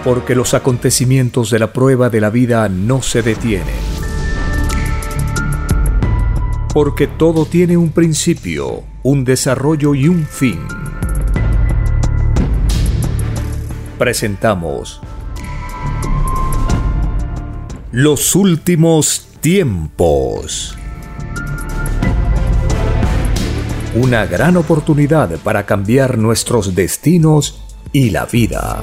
Porque los acontecimientos de la prueba de la vida no se detienen. Porque todo tiene un principio, un desarrollo y un fin. Presentamos Los últimos tiempos. Una gran oportunidad para cambiar nuestros destinos y la vida.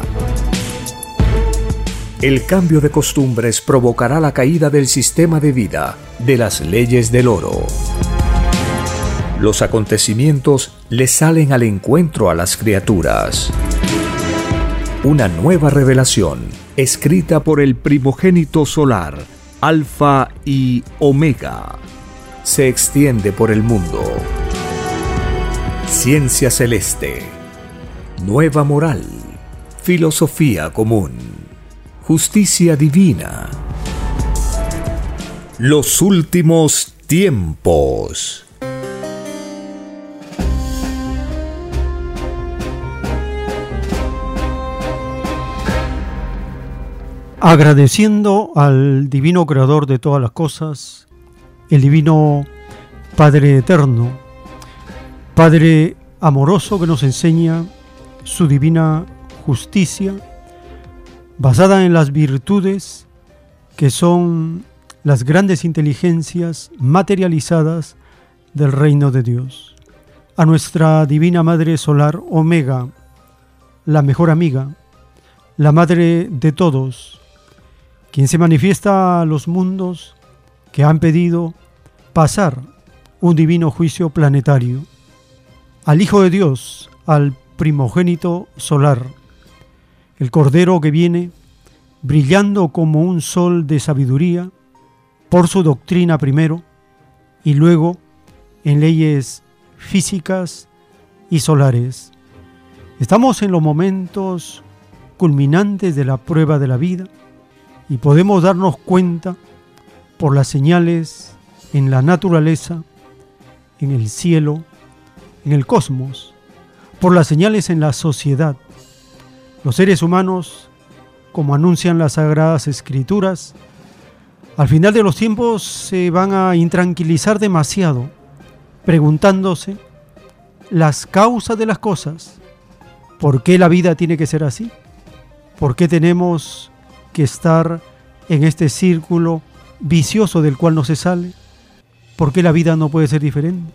El cambio de costumbres provocará la caída del sistema de vida, de las leyes del oro. Los acontecimientos le salen al encuentro a las criaturas. Una nueva revelación, escrita por el primogénito solar, Alfa y Omega, se extiende por el mundo. Ciencia celeste, nueva moral, filosofía común, justicia divina. Los últimos tiempos. Agradeciendo al divino creador de todas las cosas, el divino Padre eterno, Padre amoroso que nos enseña su divina justicia, basada en las virtudes que son las grandes inteligencias materializadas del reino de Dios. A nuestra divina Madre Solar Omega, la mejor amiga, la Madre de todos, quien se manifiesta a los mundos que han pedido pasar un divino juicio planetario, al Hijo de Dios, al primogénito solar, el Cordero que viene brillando como un sol de sabiduría por su doctrina primero y luego en leyes físicas y solares. Estamos en los momentos culminantes de la prueba de la vida y podemos darnos cuenta por las señales en la naturaleza, en el cielo, en el cosmos, por las señales en la sociedad. Los seres humanos, como anuncian las Sagradas Escrituras, al final de los tiempos se van a intranquilizar demasiado, preguntándose las causas de las cosas. ¿Por qué la vida tiene que ser así? ¿Por qué tenemos que estar en este círculo vicioso del cual no se sale? ¿Por qué la vida no puede ser diferente?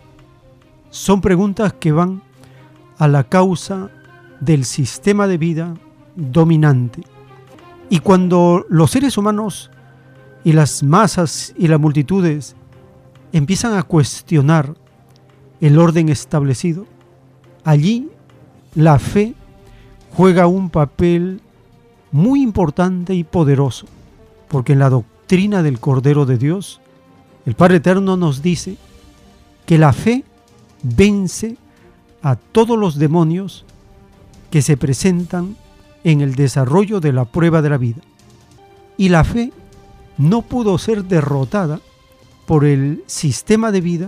Son preguntas que van a la causa del sistema de vida dominante. Y cuando los seres humanos y las masas y las multitudes empiezan a cuestionar el orden establecido, allí la fe juega un papel muy importante y poderoso, porque en la doctrina del Cordero de Dios, el Padre Eterno nos dice que la fe vence a todos los demonios que se presentan en el desarrollo de la prueba de la vida. Y la fe no pudo ser derrotada por el sistema de vida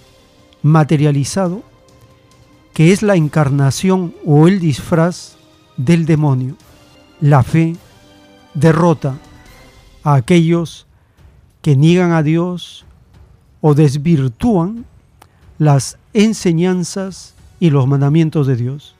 materializado, que es la encarnación o el disfraz del demonio. La fe derrota a aquellos que niegan a Dios o desvirtúan las enseñanzas y los mandamientos de Dios.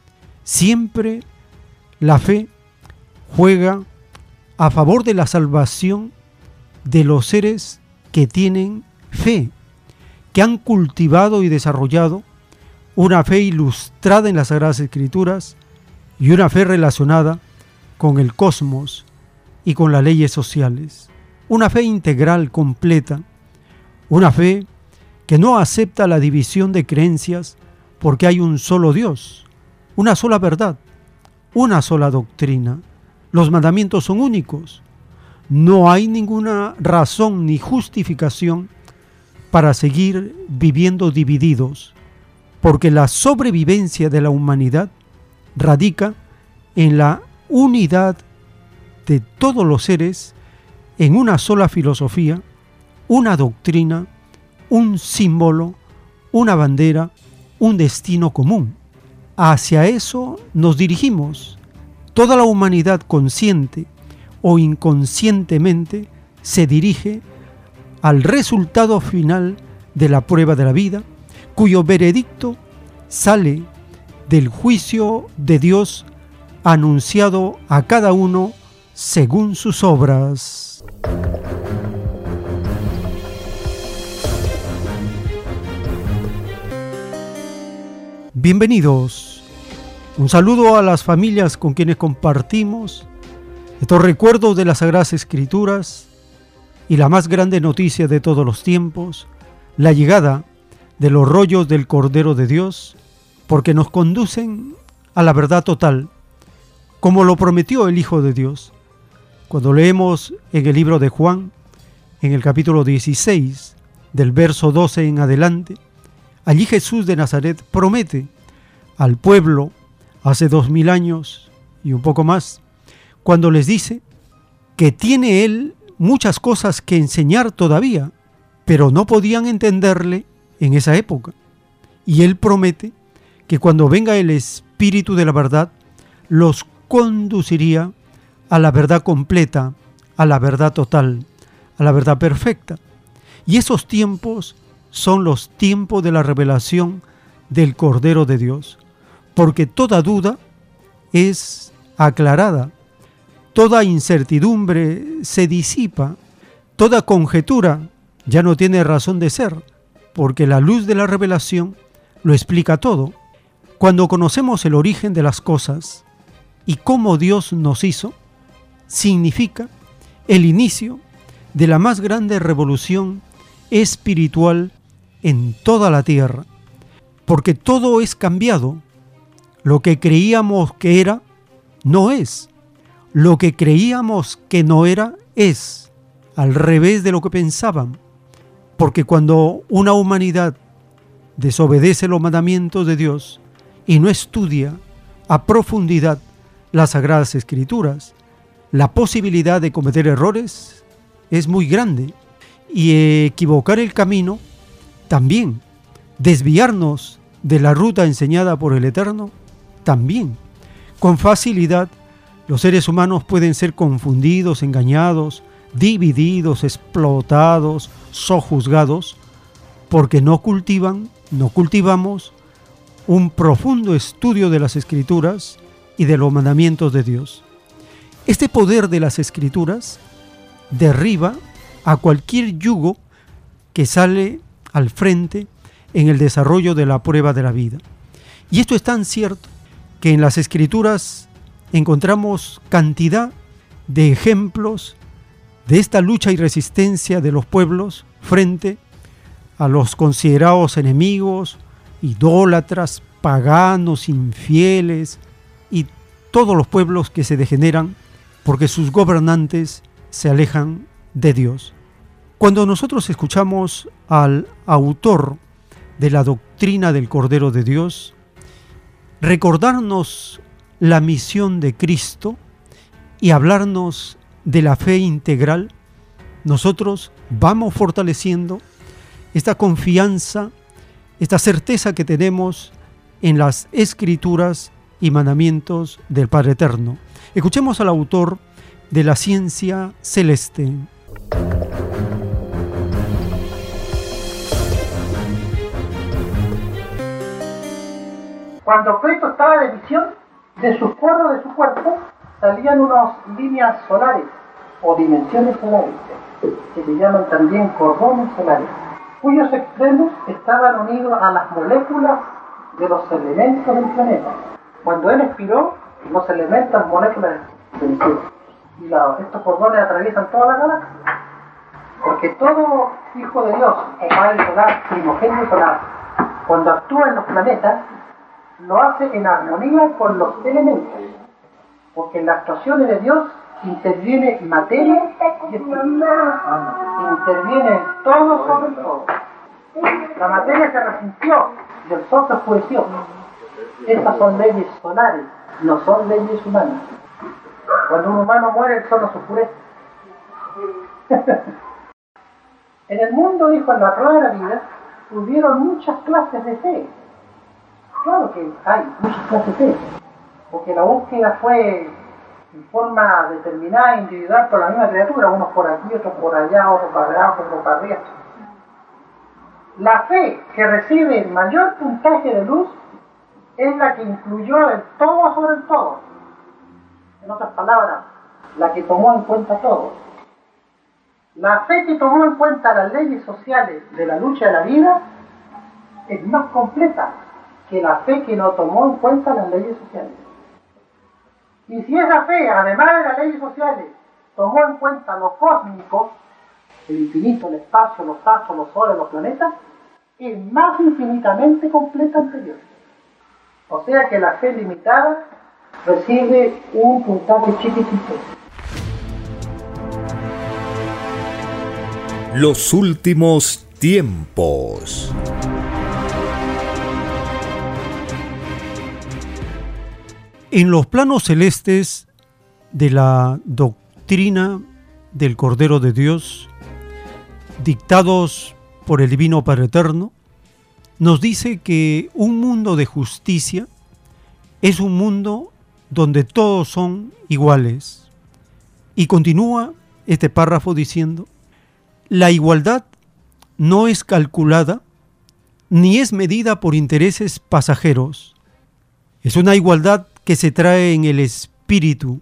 Siempre la fe juega a favor de la salvación de los seres que tienen fe, que han cultivado y desarrollado una fe ilustrada en las Sagradas Escrituras y una fe relacionada con el cosmos y con las leyes sociales. Una fe integral, completa, una fe que no acepta la división de creencias porque hay un solo Dios, una sola verdad, una sola doctrina. Los mandamientos son únicos. No hay ninguna razón ni justificación para seguir viviendo divididos, porque la sobrevivencia de la humanidad radica en la unidad de todos los seres en una sola filosofía, una doctrina, un símbolo, una bandera, un destino común. Hacia eso nos dirigimos toda la humanidad, consciente o inconscientemente, se dirige al resultado final de la prueba de la vida, cuyo veredicto sale del juicio de Dios anunciado a cada uno según sus obras. Bienvenidos. Un saludo a las familias con quienes compartimos estos recuerdos de las Sagradas Escrituras y la más grande noticia de todos los tiempos, la llegada de los rollos del Cordero de Dios, porque nos conducen a la verdad total, como lo prometió el Hijo de Dios. Cuando leemos en el libro de Juan, en el capítulo 16, del verso 12 en adelante, allí Jesús de Nazaret promete al pueblo hace 2000 años y un poco más, cuando les dice que tiene Él muchas cosas que enseñar todavía, pero no podían entenderle en esa época. Y Él promete que cuando venga el Espíritu de la verdad, los conduciría a la verdad completa, a la verdad total, a la verdad perfecta. Y esos tiempos son los tiempos de la revelación del Cordero de Dios, porque toda duda es aclarada, toda incertidumbre se disipa, toda conjetura ya no tiene razón de ser, porque la luz de la revelación lo explica todo. Cuando conocemos el origen de las cosas y cómo Dios nos hizo, significa el inicio de la más grande revolución espiritual en toda la tierra, porque todo es cambiado. Lo que creíamos que era, no es. Lo que creíamos que no era, es. Al revés de lo que pensaban. Porque cuando una humanidad desobedece los mandamientos de Dios y no estudia a profundidad las Sagradas Escrituras, la posibilidad de cometer errores es muy grande. Y equivocar el camino también. Desviarnos de la ruta enseñada por el Eterno también. Con facilidad, los seres humanos pueden ser confundidos, engañados, divididos, explotados, sojuzgados, porque no cultivamos un profundo estudio de las Escrituras y de los mandamientos de Dios. Este poder de las Escrituras derriba a cualquier yugo que sale al frente en el desarrollo de la prueba de la vida. Y esto es tan cierto que en las Escrituras encontramos cantidad de ejemplos de esta lucha y resistencia de los pueblos frente a los considerados enemigos, idólatras, paganos, infieles y todos los pueblos que se degeneran porque sus gobernantes se alejan de Dios. Cuando nosotros escuchamos al autor de la doctrina del Cordero de Dios recordarnos la misión de Cristo y hablarnos de la fe integral, nosotros vamos fortaleciendo esta confianza, esta certeza que tenemos en las Escrituras y mandamientos del Padre Eterno. Escuchemos al autor de la ciencia celeste. Cuando Cristo estaba de visión, de sus poros de su cuerpo salían unas líneas solares o dimensiones solares, que se llaman también cordones solares, cuyos extremos estaban unidos a las moléculas de los elementos del planeta. Cuando Él expiró, los elementos, moléculas del cielo. Y estos cordones atraviesan toda la galaxia. Porque todo hijo de Dios, o padre solar, primogénito solar, cuando actúa en los planetas, lo hace en armonía con los elementos. Porque en las actuaciones de Dios interviene materia y espíritu. Interviene todo sobre el todo. La materia se resintió y el sol se oscureció. Estas son leyes solares, no son leyes humanas. Cuando un humano muere, el sol no se oscurece. En el mundo, dijo, en la prueba de la vida, hubieron muchas clases de fe. Claro que hay muchas clases de fe, porque la búsqueda fue en forma determinada, individual, por la misma criatura, unos por aquí, otros por allá, otros para abajo, otros para arriba. La fe que recibe el mayor puntaje de luz es la que incluyó el todo sobre el todo. En otras palabras, la que tomó en cuenta todo. La fe que tomó en cuenta las leyes sociales de la lucha de la vida es más completa que la fe que no tomó en cuenta las leyes sociales. Y si esa fe, además de las leyes sociales, tomó en cuenta lo cósmico, el infinito, el espacio, los astros, los soles, los planetas, es más infinitamente completa anterior. O sea que la fe limitada recibe un puntaje chiquitito. Los últimos tiempos. En los planos celestes de la doctrina del Cordero de Dios, dictados por el Divino Padre Eterno, nos dice que un mundo de justicia es un mundo donde todos son iguales. Y continúa este párrafo diciendo: la igualdad no es calculada ni es medida por intereses pasajeros. Es una igualdad que se trae en el espíritu.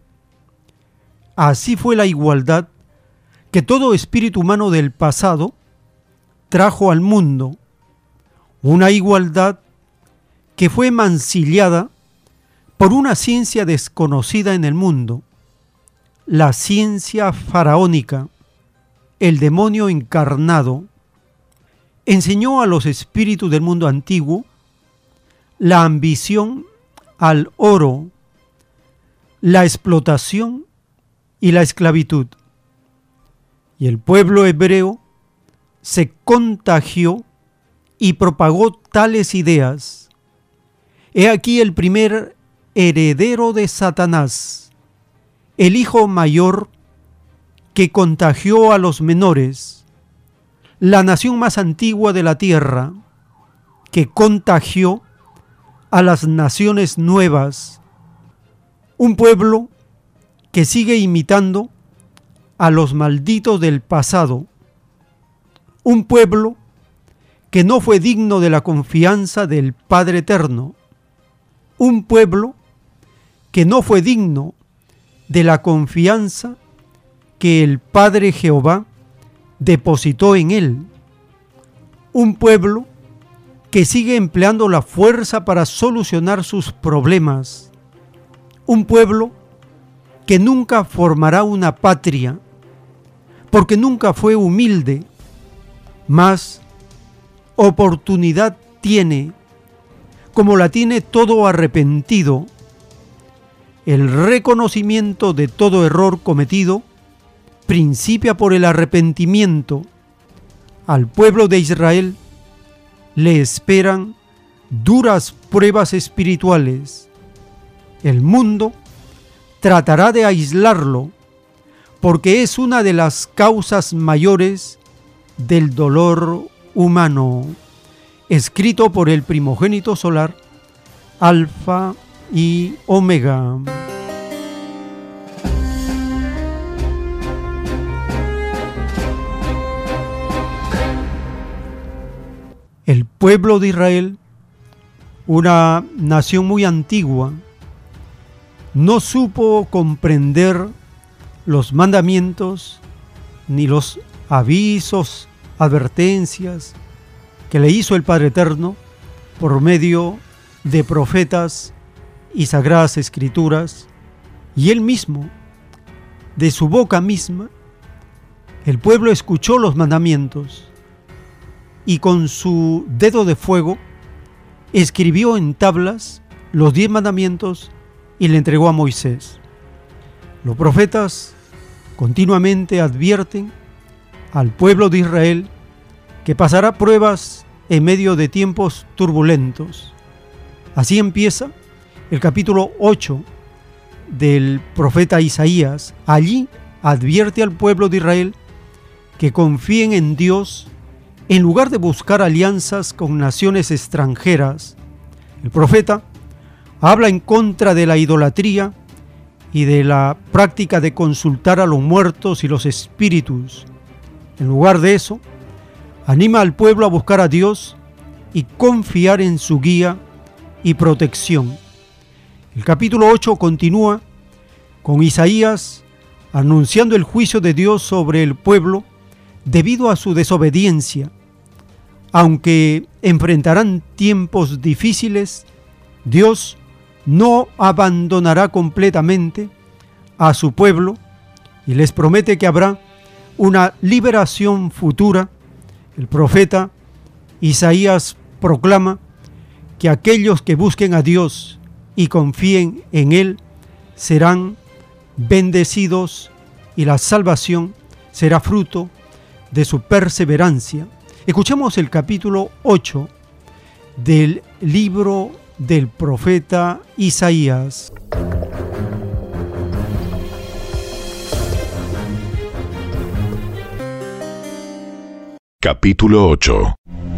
Así fue la igualdad que todo espíritu humano del pasado trajo al mundo. Una igualdad que fue mancillada por una ciencia desconocida en el mundo, la ciencia faraónica. El demonio encarnado enseñó a los espíritus del mundo antiguo la ambición al oro, la explotación y la esclavitud. Y el pueblo hebreo se contagió y propagó tales ideas. He aquí el primer heredero de Satanás, el hijo mayor que contagió a los menores, la nación más antigua de la tierra, que contagió a las naciones nuevas, un pueblo que sigue imitando a los malditos del pasado, un pueblo que no fue digno de la confianza del Padre Eterno, un pueblo que no fue digno de la confianza que el Padre Jehová depositó en él, un pueblo que sigue empleando la fuerza para solucionar sus problemas, un pueblo que nunca formará una patria, porque nunca fue humilde, mas oportunidad tiene, como la tiene todo arrepentido, el reconocimiento de todo error cometido principia por el arrepentimiento. Al pueblo de Israel le esperan duras pruebas espirituales. El mundo tratará de aislarlo porque es una de las causas mayores del dolor humano. Escrito por el primogénito solar, Alfa y Omega. El pueblo de Israel, una nación muy antigua, no supo comprender los mandamientos ni los avisos, advertencias que le hizo el Padre Eterno por medio de profetas y sagradas escrituras, y él mismo, de su boca misma, el pueblo escuchó los mandamientos y con su dedo de fuego escribió en tablas los 10 mandamientos y le entregó a Moisés. Los profetas continuamente advierten al pueblo de Israel que pasará pruebas en medio de tiempos turbulentos. Así empieza el capítulo 8 del profeta Isaías. Allí advierte al pueblo de Israel que confíen en Dios en lugar de buscar alianzas con naciones extranjeras. El profeta habla en contra de la idolatría y de la práctica de consultar a los muertos y los espíritus. En lugar de eso, anima al pueblo a buscar a Dios y confiar en su guía y protección. El capítulo 8 continúa con Isaías anunciando el juicio de Dios sobre el pueblo debido a su desobediencia. Aunque enfrentarán tiempos difíciles, Dios no abandonará completamente a su pueblo y les promete que habrá una liberación futura. El profeta Isaías proclama que aquellos que busquen a Dios y confíen en Él serán bendecidos y la salvación será fruto de su perseverancia. Escuchemos el capítulo 8 del libro del profeta Isaías. Capítulo 8.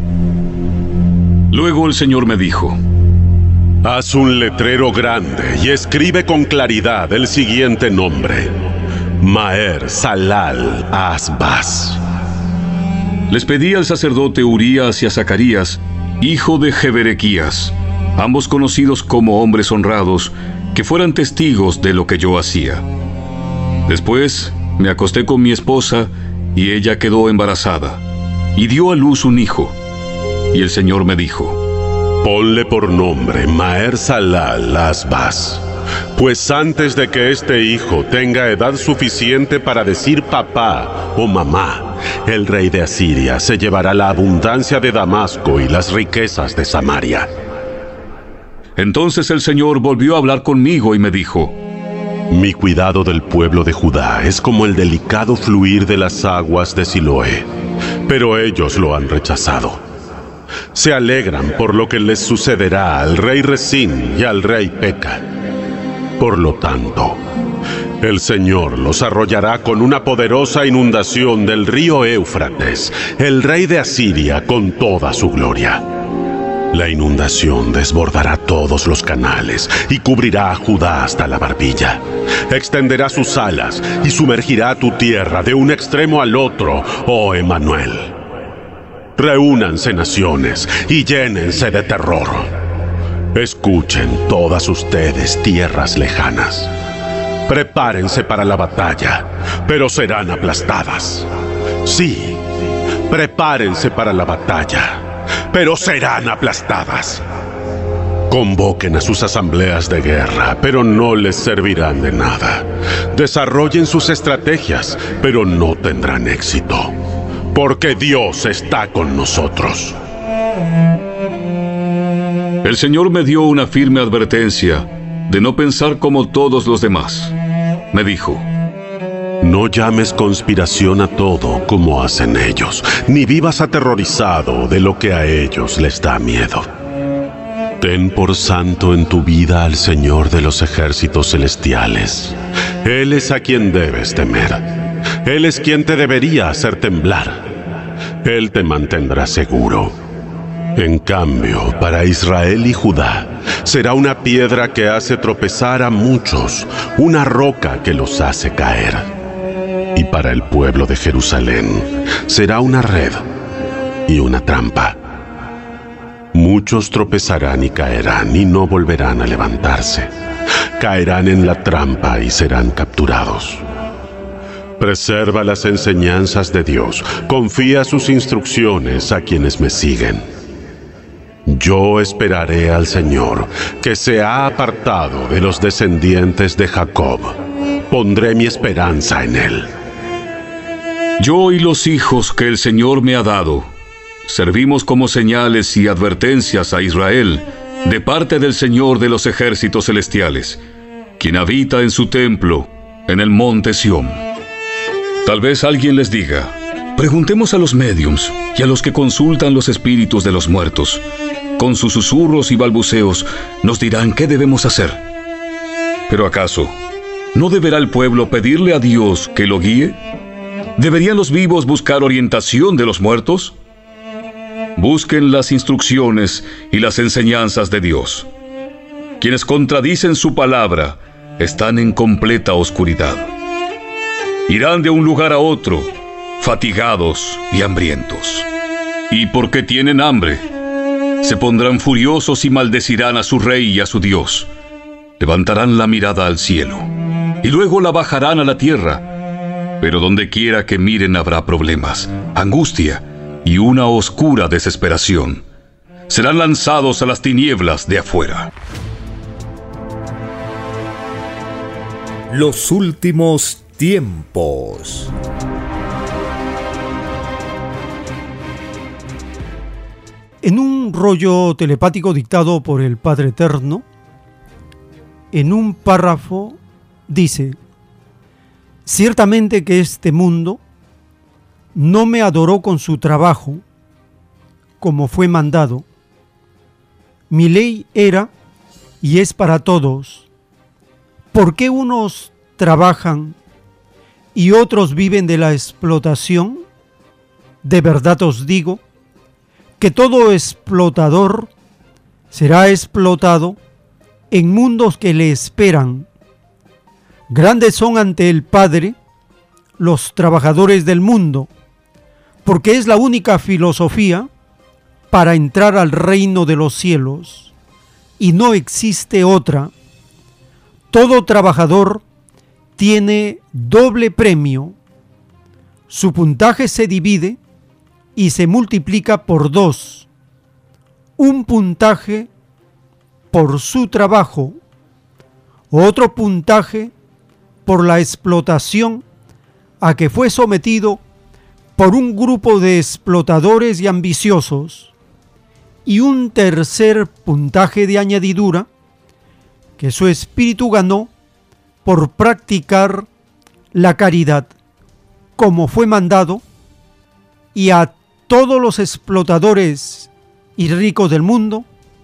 Luego el Señor me dijo: haz un letrero grande y escribe con claridad el siguiente nombre: Maher Salal Asbaz. Les pedí al sacerdote Urías y a Zacarías, hijo de Jeberequías, ambos conocidos como hombres honrados, que fueran testigos de lo que yo hacía. Después me acosté con mi esposa y ella quedó embarazada y dio a luz un hijo. Y el Señor me dijo: ponle por nombre Maher Salal Asbaz, pues antes de que este hijo tenga edad suficiente para decir papá o mamá, el rey de Asiria se llevará la abundancia de Damasco y las riquezas de Samaria. Entonces el Señor volvió a hablar conmigo y me dijo: mi cuidado del pueblo de Judá es como el delicado fluir de las aguas de Siloé, pero ellos lo han rechazado. Se alegran por lo que les sucederá al rey Resín y al rey Peca. Por lo tanto, el Señor los arrollará con una poderosa inundación del río Éufrates, el rey de Asiria con toda su gloria. La inundación desbordará todos los canales y cubrirá a Judá hasta la barbilla. Extenderá sus alas y sumergirá tu tierra de un extremo al otro, oh Emmanuel. Reúnanse naciones y llénense de terror. Escuchen todas ustedes, tierras lejanas. Prepárense para la batalla, pero serán aplastadas. Sí, prepárense para la batalla, pero serán aplastadas. Convoquen a sus asambleas de guerra, pero no les servirán de nada. Desarrollen sus estrategias, pero no tendrán éxito, porque Dios está con nosotros. El Señor me dio una firme advertencia de no pensar como todos los demás. Me dijo: no llames conspiración a todo como hacen ellos, ni vivas aterrorizado de lo que a ellos les da miedo. Ten por santo en tu vida al Señor de los ejércitos celestiales. Él es a quien debes temer. Él es quien te debería hacer temblar. Él te mantendrá seguro. En cambio, para Israel y Judá, será una piedra que hace tropezar a muchos, una roca que los hace caer. Y para el pueblo de Jerusalén, será una red y una trampa. Muchos tropezarán y caerán y no volverán a levantarse. Caerán en la trampa y serán capturados. Preserva las enseñanzas de Dios. Confía sus instrucciones a quienes me siguen. Yo esperaré al Señor, que se ha apartado de los descendientes de Jacob. Pondré mi esperanza en Él. Yo y los hijos que el Señor me ha dado servimos como señales y advertencias a Israel de parte del Señor de los ejércitos celestiales, quien habita en su templo, en el monte Sión. Tal vez alguien les diga: preguntemos a los médiums y a los que consultan los espíritus de los muertos. Con sus susurros y balbuceos nos dirán qué debemos hacer. ¿Pero acaso no deberá el pueblo pedirle a Dios que lo guíe? ¿Deberían los vivos buscar orientación de los muertos? Busquen las instrucciones y las enseñanzas de Dios. Quienes contradicen su palabra están en completa oscuridad. Irán de un lugar a otro, fatigados y hambrientos. Y porque tienen hambre, se pondrán furiosos y maldecirán a su rey y a su Dios. Levantarán la mirada al cielo y luego la bajarán a la tierra. Pero donde quiera que miren habrá problemas, angustia y una oscura desesperación. Serán lanzados a las tinieblas de afuera. Los últimos tiempos. En un rollo telepático dictado por el Padre Eterno, en un párrafo dice: ciertamente que este mundo no me adoró con su trabajo, como fue mandado. Mi ley era y es para todos. ¿Por qué unos trabajan y otros viven de la explotación? De verdad os digo que todo explotador será explotado en mundos que le esperan. Grandes son ante el Padre los trabajadores del mundo, porque es la única filosofía para entrar al reino de los cielos, y no existe otra. Todo trabajador tiene doble premio. Su puntaje se divide y se multiplica por 2. Un puntaje por su trabajo, otro puntaje por la explotación a que fue sometido por un grupo de explotadores y ambiciosos, y un tercer puntaje de añadidura que su espíritu ganó por practicar la caridad, como fue mandado, y a todos los explotadores y ricos del mundo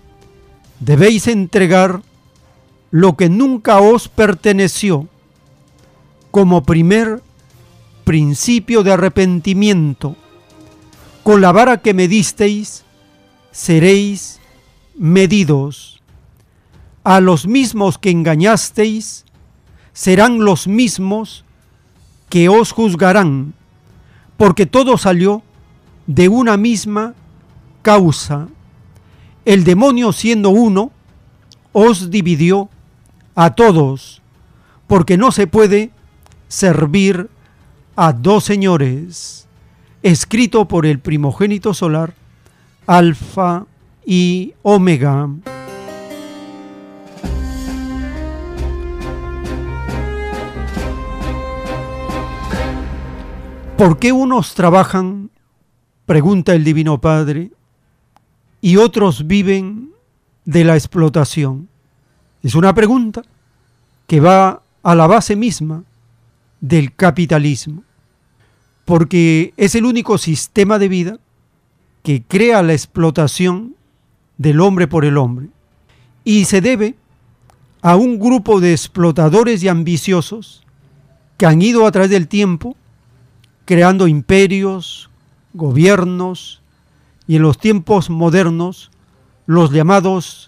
debéis entregar lo que nunca os perteneció, como primer principio de arrepentimiento. Con la vara que medisteis, seréis medidos. A los mismos que engañasteis, serán los mismos que os juzgarán, porque todo salió de una misma causa. El demonio, siendo uno, os dividió a todos, porque no se puede servir a dos señores. Escrito por el primogénito solar, Alfa y Omega. ¿Por qué unos trabajan, pregunta el Divino Padre, y otros viven de la explotación? Es una pregunta que va a la base misma del capitalismo, porque es el único sistema de vida que crea la explotación del hombre por el hombre, y se debe a un grupo de explotadores y ambiciosos que han ido a través del tiempo creando imperios, gobiernos, y en los tiempos modernos los llamados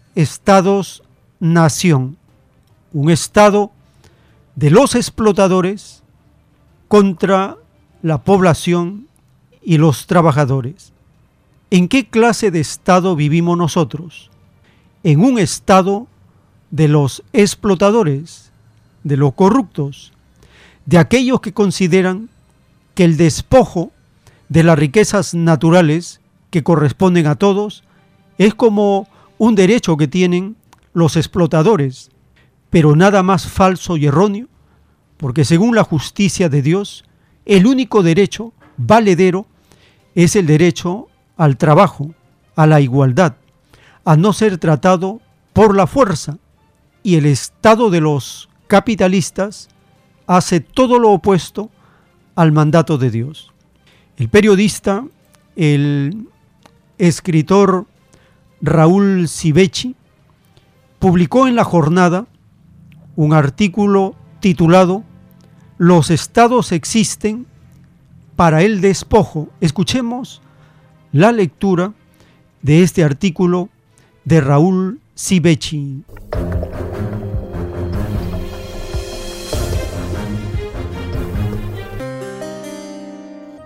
estados-nación, un estado de los explotadores contra la población y los trabajadores. ¿En qué clase de estado vivimos nosotros? En un estado de los explotadores, de los corruptos, de aquellos que consideran que el despojo de las riquezas naturales que corresponden a todos es como un derecho que tienen los explotadores, pero nada más falso y erróneo, porque según la justicia de Dios, el único derecho valedero es el derecho al trabajo, a la igualdad, a no ser tratado por la fuerza, y el estado de los capitalistas hace todo lo opuesto al mandato de Dios. El periodista, el escritor Raúl Sivecci, publicó en La Jornada un artículo titulado "Los estados existen para el despojo". Escuchemos la lectura de este artículo de Raúl Sivecci.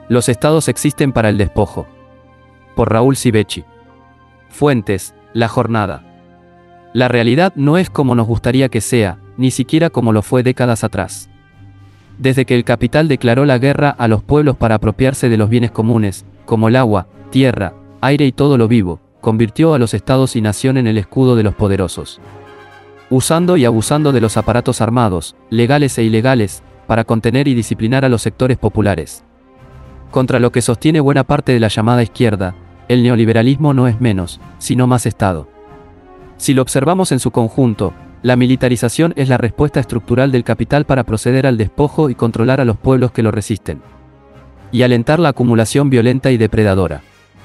Los estados existen para el despojo. Por Raúl Sivecci. Fuentes, La Jornada. La realidad no es como nos gustaría que sea, ni siquiera como lo fue décadas atrás. Desde que el capital declaró la guerra a los pueblos para apropiarse de los bienes comunes, como el agua, tierra, aire y todo lo vivo, convirtió a los estados y nación en el escudo de los poderosos. Usando y abusando de los aparatos armados, legales e ilegales, para contener y disciplinar a los sectores populares. Contra lo que sostiene buena parte de la llamada izquierda, el neoliberalismo no es menos, sino más Estado. Si lo observamos en su conjunto, la militarización es la respuesta estructural del capital para proceder al despojo y controlar a los pueblos que lo resisten. Y alentar la acumulación violenta y depredadora.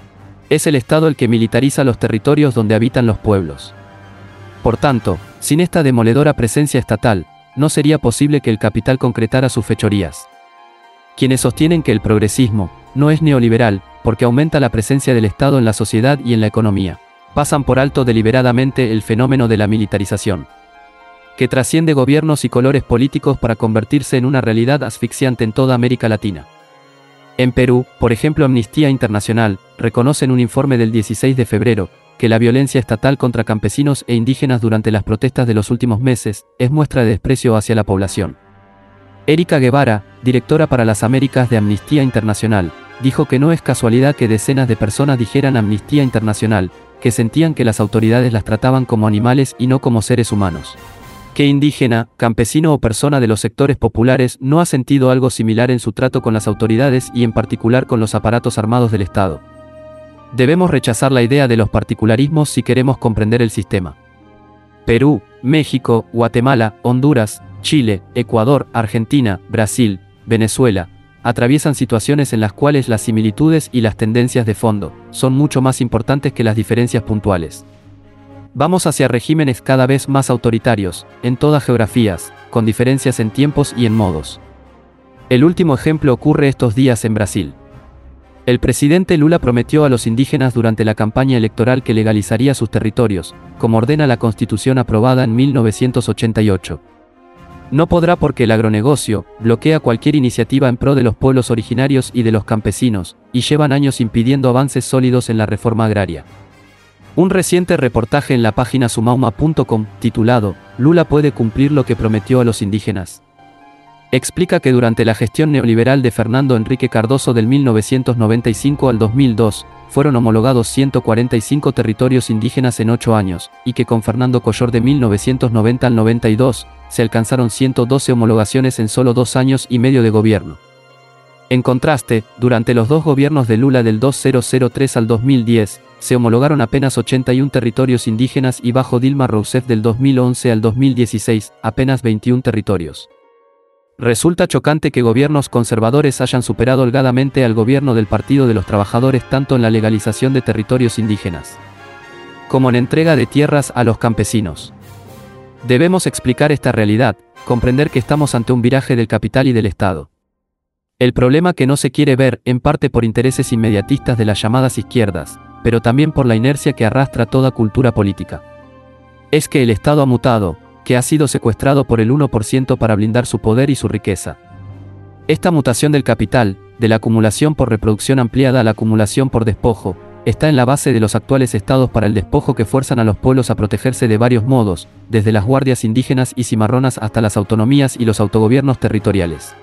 Es el Estado el que militariza los territorios donde habitan los pueblos. Por tanto, sin esta demoledora presencia estatal, no sería posible que el capital concretara sus fechorías. Quienes sostienen que el progresismo no es neoliberal, porque aumenta la presencia del Estado en la sociedad y en la economía, pasan por alto deliberadamente el fenómeno de la militarización, que trasciende gobiernos y colores políticos para convertirse en una realidad asfixiante en toda América Latina. En Perú, por ejemplo, Amnistía Internacional reconoce en un informe del 16 de febrero que la violencia estatal contra campesinos e indígenas durante las protestas de los últimos meses es muestra de desprecio hacia la población. Erika Guevara, directora para las Américas de Amnistía Internacional, dijo que no es casualidad que decenas de personas dijeran Amnistía Internacional, que sentían que las autoridades las trataban como animales y no como seres humanos. ¿Qué indígena, campesino o persona de los sectores populares no ha sentido algo similar en su trato con las autoridades y en particular con los aparatos armados del Estado? Debemos rechazar la idea de los particularismos si queremos comprender el sistema. Perú, México, Guatemala, Honduras, Chile, Ecuador, Argentina, Brasil, Venezuela, atraviesan situaciones en las cuales las similitudes y las tendencias de fondo son mucho más importantes que las diferencias puntuales. Vamos hacia regímenes cada vez más autoritarios, en todas geografías, con diferencias en tiempos y en modos. El último ejemplo ocurre estos días en Brasil. El presidente Lula prometió a los indígenas durante la campaña electoral que legalizaría sus territorios, como ordena la Constitución aprobada en 1988. No podrá porque el agronegocio bloquea cualquier iniciativa en pro de los pueblos originarios y de los campesinos, y llevan años impidiendo avances sólidos en la reforma agraria. Un reciente reportaje en la página sumauma.com, titulado «Lula puede cumplir lo que prometió a los indígenas», explica que durante la gestión neoliberal de Fernando Henrique Cardoso del 1995 al 2002, fueron homologados 145 territorios indígenas en 8 años, y que con Fernando Collor de 1990 al 92, se alcanzaron 112 homologaciones en solo 2 años y medio de gobierno. En contraste, durante los 2 gobiernos de Lula del 2003 al 2010, se homologaron apenas 81 territorios indígenas y bajo Dilma Rousseff del 2011 al 2016, apenas 21 territorios. Resulta chocante que gobiernos conservadores hayan superado holgadamente al gobierno del Partido de los Trabajadores tanto en la legalización de territorios indígenas como en entrega de tierras a los campesinos. Debemos explicar esta realidad, comprender que estamos ante un viraje del capital y del Estado. El problema que no se quiere ver, en parte por intereses inmediatistas de las llamadas izquierdas, pero también por la inercia que arrastra toda cultura política, es que el Estado ha mutado, que ha sido secuestrado por el 1% para blindar su poder y su riqueza. Esta mutación del capital, de la acumulación por reproducción ampliada a la acumulación por despojo, está en la base de los actuales estados para el despojo que fuerzan a los pueblos a protegerse de varios modos, desde las guardias indígenas y cimarronas hasta las autonomías y los autogobiernos territoriales.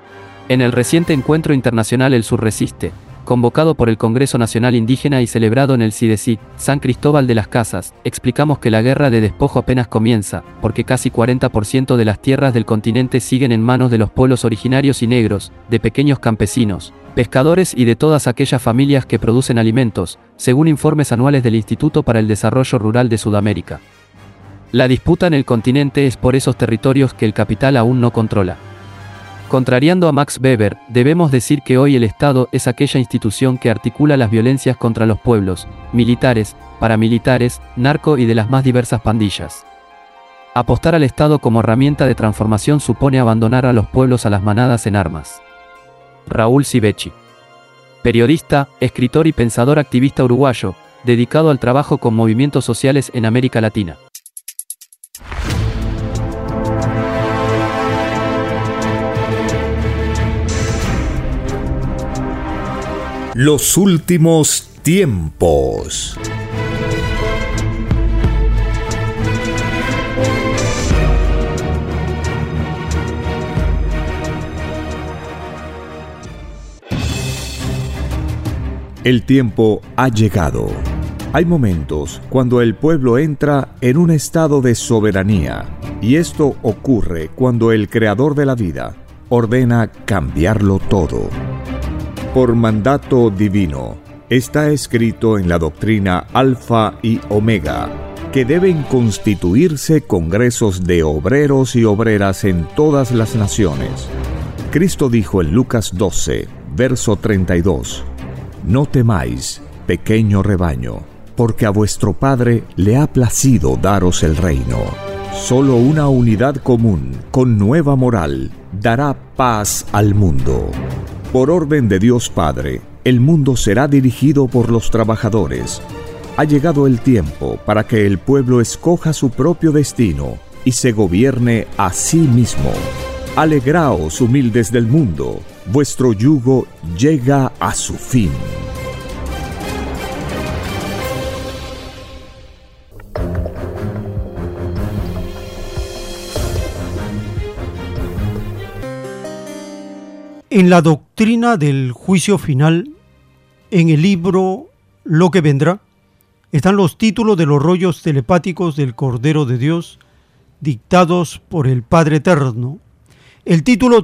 En el reciente encuentro internacional El Sur Resiste, convocado por el Congreso Nacional Indígena y celebrado en el CIDESI, San Cristóbal de las Casas, explicamos que la guerra de despojo apenas comienza, porque casi 40% de las tierras del continente siguen en manos de los pueblos originarios y negros, de pequeños campesinos, pescadores y de todas aquellas familias que producen alimentos, según informes anuales del Instituto para el Desarrollo Rural de Sudamérica. La disputa en el continente es por esos territorios que el capital aún no controla. Contrariando a Max Weber, debemos decir que hoy el Estado es aquella institución que articula las violencias contra los pueblos, militares, paramilitares, narco y de las más diversas pandillas. Apostar al Estado como herramienta de transformación supone abandonar a los pueblos a las manadas en armas. Raúl Sivecci. Periodista, escritor y pensador activista uruguayo, dedicado al trabajo con movimientos sociales en América Latina. Los últimos tiempos. El tiempo ha llegado. Hay momentos cuando el pueblo entra en un estado de soberanía, y esto ocurre cuando el Creador de la vida ordena cambiarlo todo. Por mandato divino, está escrito en la doctrina Alfa y Omega, que deben constituirse congresos de obreros y obreras en todas las naciones. Cristo dijo en Lucas 12, verso 32, «No temáis, pequeño rebaño, porque a vuestro Padre le ha placido daros el reino». Solo una unidad común, con nueva moral, dará paz al mundo. Por orden de Dios Padre, el mundo será dirigido por los trabajadores. Ha llegado el tiempo para que el pueblo escoja su propio destino y se gobierne a sí mismo. Alegraos, humildes del mundo, vuestro yugo llega a su fin. En la doctrina del juicio final, en el libro Lo que vendrá, están los títulos de los rollos telepáticos del Cordero de Dios, dictados por el Padre Eterno. El título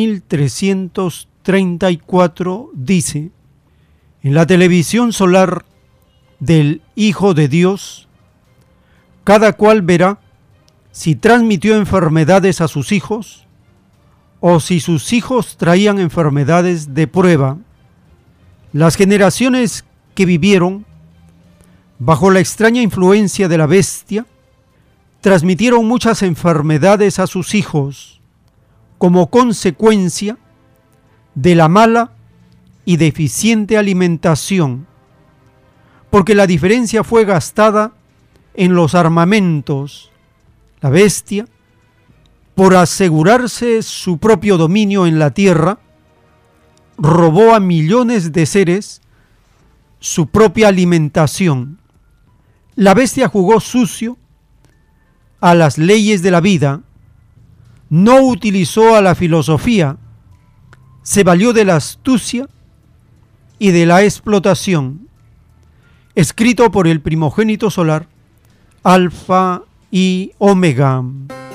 3334 dice: en la televisión solar del Hijo de Dios, cada cual verá si transmitió enfermedades a sus hijos, o si sus hijos traían enfermedades de prueba. Las generaciones que vivieron bajo la extraña influencia de la bestia transmitieron muchas enfermedades a sus hijos como consecuencia de la mala y deficiente alimentación, porque la diferencia fue gastada en los armamentos. La bestia, por asegurarse su propio dominio en la tierra, robó a millones de seres su propia alimentación. La bestia jugó sucio a las leyes de la vida, no utilizó a la filosofía, se valió de la astucia y de la explotación. Escrito por el primogénito solar, Alfa y Omega.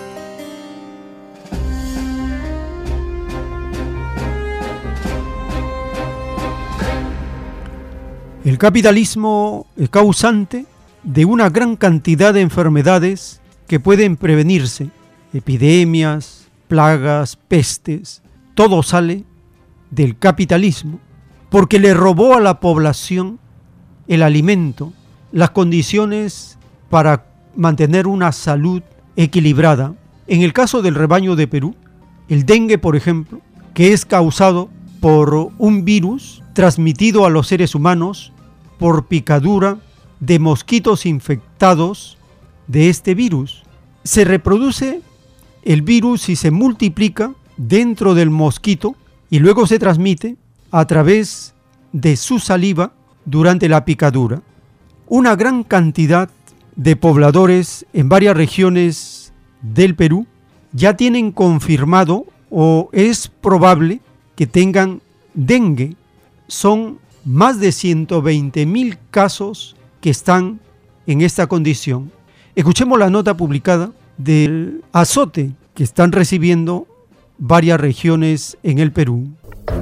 El capitalismo es causante de una gran cantidad de enfermedades que pueden prevenirse, epidemias, plagas, pestes. Todo sale del capitalismo, porque le robó a la población el alimento, las condiciones para mantener una salud equilibrada. En el caso del rebaño de Perú, el dengue, por ejemplo, que es causado por un virus transmitido a los seres humanos por picadura de mosquitos infectados de este virus. Se reproduce el virus y se multiplica dentro del mosquito y luego se transmite a través de su saliva durante la picadura. Una gran cantidad de pobladores en varias regiones del Perú ya tienen confirmado o es probable que tengan dengue. Son más de 120,000 casos que están en esta condición. Escuchemos la nota publicada del azote que están recibiendo varias regiones en el Perú.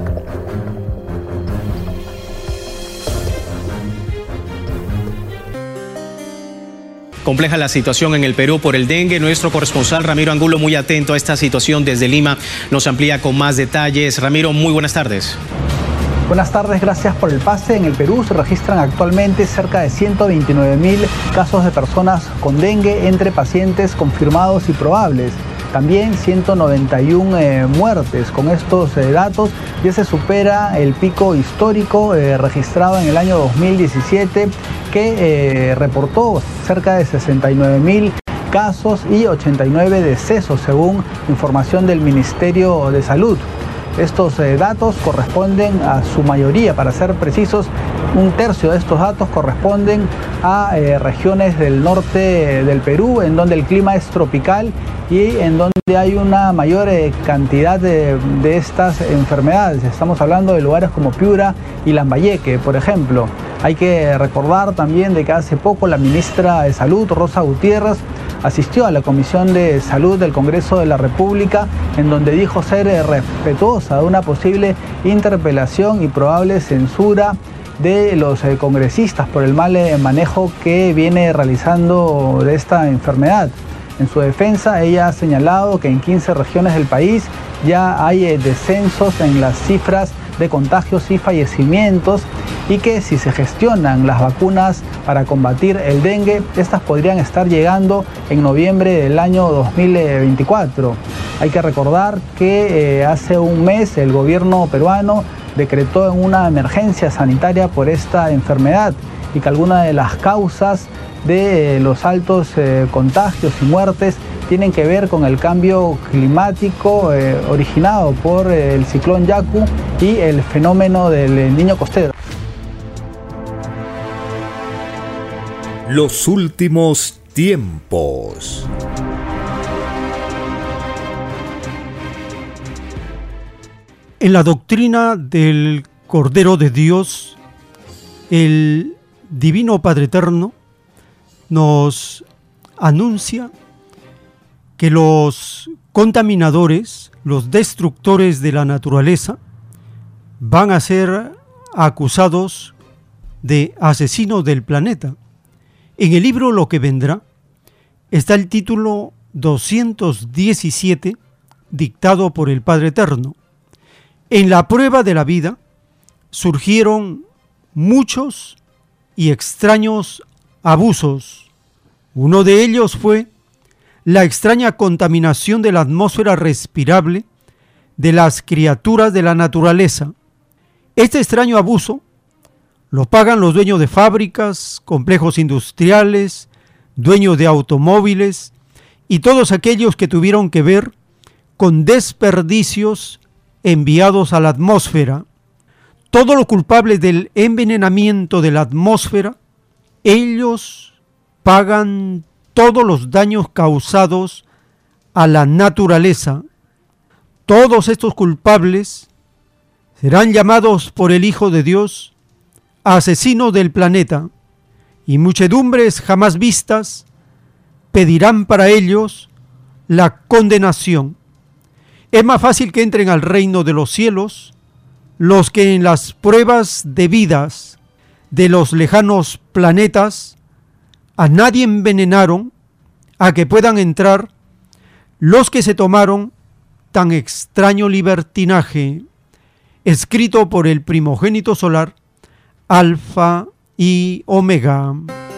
Compleja la situación en el Perú por el dengue. Nuestro corresponsal Ramiro Angulo, muy atento a esta situación desde Lima, nos amplía con más detalles. Ramiro, muy buenas tardes. Buenas tardes, gracias por el pase. En el Perú se registran actualmente cerca de 129,000 casos de personas con dengue entre pacientes confirmados y probables. También 191 muertes. Con estos datos ya se supera el pico histórico registrado en el año 2017 que reportó cerca de 69,000 casos y 89 decesos según información del Ministerio de Salud. Estos datos corresponden a su mayoría, para ser precisos, un tercio de estos datos corresponden a regiones del norte del Perú, en donde el clima es tropical y en donde hay una mayor cantidad de estas enfermedades. Estamos hablando de lugares como Piura y Lambayeque, por ejemplo. Hay que recordar también de que hace poco la ministra de Salud, Rosa Gutiérrez, asistió a la Comisión de Salud del Congreso de la República, en donde dijo ser respetuosa de una posible interpelación y probable censura de los congresistas por el mal manejo que viene realizando de esta enfermedad. En su defensa, ella ha señalado que en 15 regiones del país ya hay descensos en las cifras de contagios y fallecimientos, y que si se gestionan las vacunas para combatir el dengue, estas podrían estar llegando en noviembre del año 2024. Hay que recordar que hace un mes el gobierno peruano decretó en una emergencia sanitaria por esta enfermedad, y que algunas de las causas de los altos contagios y muertes tienen que ver con el cambio climático originado por el ciclón Yaku y el fenómeno del Niño Costero. Los últimos tiempos. En la doctrina del Cordero de Dios, el Divino Padre Eterno nos anuncia que los contaminadores, los destructores de la naturaleza, van a ser acusados de asesinos del planeta. En el libro Lo que vendrá está el título 217, dictado por el Padre Eterno. En la prueba de la vida surgieron muchos y extraños abusos. Uno de ellos fue la extraña contaminación de la atmósfera respirable de las criaturas de la naturaleza. Este extraño abuso lo pagan los dueños de fábricas, complejos industriales, dueños de automóviles y todos aquellos que tuvieron que ver con desperdicios enviados a la atmósfera. Todos los culpables del envenenamiento de la atmósfera, ellos pagan todos los daños causados a la naturaleza. Todos estos culpables serán llamados por el Hijo de Dios asesinos del planeta, y muchedumbres jamás vistas pedirán para ellos la condenación. Es más fácil que entren al reino de los cielos los que en las pruebas debidas de los lejanos planetas a nadie envenenaron, a que puedan entrar los que se tomaron tan extraño libertinaje, escrito por el primogénito solar, Alfa y Omega.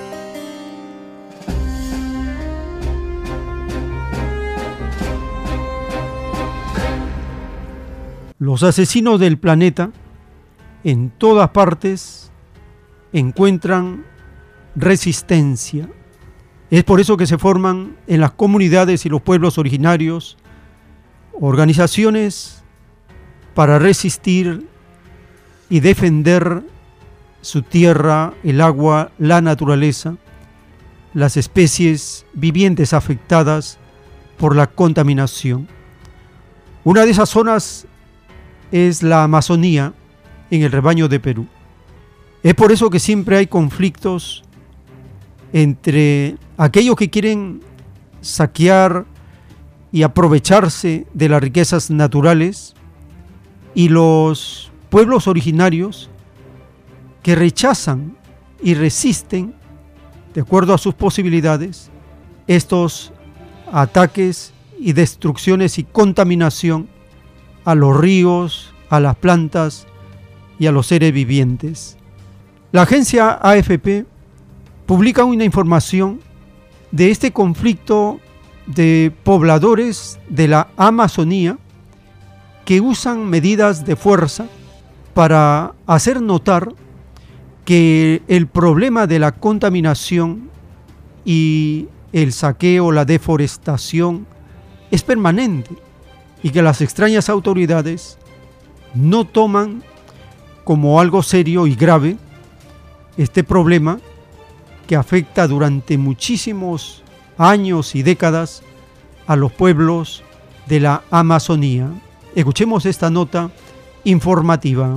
Los asesinos del planeta en todas partes encuentran resistencia. Es por eso que se forman en las comunidades y los pueblos originarios organizaciones para resistir y defender su tierra, el agua, la naturaleza, las especies vivientes afectadas por la contaminación. Una de esas zonas es la Amazonía, en el rebaño de Perú. Es por eso que siempre hay conflictos entre aquellos que quieren saquear y aprovecharse de las riquezas naturales y los pueblos originarios que rechazan y resisten, de acuerdo a sus posibilidades, estos ataques y destrucciones y contaminación a los ríos, a las plantas y a los seres vivientes. La agencia AFP publica una información de este conflicto de pobladores de la Amazonía que usan medidas de fuerza para hacer notar que el problema de la contaminación y el saqueo, la deforestación es permanente y que las extrañas autoridades no toman como algo serio y grave este problema que afecta durante muchísimos años y décadas a los pueblos de la Amazonía. Escuchemos esta nota informativa.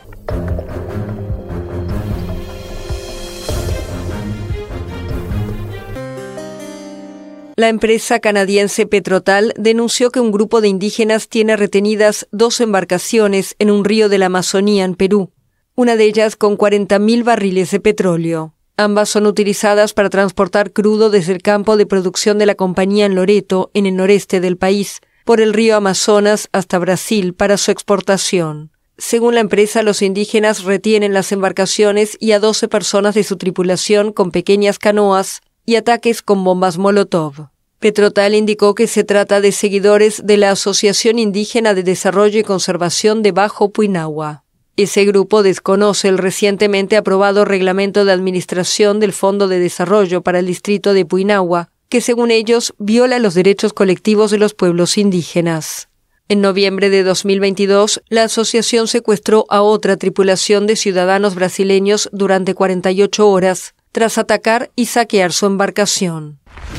La empresa canadiense Petrotal denunció que un grupo de indígenas tiene retenidas 2 embarcaciones en un río de la Amazonía en Perú, una de ellas con 40.000 barriles de petróleo. Ambas son utilizadas para transportar crudo desde el campo de producción de la compañía en Loreto, en el noreste del país, por el río Amazonas hasta Brasil para su exportación. Según la empresa, los indígenas retienen las embarcaciones y a 12 personas de su tripulación con pequeñas canoas y ataques con bombas Molotov. Petrotal indicó que se trata de seguidores de la Asociación Indígena de Desarrollo y Conservación de Bajo Puinahua. Ese grupo desconoce el recientemente aprobado Reglamento de Administración del Fondo de Desarrollo para el Distrito de Puinahua, que según ellos viola los derechos colectivos de los pueblos indígenas. En noviembre de 2022, la asociación secuestró a otra tripulación de ciudadanos brasileños durante 48 horas, tras atacar y saquear su embarcación.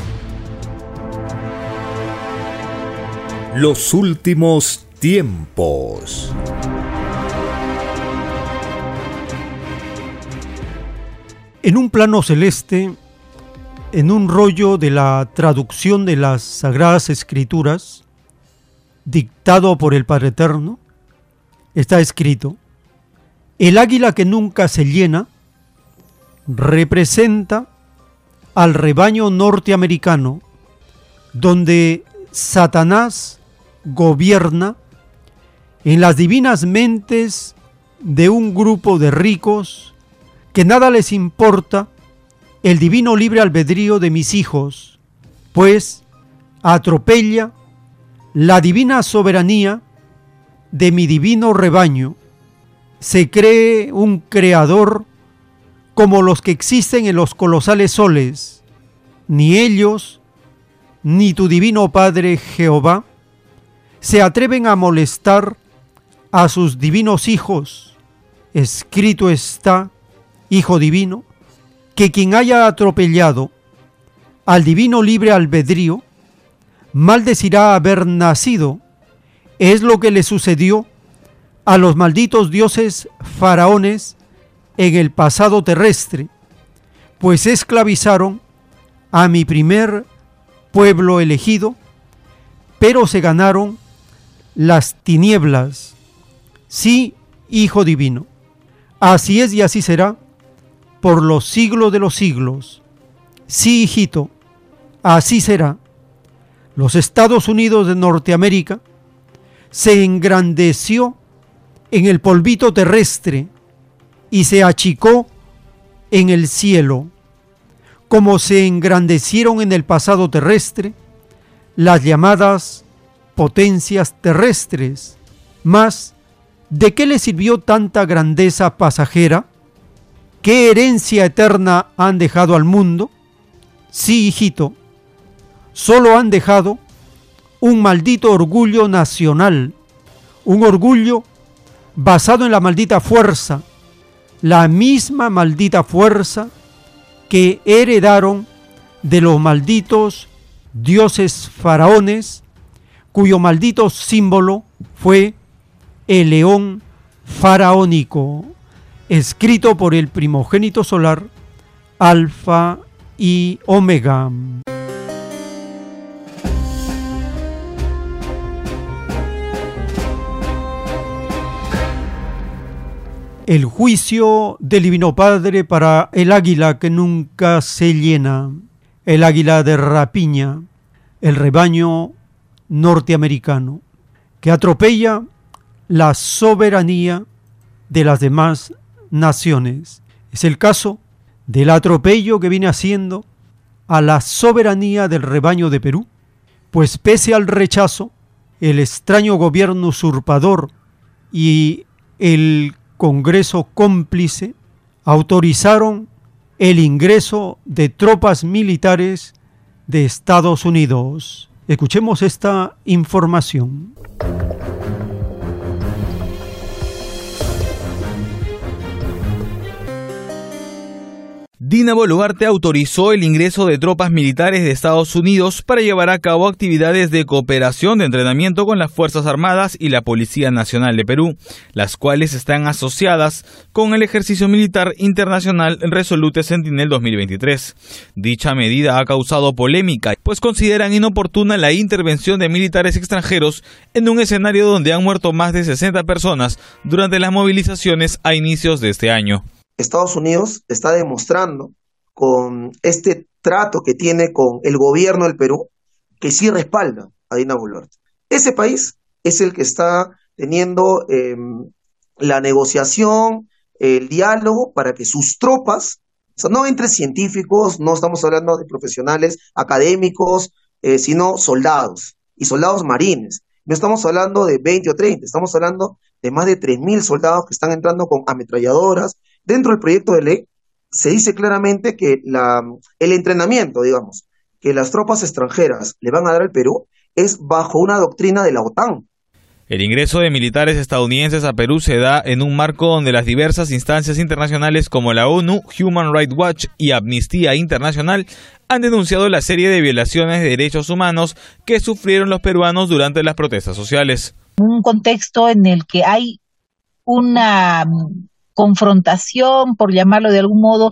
Los últimos tiempos. En un plano celeste, en un rollo de la traducción de las Sagradas Escrituras, dictado por el Padre Eterno, está escrito: el águila que nunca se llena representa al rebaño norteamericano, donde Satanás gobierna en las divinas mentes de un grupo de ricos que nada les importa el divino libre albedrío de mis hijos, pues atropella la divina soberanía de mi divino rebaño. Se cree un creador como los que existen en los colosales soles. Ni ellos, ni tu divino Padre Jehová, se atreven a molestar a sus divinos hijos. Escrito está, Hijo divino, que quien haya atropellado al divino libre albedrío, maldecirá haber nacido. Es lo que le sucedió a los malditos dioses faraones en el pasado terrestre, pues esclavizaron a mi primer pueblo elegido, pero se ganaron las tinieblas. Sí, Hijo divino, así es y así será por los siglos de los siglos. Sí, hijito, así será. Los Estados Unidos de Norteamérica se engrandeció en el polvito terrestre y se achicó en el cielo, como se engrandecieron en el pasado terrestre las llamadas potencias terrestres. Mas, ¿de qué le sirvió tanta grandeza pasajera? ¿Qué herencia eterna han dejado al mundo? Sí, hijito, solo han dejado un maldito orgullo nacional, un orgullo basado en la maldita fuerza, la misma maldita fuerza que heredaron de los malditos dioses faraones, cuyo maldito símbolo fue el león faraónico, escrito por el primogénito solar, Alfa y Omega. El juicio del Divino Padre para el águila que nunca se llena, el águila de rapiña, el rebaño norteamericano, que atropella la soberanía de las demás naciones. Es el caso del atropello que viene haciendo a la soberanía del rebaño de Perú, pues pese al rechazo, el extraño gobierno usurpador y el Congreso cómplice autorizaron el ingreso de tropas militares de Estados Unidos. Escuchemos esta información. Dina Boluarte autorizó el ingreso de tropas militares de Estados Unidos para llevar a cabo actividades de cooperación de entrenamiento con las Fuerzas Armadas y la Policía Nacional de Perú, las cuales están asociadas con el ejercicio militar internacional Resolute Sentinel 2023. Dicha medida ha causado polémica, pues consideran inoportuna la intervención de militares extranjeros en un escenario donde han muerto más de 60 personas durante las movilizaciones a inicios de este año. Estados Unidos está demostrando con este trato que tiene con el gobierno del Perú que sí respalda a Dina Boluarte. Ese país es el que está teniendo la negociación, el diálogo para que sus tropas, o sea, no entre científicos, no estamos hablando de profesionales académicos, sino soldados y soldados marines. No estamos hablando de 20 o 30, estamos hablando de más de 3.000 soldados que están entrando con ametralladoras. Dentro del proyecto de ley se dice claramente que el entrenamiento, digamos, que las tropas extranjeras le van a dar al Perú es bajo una doctrina de la OTAN. El ingreso de militares estadounidenses a Perú se da en un marco donde las diversas instancias internacionales como la ONU, Human Rights Watch y Amnistía Internacional han denunciado la serie de violaciones de derechos humanos que sufrieron los peruanos durante las protestas sociales. Un contexto en el que hay una confrontación, por llamarlo de algún modo,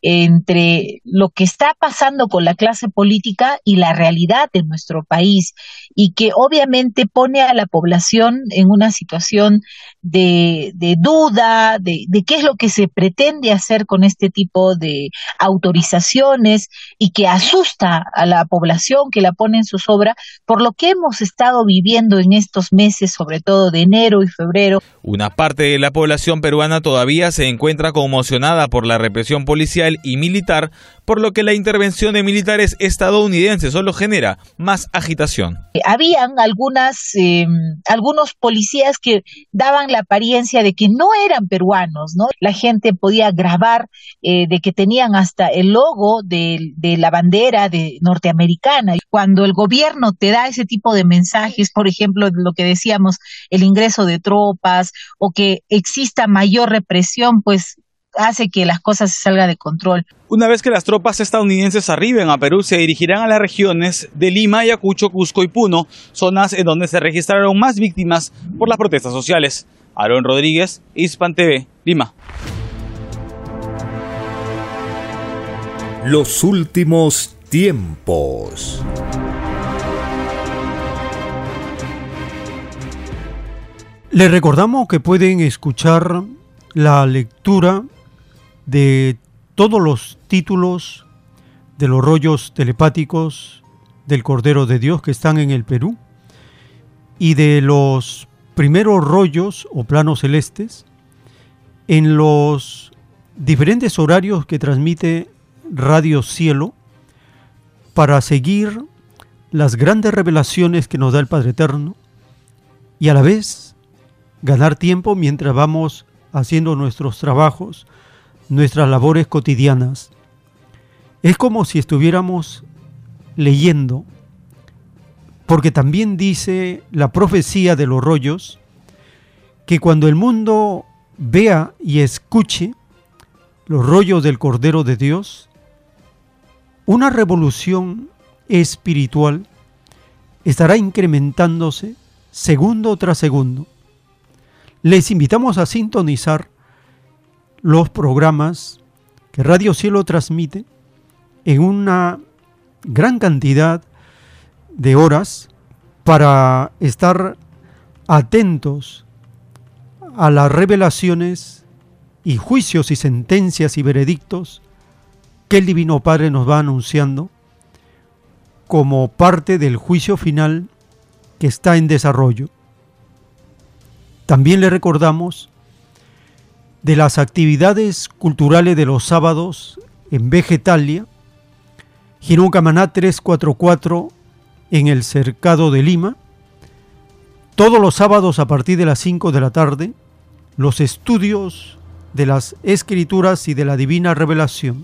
entre lo que está pasando con la clase política y la realidad de nuestro país, y que obviamente pone a la población en una situación de duda, de qué es lo que se pretende hacer con este tipo de autorizaciones, y que asusta a la población que la pone en zozobra por lo que hemos estado viviendo en estos meses, sobre todo de enero y febrero. Una parte de la población peruana todavía se encuentra conmocionada por la represión policial y militar, por lo que la intervención de militares estadounidenses solo genera más agitación. Habían algunos policías que daban la apariencia de que no eran peruanos, ¿no? La gente podía grabar de que tenían hasta el logo de la bandera norteamericana. Cuando el gobierno te da ese tipo de mensajes, por ejemplo, lo que decíamos, el ingreso de tropas o que exista mayor represión, pues hace que las cosas se salgan de control. Una vez que las tropas estadounidenses arriben a Perú, se dirigirán a las regiones de Lima, Ayacucho, Cusco y Puno, zonas en donde se registraron más víctimas por las protestas sociales. Aarón Rodríguez, Hispan TV, Lima. Los últimos tiempos. Les recordamos que pueden escuchar la lectura de todos los títulos de los rollos telepáticos del Cordero de Dios que están en el Perú y de los primeros rollos o planos celestes en los diferentes horarios que transmite Radio Cielo para seguir las grandes revelaciones que nos da el Padre Eterno y a la vez ganar tiempo mientras vamos haciendo nuestros trabajos, nuestras labores cotidianas. Es como si estuviéramos leyendo, porque también dice la profecía de los rollos que cuando el mundo vea y escuche los rollos del Cordero de Dios, una revolución espiritual estará incrementándose segundo tras segundo. Les invitamos a sintonizar los programas que Radio Cielo transmite en una gran cantidad de horas para estar atentos a las revelaciones y juicios y sentencias y veredictos que el Divino Padre nos va anunciando como parte del juicio final que está en desarrollo. También le recordamos de las actividades culturales de los sábados en Vegetalia, Girón Camaná 344 en el Cercado de Lima. Todos los sábados a partir de las 5 de la tarde, los estudios de las Escrituras y de la Divina Revelación.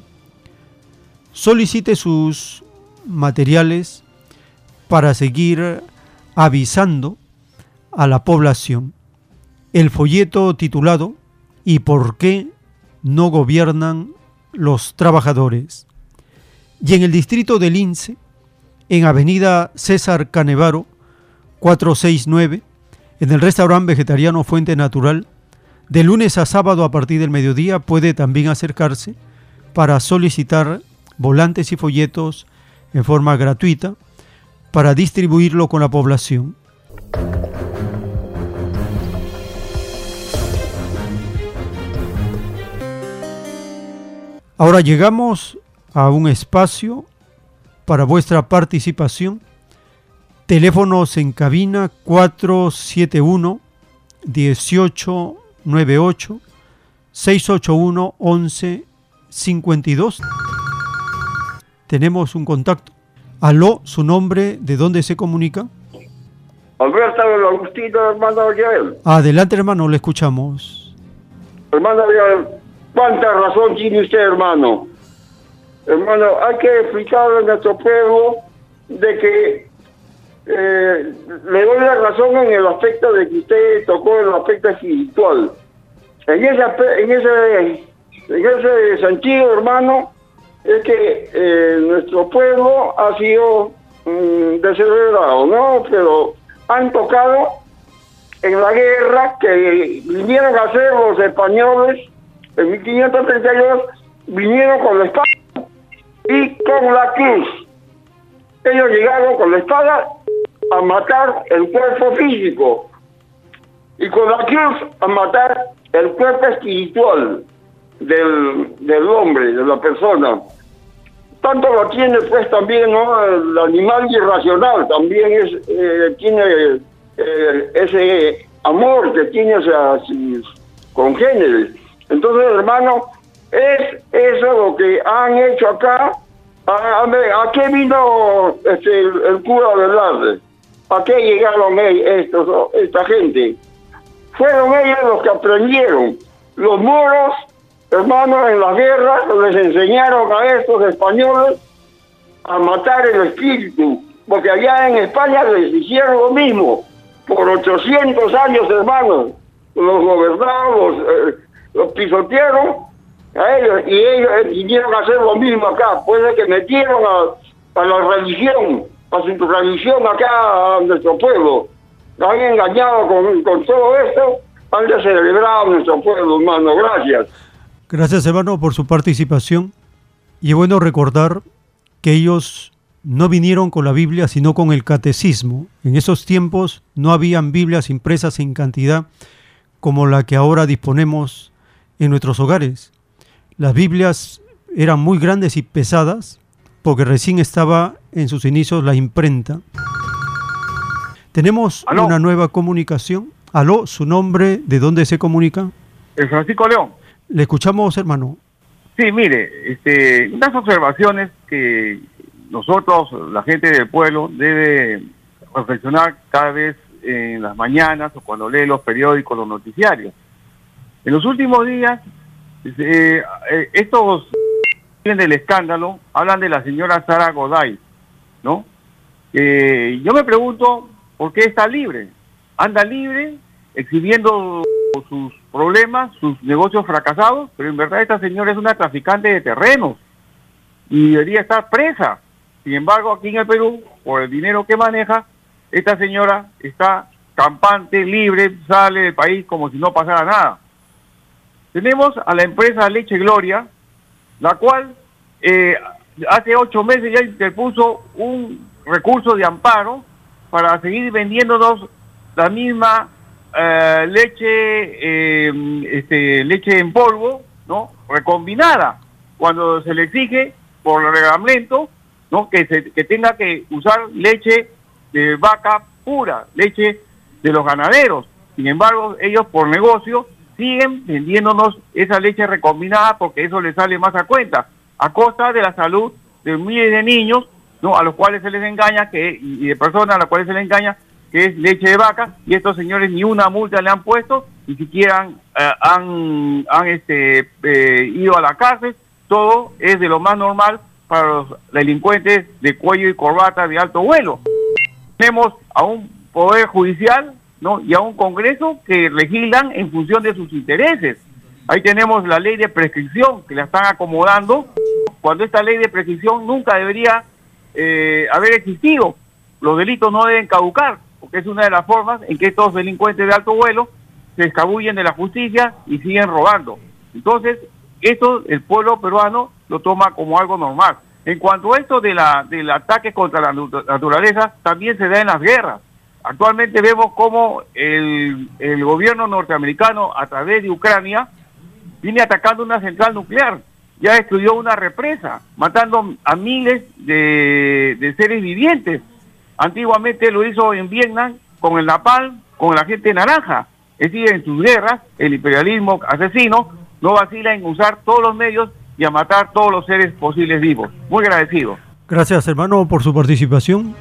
Solicite sus materiales para seguir avisando a la población. El folleto titulado ¿Y por qué no gobiernan los trabajadores. Y en el distrito de Lince, en avenida César Canevaro, 469, en el restaurante vegetariano Fuente Natural, de lunes a sábado a partir del mediodía puede también acercarse para solicitar volantes y folletos en forma gratuita para distribuirlo con la población. Ahora llegamos a un espacio para vuestra participación. Teléfonos en cabina 471-1898, 681-1152. Tenemos un contacto. Aló, su nombre, ¿de dónde se comunica? Alberto del Agustino, hermano Joel. Adelante, hermano, le escuchamos. Hermano Joel, ¿cuánta razón tiene usted, hermano? Hermano, hay que explicarle a nuestro pueblo de que le doy la razón en el aspecto de que usted tocó el aspecto espiritual. En ese sentido, hermano, es que nuestro pueblo ha sido desheredado, ¿no? Pero han tocado en la guerra que vinieron a hacer los españoles en 1532, vinieron con la espada y con la cruz. Ellos llegaron con la espada a matar el cuerpo físico y con la cruz a matar el cuerpo espiritual del hombre, de la persona. Tanto lo tiene pues también, ¿no? El animal irracional también tiene ese amor que tiene hacia sus congéneres. Entonces, hermano, es eso lo que han hecho acá. ¿A qué vino el cura Velarde? ¿A qué llegaron esta gente? Fueron ellos los que aprendieron. Los moros, hermanos, en las guerras les enseñaron a estos españoles a matar el espíritu, porque allá en España les hicieron lo mismo. Por 800 años, hermanos, los gobernaron, los pisotearon a ellos, y ellos vinieron a hacer lo mismo acá. Puede que metieron a la religión, a su religión acá a nuestro pueblo. Han engañado con todo esto, han descerebrado nuestro pueblo, hermano. Gracias. Gracias, hermano, por su participación. Y es bueno recordar que ellos no vinieron con la Biblia, sino con el catecismo. En esos tiempos no habían Biblias impresas en cantidad como la que ahora disponemos en nuestros hogares. Las Biblias eran muy grandes y pesadas porque recién estaba en sus inicios la imprenta. Tenemos una nueva comunicación. Aló, su nombre, ¿de dónde se comunica? Francisco León. Le escuchamos, hermano. Sí, mire, unas observaciones que nosotros, la gente del pueblo, debe reflexionar cada vez en las mañanas o cuando lee los periódicos, los noticiarios. En los últimos días, estos del escándalo hablan de la señora Sara Goday, ¿no? Yo me pregunto por qué está libre. Anda libre, exhibiendo sus problemas, sus negocios fracasados, pero en verdad esta señora es una traficante de terrenos y debería estar presa. Sin embargo, aquí en el Perú, por el dinero que maneja, esta señora está campante, libre, sale del país como si no pasara nada. Tenemos a la empresa Leche Gloria, la cual hace 8 meses ya interpuso un recurso de amparo para seguir vendiéndonos la misma leche en polvo, ¿no? Recombinada, cuando se le exige por el reglamento, ¿no? que tenga que usar leche de vaca pura, leche de los ganaderos. Sin embargo, ellos por negocio siguen vendiéndonos esa leche recombinada porque eso les sale más a cuenta, a costa de la salud de miles de niños, ¿no? A los cuales se les engaña y de personas a las cuales se les engaña que es leche de vaca, y estos señores ni una multa le han puesto, ni siquiera han ido a la cárcel. Todo es de lo más normal para los delincuentes de cuello y corbata de alto vuelo. Tenemos a un poder judicial, ¿no? Y a un Congreso que legislan en función de sus intereses. Ahí tenemos la ley de prescripción que la están acomodando, cuando esta ley de prescripción nunca debería haber existido. Los delitos no deben caducar, porque es una de las formas en que estos delincuentes de alto vuelo se escabullen de la justicia y siguen robando. Entonces, esto el pueblo peruano lo toma como algo normal. En cuanto a esto del ataque contra la naturaleza, también se da en las guerras. Actualmente vemos cómo el gobierno norteamericano, a través de Ucrania, viene atacando una central nuclear. Ya destruyó una represa, matando a miles de seres vivientes. Antiguamente lo hizo en Vietnam con el napalm, con la gente naranja. Es decir, en sus guerras, el imperialismo asesino no vacila en usar todos los medios y a matar todos los seres posibles vivos. Muy agradecido. Gracias, hermano, por su participación.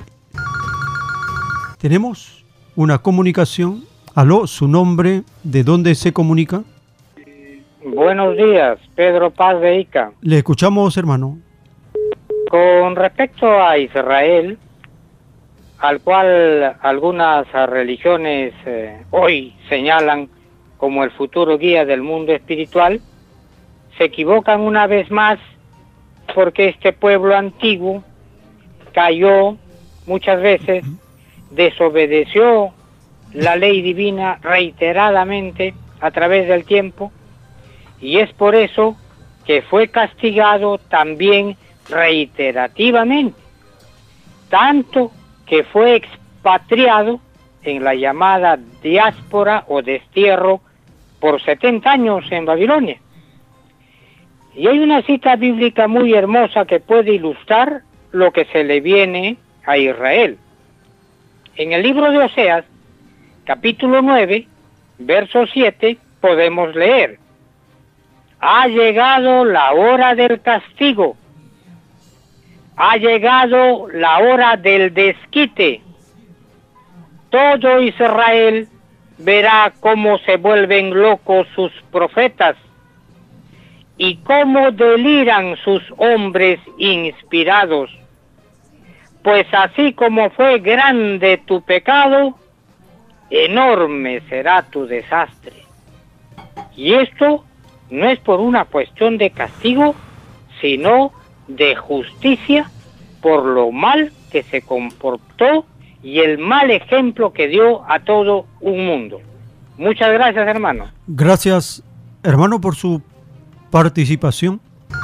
Tenemos una comunicación. Aló, su nombre, ¿de dónde se comunica? Buenos días, Pedro Paz de Ica. Le escuchamos, hermano. Con respecto a Israel, al cual algunas religiones hoy señalan como el futuro guía del mundo espiritual, se equivocan una vez más, porque este pueblo antiguo cayó muchas veces, desobedeció la ley divina reiteradamente a través del tiempo, y es por eso que fue castigado también reiterativamente, tanto que fue expatriado en la llamada diáspora o destierro por 70 años en Babilonia. Y hay una cita bíblica muy hermosa que puede ilustrar lo que se le viene a Israel. En el libro de Oseas, capítulo 9, verso 7, podemos leer: ha llegado la hora del castigo, ha llegado la hora del desquite. Todo Israel verá cómo se vuelven locos sus profetas y cómo deliran sus hombres inspirados. Pues así como fue grande tu pecado, enorme será tu desastre. Y esto no es por una cuestión de castigo, sino de justicia por lo mal que se comportó y el mal ejemplo que dio a todo un mundo. Muchas gracias, hermano. Gracias, hermano, por su participación.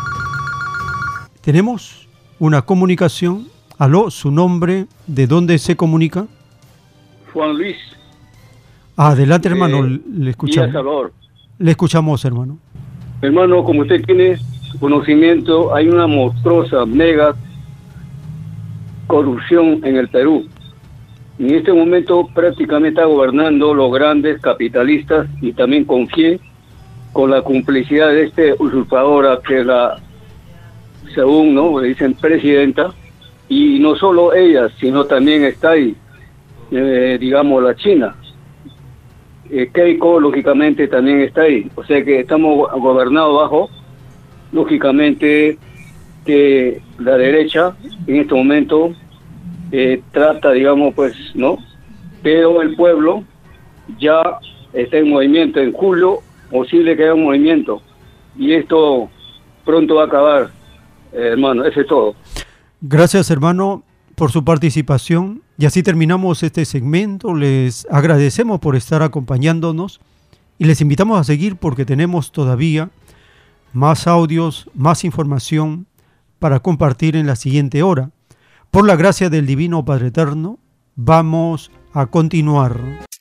Tenemos una comunicación. Aló, su nombre, ¿de dónde se comunica? Juan Luis. Adelante, hermano, le escuchamos. Le escuchamos, hermano. Hermano, como usted tiene conocimiento, hay una monstruosa, mega corrupción en el Perú. En este momento prácticamente está gobernando los grandes capitalistas y también confié con la complicidad de este usurpadora que es la, según no le dicen, presidenta, y no solo ella, sino también está ahí, digamos, la China. Keiko, lógicamente, también está ahí. O sea que estamos gobernados bajo, lógicamente, que la derecha en este momento trata, digamos, pues, ¿no? Pero el pueblo ya está en movimiento. En julio, posible que haya un movimiento. Y esto pronto va a acabar, hermano. Eso es todo. Gracias, hermano, por su participación. Y así terminamos este segmento. Les agradecemos por estar acompañándonos y les invitamos a seguir porque tenemos todavía más audios, más información para compartir en la siguiente hora. Por la gracia del Divino Padre Eterno, vamos a continuar.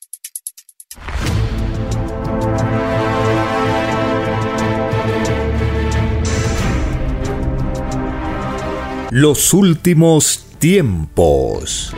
Los últimos tiempos.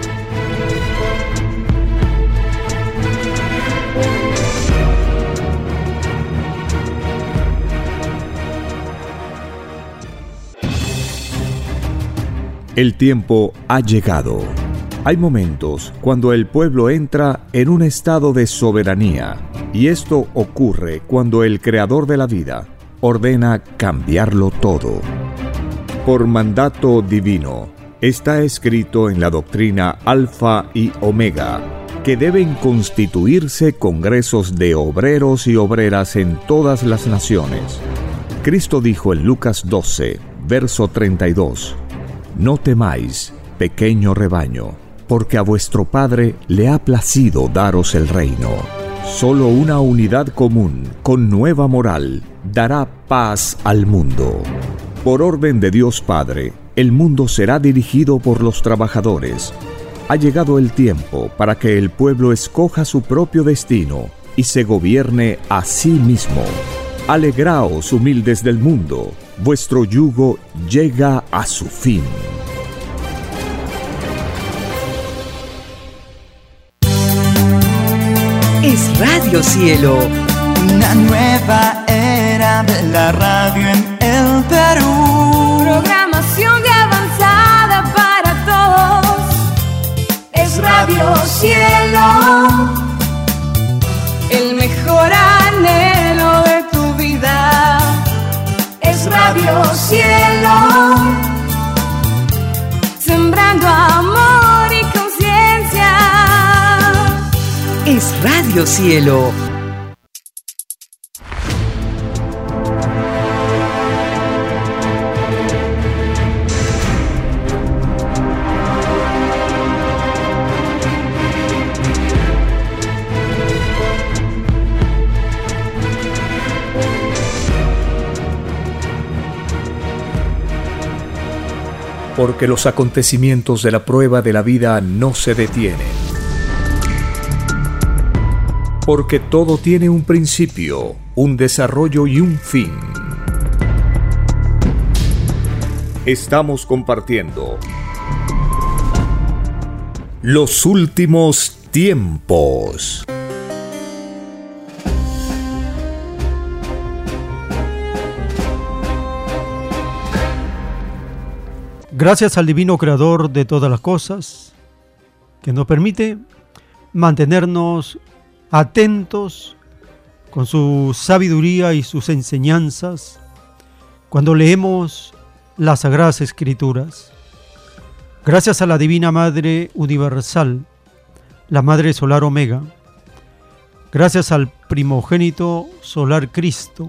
El tiempo ha llegado. Hay momentos cuando el pueblo entra en un estado de soberanía, y esto ocurre cuando el Creador de la vida ordena cambiarlo todo. Por mandato divino, está escrito en la doctrina Alfa y Omega, que deben constituirse congresos de obreros y obreras en todas las naciones. Cristo dijo en Lucas 12, verso 32, «No temáis, pequeño rebaño, porque a vuestro Padre le ha placido daros el reino». Solo una unidad común, con nueva moral, dará paz al mundo. Por orden de Dios Padre, el mundo será dirigido por los trabajadores. Ha llegado el tiempo para que el pueblo escoja su propio destino y se gobierne a sí mismo. Alegraos, humildes del mundo, vuestro yugo llega a su fin. Es Radio Cielo, una nueva era de la radio en el Perú. Programación de avanzada para todos. Es Radio Cielo, el mejor anhelo de tu vida. Es Radio Cielo, sembrando amor y conciencia. Es Radio Cielo. Porque los acontecimientos de la prueba de la vida no se detienen. Porque todo tiene un principio, un desarrollo y un fin. Estamos compartiendo los últimos tiempos. Gracias al divino creador de todas las cosas, que nos permite mantenernos atentos con su sabiduría y sus enseñanzas cuando leemos las Sagradas Escrituras. Gracias a la Divina Madre Universal, la Madre Solar Omega. Gracias al primogénito solar Cristo,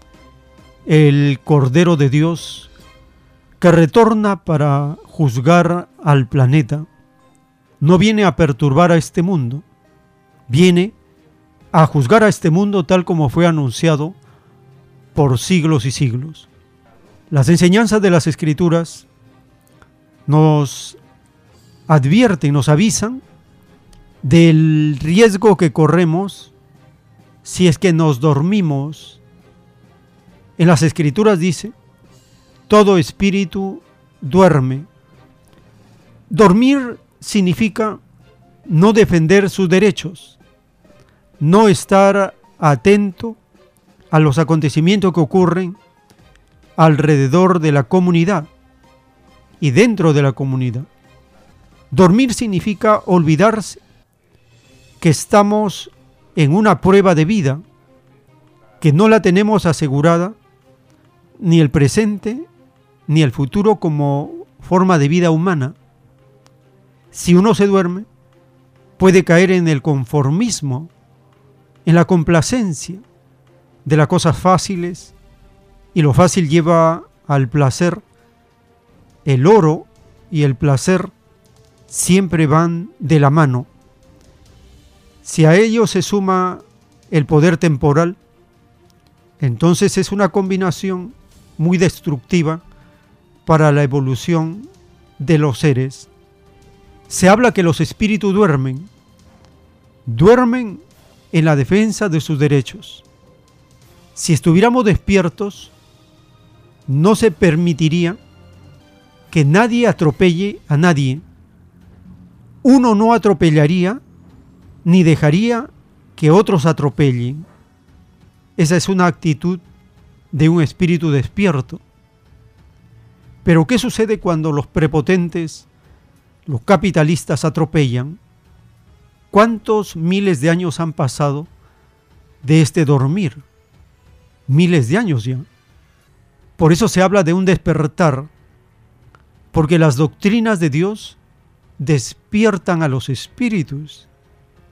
el Cordero de Dios, que retorna para juzgar al planeta. No viene a perturbar a este mundo, viene a juzgar a este mundo tal como fue anunciado por siglos y siglos. Las enseñanzas de las Escrituras nos advierten, nos avisan del riesgo que corremos si es que nos dormimos. En las Escrituras dice: todo espíritu duerme. Dormir significa no defender sus derechos, no estar atento a los acontecimientos que ocurren alrededor de la comunidad y dentro de la comunidad. Dormir significa olvidarse que estamos en una prueba de vida, que no la tenemos asegurada, ni el presente ni el futuro como forma de vida humana. Si uno se duerme, puede caer en el conformismo, en la complacencia de las cosas fáciles, y lo fácil lleva al placer. El oro y el placer siempre van de la mano. Si a ello se suma el poder temporal, entonces es una combinación muy destructiva para la evolución de los seres. Se habla que los espíritus duermen en la defensa de sus derechos. Si estuviéramos despiertos, no se permitiría que nadie atropelle a nadie. Uno no atropellaría ni dejaría que otros atropellen. Esa es una actitud de un espíritu despierto. Pero ¿qué sucede cuando los prepotentes, los capitalistas atropellan? ¿Cuántos miles de años han pasado de este dormir? Miles de años ya. Por eso se habla de un despertar, porque las doctrinas de Dios despiertan a los espíritus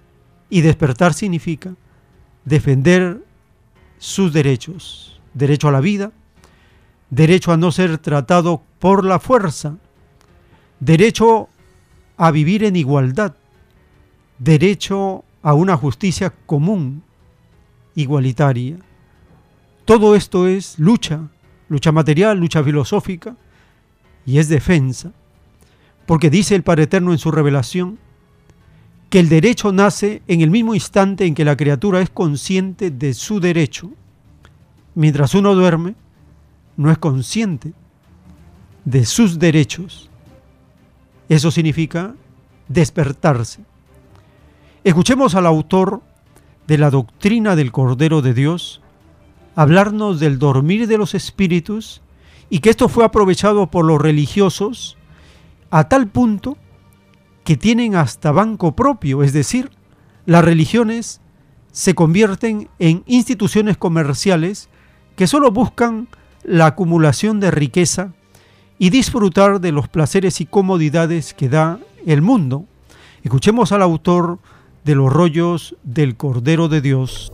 Y despertar significa defender sus derechos. Derecho a la vida, derecho a no ser tratado por la fuerza, derecho a vivir en igualdad, derecho a una justicia común, igualitaria. Todo esto es lucha material, lucha filosófica, y es defensa, porque dice el Padre Eterno en su revelación que el derecho nace en el mismo instante en que la criatura es consciente de su derecho. Mientras uno duerme, no es consciente de sus derechos. Eso significa despertarse. Escuchemos al autor de la doctrina del Cordero de Dios hablarnos del dormir de los espíritus, y que esto fue aprovechado por los religiosos a tal punto que tienen hasta banco propio, es decir, las religiones se convierten en instituciones comerciales que solo buscan la acumulación de riqueza y disfrutar de los placeres y comodidades que da el mundo. Escuchemos al autor de los rollos del Cordero de Dios.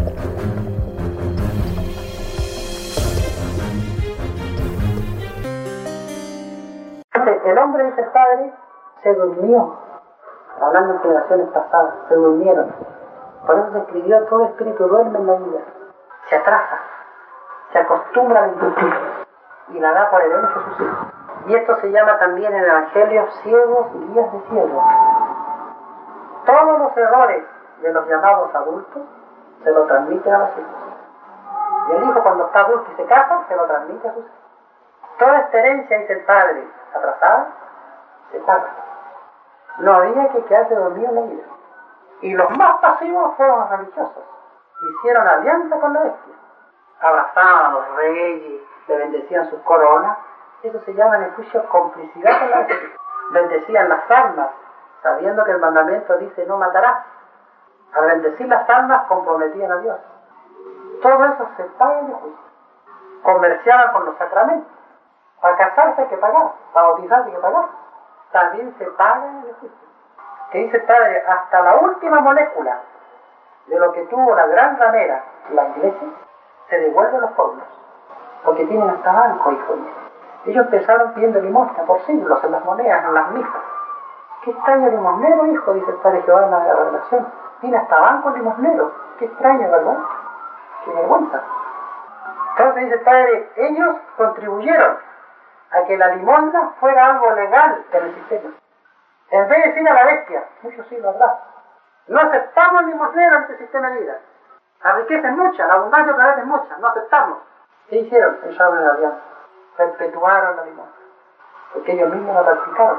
El hombre, dice el Padre, se durmió, hablando en generaciones pasadas, se durmieron. Por eso se escribió: todo espíritu duerme en la vida, se atrasa, se acostumbra a la injusticia y la da por herencia a sus hijos. Y esto se llama también en el Evangelio ciegos y guías de ciegos. Todos los errores de los llamados adultos se lo transmiten a los hijos. Y el hijo, cuando está adulto y se casa, se lo transmite a sus hijos. Toda esta herencia, dice el Padre, atrasada, se paga. No había que quedarse dormido en la vida. Y los más pasivos fueron los religiosos. Hicieron alianza con la bestia. Abrazaban a los reyes, le bendecían sus coronas. Eso se llama en el juicio complicidad con la bestia. Bendecían las almas, sabiendo que el mandamiento dice: no matarás. Al bendecir las almas, comprometían a Dios. Todo eso se paga en el juicio. Comerciaban con los sacramentos. Para casarse hay que pagar, para bautizarse hay que pagar. También se paga en el juicio. Que dice el Padre: hasta la última molécula de lo que tuvo la gran ramera, la iglesia, se devuelve a los pueblos. Porque tienen hasta banco, hijo. Ellos empezaron pidiendo limosna por siglos en las monedas, en las misas. ¿Qué extraño limosnero, hijo? Dice el Padre Jehová en la revelación. Tiene hasta banco limosnero. Qué extraño, ¿verdad? Qué vergüenza. Entonces dice el Padre: ellos contribuyeron a que la limosna fuera algo legal en el sistema. En vez de decir a la bestia, muchos siglos atrás, no aceptamos limosneros en este sistema de vida. La riqueza es mucha, la abundancia otra vez es mucha, no aceptamos. ¿Qué hicieron? Ellos hablan de alianza. Perpetuaron la limosna, porque ellos mismos la practicaron.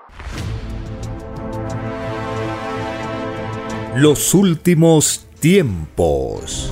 Los últimos tiempos.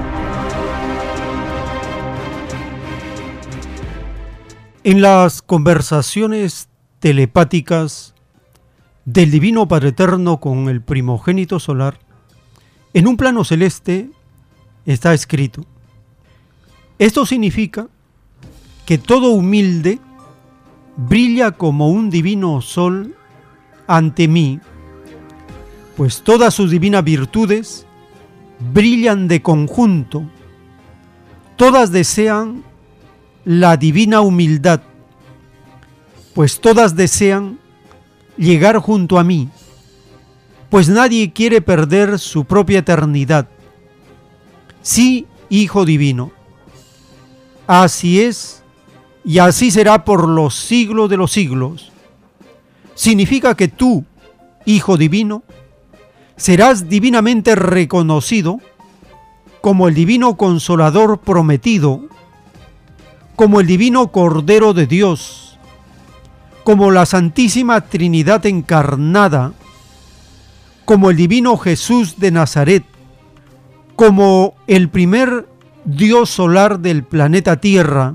En las conversaciones telepáticas del Divino Padre Eterno con el primogénito solar, en un plano celeste está escrito: esto significa que todo humilde brilla como un divino sol ante mí, pues todas sus divinas virtudes brillan de conjunto, todas desean la divina humildad, pues todas desean llegar junto a mí, pues nadie quiere perder su propia eternidad. Sí, Hijo Divino, así es y así será por los siglos de los siglos. Significa que tú, Hijo Divino, serás divinamente reconocido como el divino consolador prometido, como el divino Cordero de Dios, como la Santísima Trinidad encarnada, como el divino Jesús de Nazaret, como el primer Dios solar del planeta Tierra,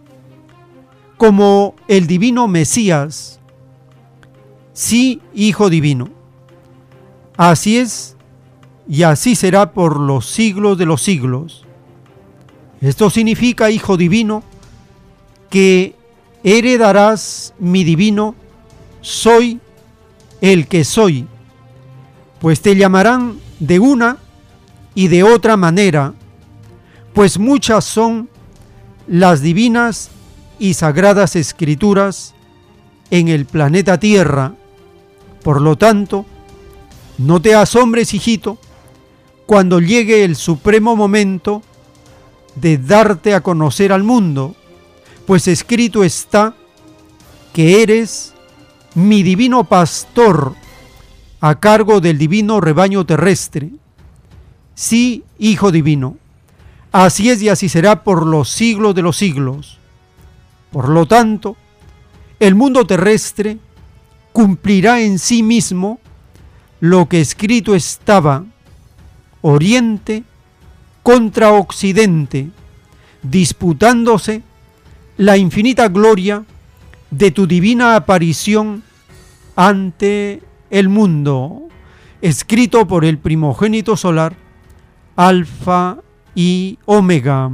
como el divino Mesías. Sí, Hijo Divino, así es y así será por los siglos de los siglos. Esto significa, Hijo Divino, que heredarás mi divino soy el que soy, pues te llamarán de una y de otra manera, pues muchas son las divinas y sagradas escrituras en el planeta Tierra. Por lo tanto, no te asombres, hijito, cuando llegue el supremo momento de darte a conocer al mundo, pues escrito está que eres mi divino pastor a cargo del divino rebaño terrestre. Sí, hijo divino, así es y así será por los siglos de los siglos. Por lo tanto, el mundo terrestre cumplirá en sí mismo lo que escrito estaba: Oriente contra Occidente, disputándose la infinita gloria de tu divina aparición ante el mundo, escrito por el primogénito solar, Alfa y Omega.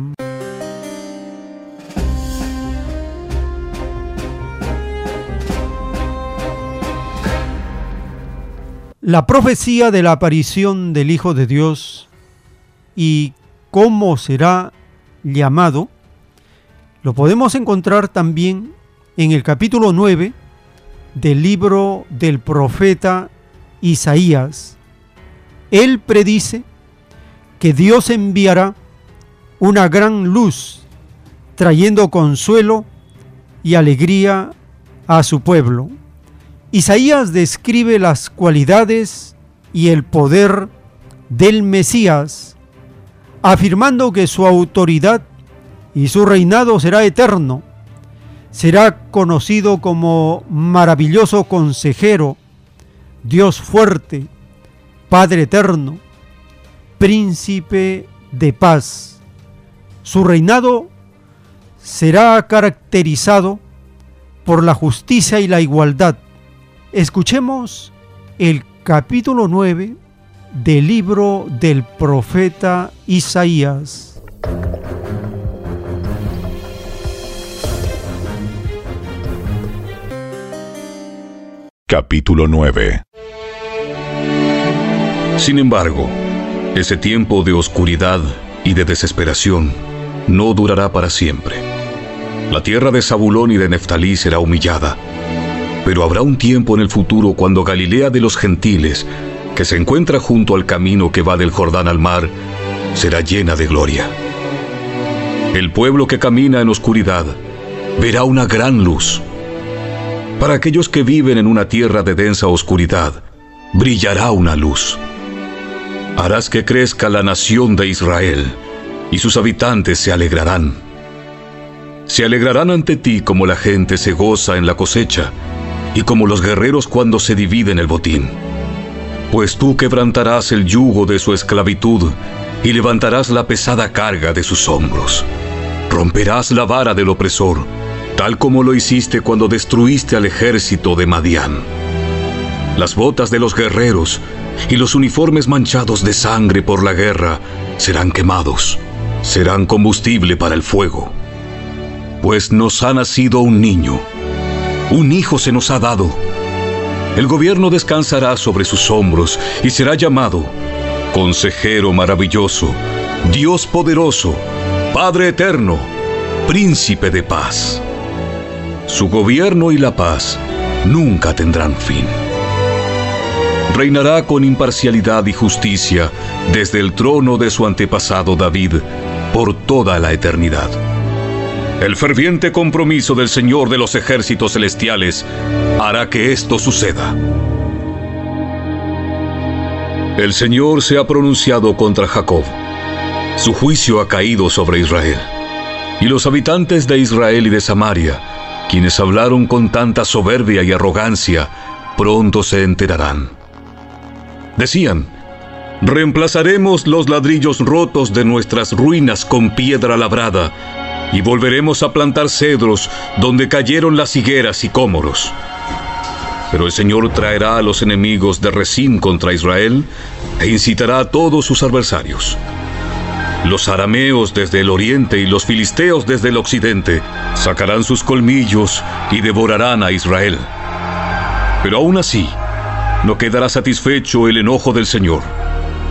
La profecía de la aparición del Hijo de Dios y cómo será llamado, lo podemos encontrar también en el capítulo 9 del libro del profeta Isaías. Él predice que Dios enviará una gran luz, trayendo consuelo y alegría a su pueblo. Isaías describe las cualidades y el poder del Mesías, afirmando que su autoridad y su reinado será eterno. Será conocido como maravilloso consejero, Dios fuerte, Padre eterno, príncipe de paz. Su reinado será caracterizado por la justicia y la igualdad. Escuchemos el capítulo 9 del libro del profeta Isaías. Capítulo 9. Sin embargo, ese tiempo de oscuridad y de desesperación no durará para siempre. La tierra de Zabulón y de Neftalí será humillada, pero habrá un tiempo en el futuro cuando Galilea de los gentiles, que se encuentra junto al camino que va del Jordán al mar, será llena de gloria. El pueblo que camina en oscuridad verá una gran luz. Para aquellos que viven en una tierra de densa oscuridad, brillará una luz. Harás que crezca la nación de Israel, y sus habitantes se alegrarán. Se alegrarán ante ti como la gente se goza en la cosecha, y como los guerreros cuando se dividen el botín. Pues tú quebrantarás el yugo de su esclavitud, y levantarás la pesada carga de sus hombros. Romperás la vara del opresor, tal como lo hiciste cuando destruiste al ejército de Madián. Las botas de los guerreros y los uniformes manchados de sangre por la guerra serán quemados, serán combustible para el fuego. Pues nos ha nacido un niño, un hijo se nos ha dado. El gobierno descansará sobre sus hombros y será llamado Consejero Maravilloso, Dios Poderoso, Padre Eterno, Príncipe de Paz. Su gobierno y la paz nunca tendrán fin. Reinará con imparcialidad y justicia desde el trono de su antepasado David por toda la eternidad. El ferviente compromiso del Señor de los ejércitos celestiales hará que esto suceda. El Señor se ha pronunciado contra Jacob. Su juicio ha caído sobre Israel. Y los habitantes de Israel y de Samaria, quienes hablaron con tanta soberbia y arrogancia, pronto se enterarán. Decían: reemplazaremos los ladrillos rotos de nuestras ruinas con piedra labrada, y volveremos a plantar cedros donde cayeron las higueras y cómoros. Pero el Señor traerá a los enemigos de Rezín contra Israel e incitará a todos sus adversarios. Los arameos desde el oriente y los filisteos desde el occidente sacarán sus colmillos y devorarán a Israel. Pero aún así, no quedará satisfecho el enojo del Señor.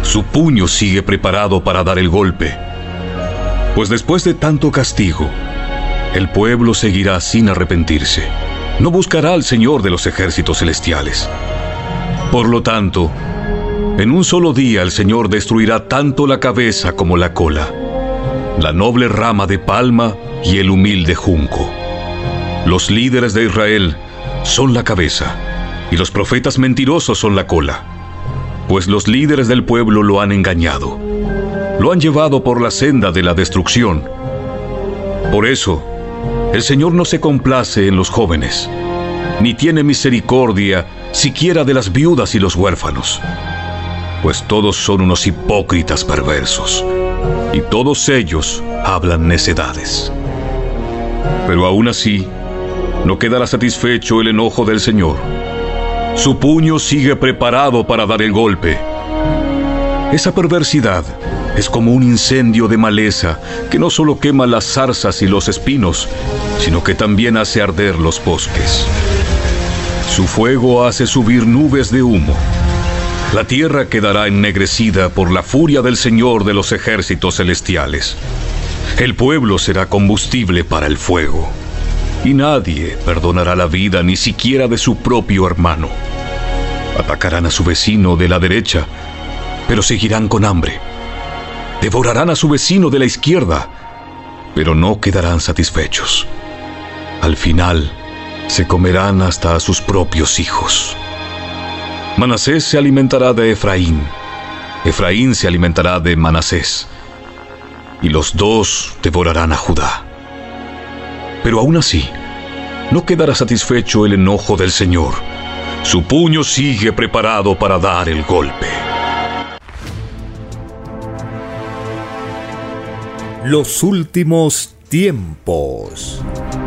Su puño sigue preparado para dar el golpe. Pues después de tanto castigo, el pueblo seguirá sin arrepentirse. No buscará al Señor de los ejércitos celestiales. Por lo tanto, en un solo día el Señor destruirá tanto la cabeza como la cola, la noble rama de palma y el humilde junco. Los líderes de Israel son la cabeza, y los profetas mentirosos son la cola, pues los líderes del pueblo lo han engañado, lo han llevado por la senda de la destrucción. Por eso, el Señor no se complace en los jóvenes, ni tiene misericordia siquiera de las viudas y los huérfanos, pues todos son unos hipócritas perversos, y todos ellos hablan necedades. Pero aún así, no quedará satisfecho el enojo del Señor. Su puño sigue preparado para dar el golpe. Esa perversidad es como un incendio de maleza que no solo quema las zarzas y los espinos, sino que también hace arder los bosques. Su fuego hace subir nubes de humo. La tierra quedará ennegrecida por la furia del Señor de los ejércitos celestiales. El pueblo será combustible para el fuego, y nadie perdonará la vida ni siquiera de su propio hermano. Atacarán a su vecino de la derecha, pero seguirán con hambre. Devorarán a su vecino de la izquierda, pero no quedarán satisfechos. Al final, se comerán hasta a sus propios hijos. Manasés se alimentará de Efraín, Efraín se alimentará de Manasés, y los dos devorarán a Judá. Pero aún así, no quedará satisfecho el enojo del Señor. Su puño sigue preparado para dar el golpe. Los últimos tiempos.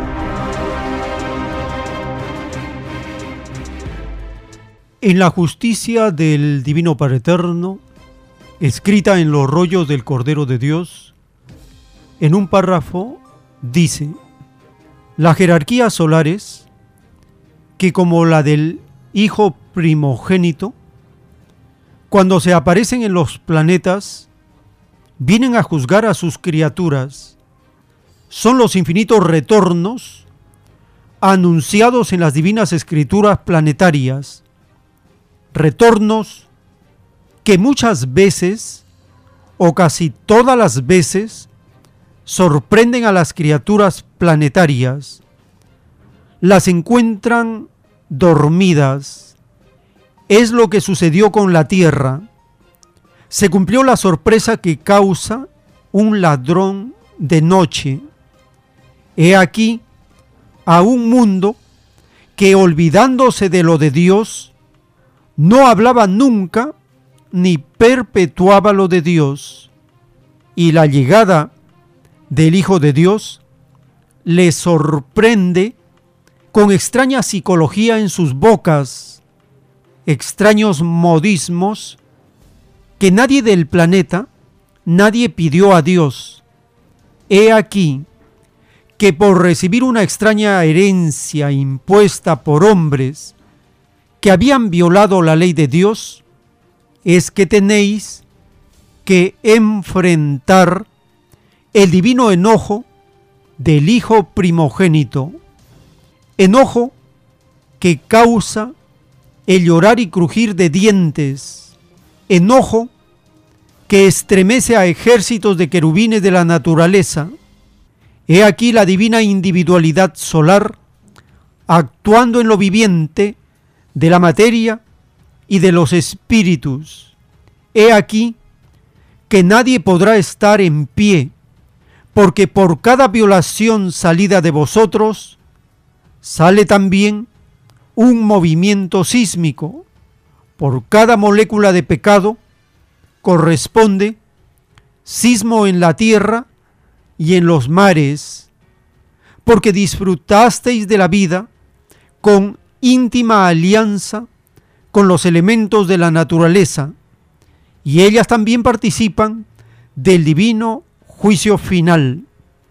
En la justicia del Divino Padre Eterno, escrita en los rollos del Cordero de Dios, en un párrafo dice: las jerarquías solares, que como la del Hijo primogénito, cuando se aparecen en los planetas, vienen a juzgar a sus criaturas, son los infinitos retornos anunciados en las divinas escrituras planetarias, retornos que muchas veces, o casi todas las veces, sorprenden a las criaturas planetarias, las encuentran dormidas. Es lo que sucedió con la Tierra. Se cumplió la sorpresa que causa un ladrón de noche. He aquí a un mundo que, olvidándose de lo de Dios, no hablaba nunca ni perpetuaba lo de Dios, y la llegada del Hijo de Dios le sorprende con extraña psicología en sus bocas, extraños modismos que nadie del planeta, nadie pidió a Dios. He aquí que por recibir una extraña herencia impuesta por hombres que habían violado la ley de Dios, es que tenéis que enfrentar el divino enojo del Hijo primogénito, enojo que causa el llorar y crujir de dientes, enojo que estremece a ejércitos de querubines de la naturaleza. He aquí la divina individualidad solar actuando en lo viviente de la materia y de los espíritus. He aquí que nadie podrá estar en pie, porque por cada violación salida de vosotros, sale también un movimiento sísmico. Por cada molécula de pecado corresponde sismo en la tierra y en los mares, porque disfrutasteis de la vida con íntima alianza con los elementos de la naturaleza, y ellas también participan del divino juicio final.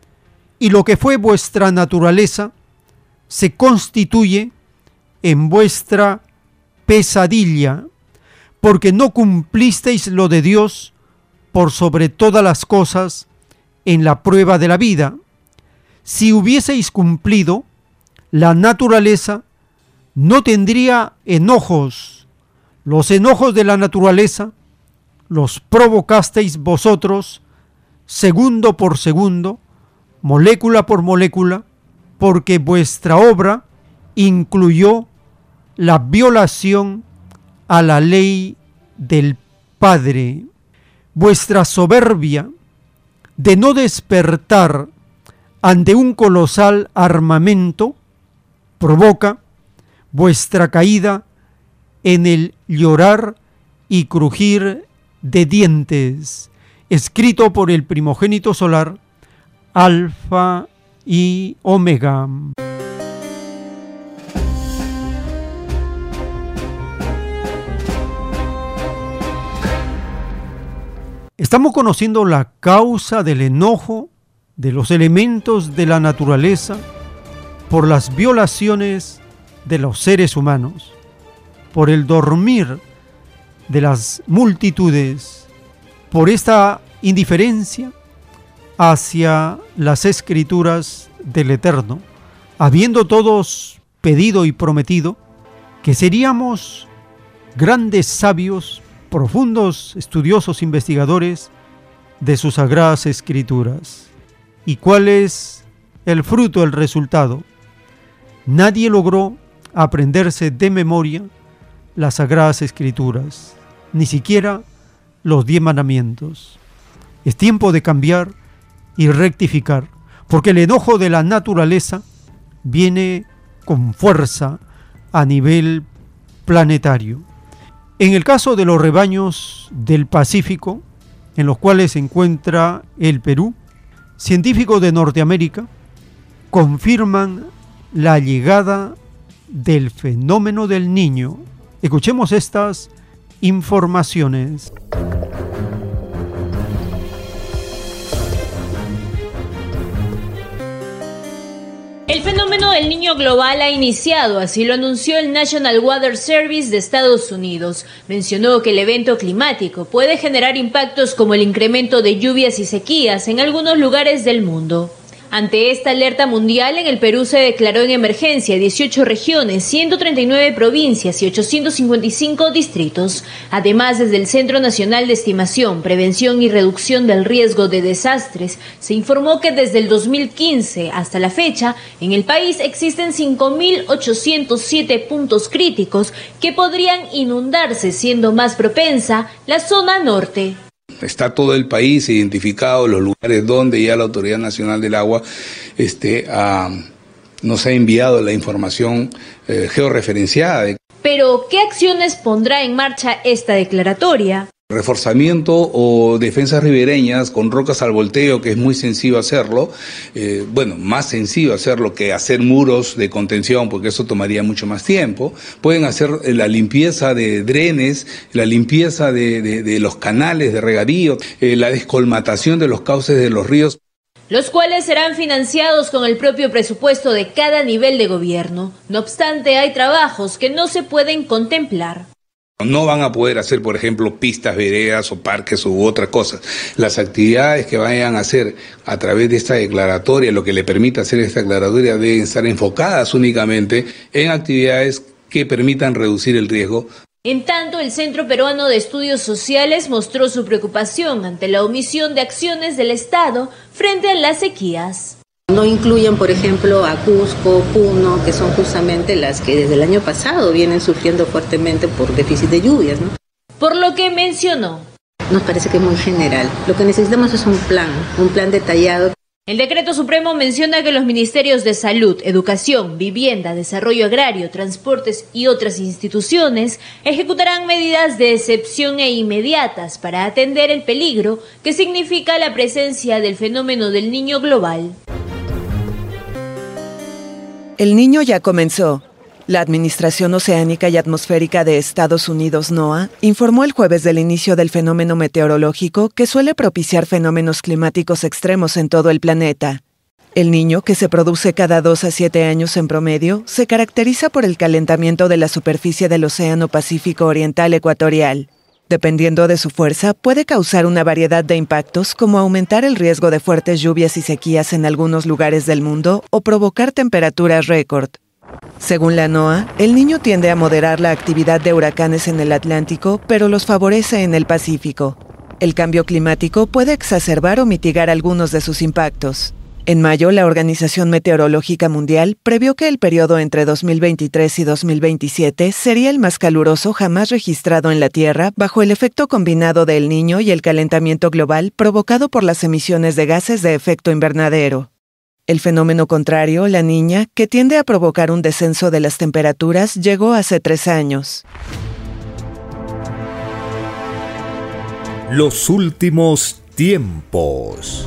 Y lo que fue vuestra naturaleza se constituye en vuestra pesadilla, porque no cumplisteis lo de Dios por sobre todas las cosas en la prueba de la vida. Si hubieseis cumplido, la naturaleza no tendría enojos. Los enojos de la naturaleza los provocasteis vosotros, segundo por segundo, molécula por molécula, porque vuestra obra incluyó la violación a la ley del Padre. Vuestra soberbia de no despertar ante un colosal armamento provoca vuestra caída en el llorar y crujir de dientes, escrito por el primogénito solar, Alfa y Omega. Estamos conociendo la causa del enojo de los elementos de la naturaleza por las violaciones de los seres humanos, por el dormir de las multitudes, por esta indiferencia hacia las escrituras del Eterno, habiendo todos pedido y prometido que seríamos grandes sabios, profundos estudiosos investigadores de sus sagradas escrituras. ¿Y cuál es el fruto, el resultado? Nadie logró aprenderse de memoria las sagradas escrituras, ni siquiera los 10 mandamientos. Es tiempo de cambiar y rectificar, porque el enojo de la naturaleza viene con fuerza a nivel planetario. En el caso de los rebaños del Pacífico, en los cuales se encuentra el Perú, científicos de Norteamérica confirman la llegada del fenómeno del Niño. Escuchemos estas informaciones. El fenómeno del Niño global ha iniciado, así lo anunció el National Weather Service de Estados Unidos. Mencionó que el evento climático puede generar impactos como el incremento de lluvias y sequías en algunos lugares del mundo. Ante esta alerta mundial, en el Perú se declaró en emergencia 18 regiones, 139 provincias y 855 distritos. Además, desde el Centro Nacional de Estimación, Prevención y Reducción del Riesgo de Desastres, se informó que desde el 2015 hasta la fecha, en el país existen 5.807 puntos críticos que podrían inundarse, siendo más propensa la zona norte. Está todo el país identificado, los lugares donde ya la Autoridad Nacional del Agua nos ha enviado la información georreferenciada. Pero, ¿qué acciones pondrá en marcha esta declaratoria? Reforzamiento o defensas ribereñas con rocas al volteo, que es muy sencillo hacerlo, más sencillo hacerlo que hacer muros de contención, porque eso tomaría mucho más tiempo. Pueden hacer la limpieza de drenes, la limpieza de los canales de regadío, la descolmatación de los cauces de los ríos, los cuales serán financiados con el propio presupuesto de cada nivel de gobierno. No obstante, hay trabajos que no se pueden contemplar. No van a poder hacer, por ejemplo, pistas, veredas o parques u otras cosas. Las actividades que vayan a hacer a través de esta declaratoria, lo que le permita hacer esta declaratoria, deben estar enfocadas únicamente en actividades que permitan reducir el riesgo. En tanto, el Centro Peruano de Estudios Sociales mostró su preocupación ante la omisión de acciones del Estado frente a las sequías. No incluyen, por ejemplo, a Cusco, Puno, que son justamente las que desde el año pasado vienen sufriendo fuertemente por déficit de lluvias, ¿no? Por lo que mencionó: nos parece que es muy general. Lo que necesitamos es un plan detallado. El decreto supremo menciona que los ministerios de Salud, Educación, Vivienda, Desarrollo Agrario, Transportes y otras instituciones ejecutarán medidas de excepción e inmediatas para atender el peligro que significa la presencia del fenómeno del Niño global. El Niño ya comenzó. La Administración Oceánica y Atmosférica de Estados Unidos, NOAA, informó el jueves del inicio del fenómeno meteorológico que suele propiciar fenómenos climáticos extremos en todo el planeta. El niño, que se produce cada 2 a 7 años en promedio, se caracteriza por el calentamiento de la superficie del Océano Pacífico Oriental Ecuatorial. Dependiendo de su fuerza, puede causar una variedad de impactos como aumentar el riesgo de fuertes lluvias y sequías en algunos lugares del mundo o provocar temperaturas récord. Según la NOAA, el niño tiende a moderar la actividad de huracanes en el Atlántico, pero los favorece en el Pacífico. El cambio climático puede exacerbar o mitigar algunos de sus impactos. En mayo, la Organización Meteorológica Mundial previó que el periodo entre 2023 y 2027 sería el más caluroso jamás registrado en la Tierra bajo el efecto combinado del Niño y el calentamiento global provocado por las emisiones de gases de efecto invernadero. El fenómeno contrario, la Niña, que tiende a provocar un descenso de las temperaturas, llegó hace 3 años. Los últimos tiempos.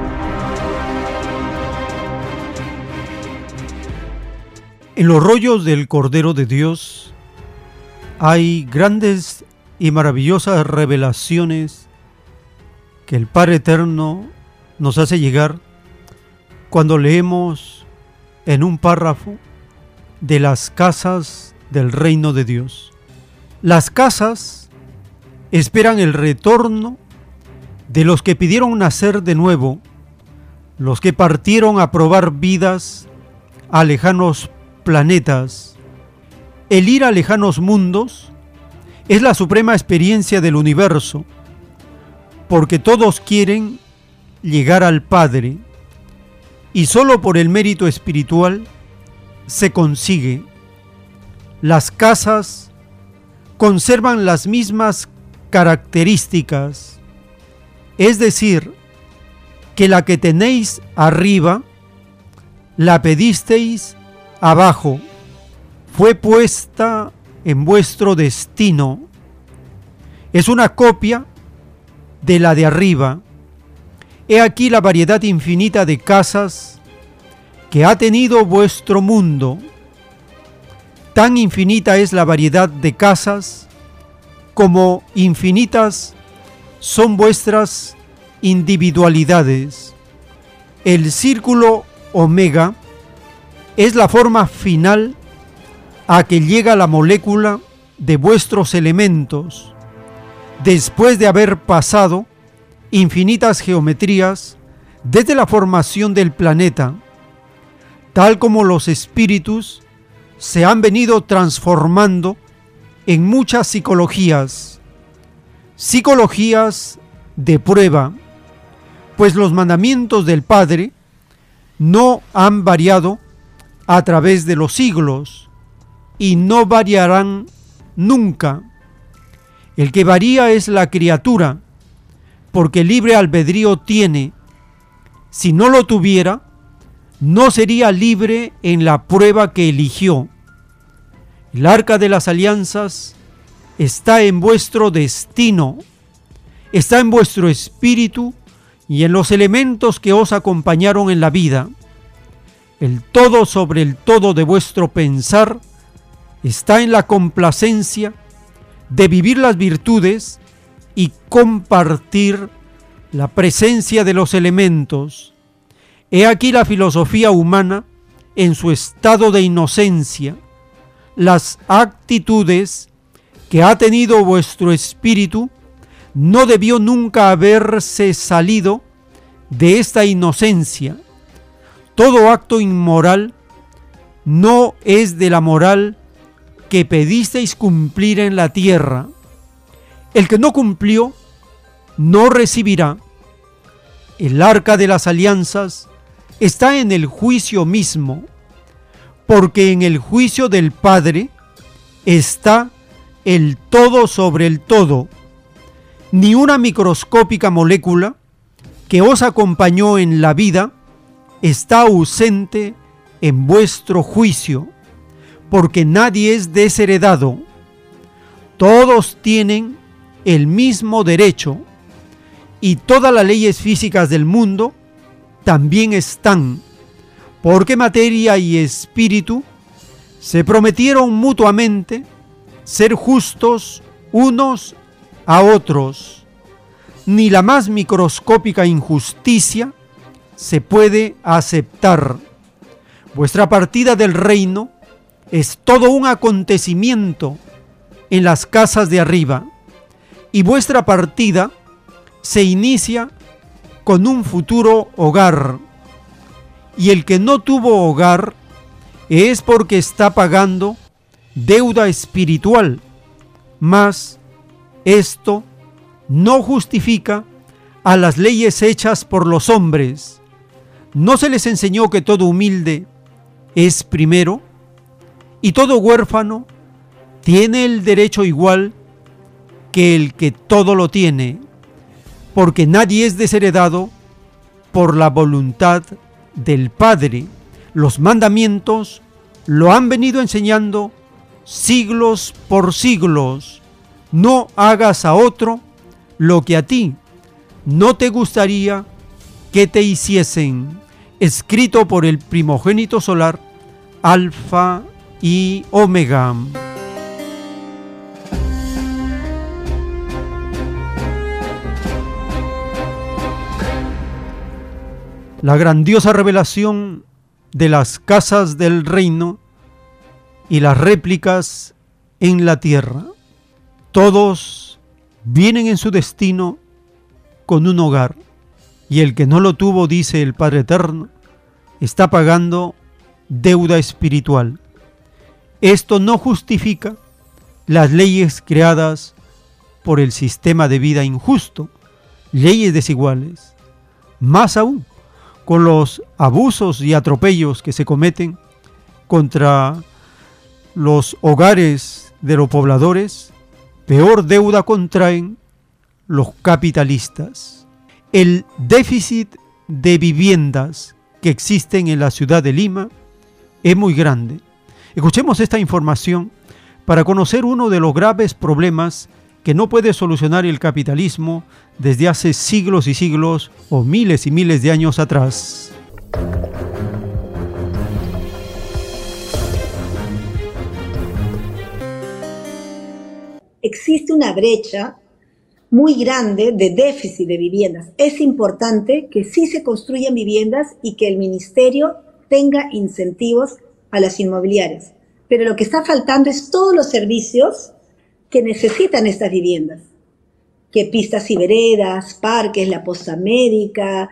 En los rollos del Cordero de Dios hay grandes y maravillosas revelaciones que el Padre Eterno nos hace llegar cuando leemos en un párrafo de las casas del reino de Dios. Las casas esperan el retorno de los que pidieron nacer de nuevo, los que partieron a probar vidas a lejanos planetas. El ir a lejanos mundos es la suprema experiencia del universo, porque todos quieren llegar al Padre, y solo por el mérito espiritual se consigue. Las casas conservan las mismas características, es decir, que la que tenéis arriba, la pedisteis abajo, fue puesta en vuestro destino. Es una copia de la de arriba. He aquí la variedad infinita de casas que ha tenido vuestro mundo. Tan infinita es la variedad de casas como infinitas son vuestras individualidades. El círculo omega es la forma final a que llega la molécula de vuestros elementos, después de haber pasado infinitas geometrías desde la formación del planeta, tal como los espíritus se han venido transformando en muchas psicologías de prueba, pues los mandamientos del Padre no han variado a través de los siglos y no variarán nunca. El que varía es la criatura, porque libre albedrío tiene. Si no lo tuviera, no sería libre en la prueba que eligió. El arca de las alianzas está en vuestro destino, está en vuestro espíritu y en los elementos que os acompañaron en la vida. El todo sobre el todo de vuestro pensar está en la complacencia de vivir las virtudes y compartir la presencia de los elementos. He aquí la filosofía humana en su estado de inocencia, las actitudes que ha tenido vuestro espíritu no debió nunca haberse salido de esta inocencia. Todo acto inmoral no es de la moral que pedisteis cumplir en la tierra. El que no cumplió, no recibirá. El arca de las alianzas está en el juicio mismo, porque en el juicio del Padre está el todo sobre el todo. Ni una microscópica molécula que os acompañó en la vida está ausente en vuestro juicio, porque nadie es desheredado. Todos tienen el mismo derecho, y todas las leyes físicas del mundo también están, porque materia y espíritu se prometieron mutuamente ser justos unos a otros. Ni la más microscópica injusticia se puede aceptar. Vuestra partida del reino es todo un acontecimiento en las casas de arriba, y vuestra partida se inicia con un futuro hogar. Y el que no tuvo hogar es porque está pagando deuda espiritual, mas esto no justifica a las leyes hechas por los hombres. ¿No se les enseñó que todo humilde es primero? Y todo huérfano tiene el derecho igual que el que todo lo tiene, porque nadie es desheredado por la voluntad del Padre. Los mandamientos lo han venido enseñando siglos por siglos. No hagas a otro lo que a ti no te gustaría que te hiciesen. Escrito por el primogénito solar, Alfa y Omega. La grandiosa revelación de las casas del reino y las réplicas en la tierra. Todos vienen en su destino con un hogar, y el que no lo tuvo, dice el Padre Eterno, está pagando deuda espiritual. Esto no justifica las leyes creadas por el sistema de vida injusto, leyes desiguales. Más aún, con los abusos y atropellos que se cometen contra los hogares de los pobladores, peor deuda contraen los capitalistas. El déficit de viviendas que existen en la ciudad de Lima es muy grande. Escuchemos esta información para conocer uno de los graves problemas que no puede solucionar el capitalismo desde hace siglos y siglos o miles y miles de años atrás. Existe una brecha muy grande de déficit de viviendas. Es importante que sí se construyan viviendas y que el ministerio tenga incentivos a las inmobiliarias. Pero lo que está faltando es todos los servicios que necesitan estas viviendas, que pistas y veredas, parques, la posta médica,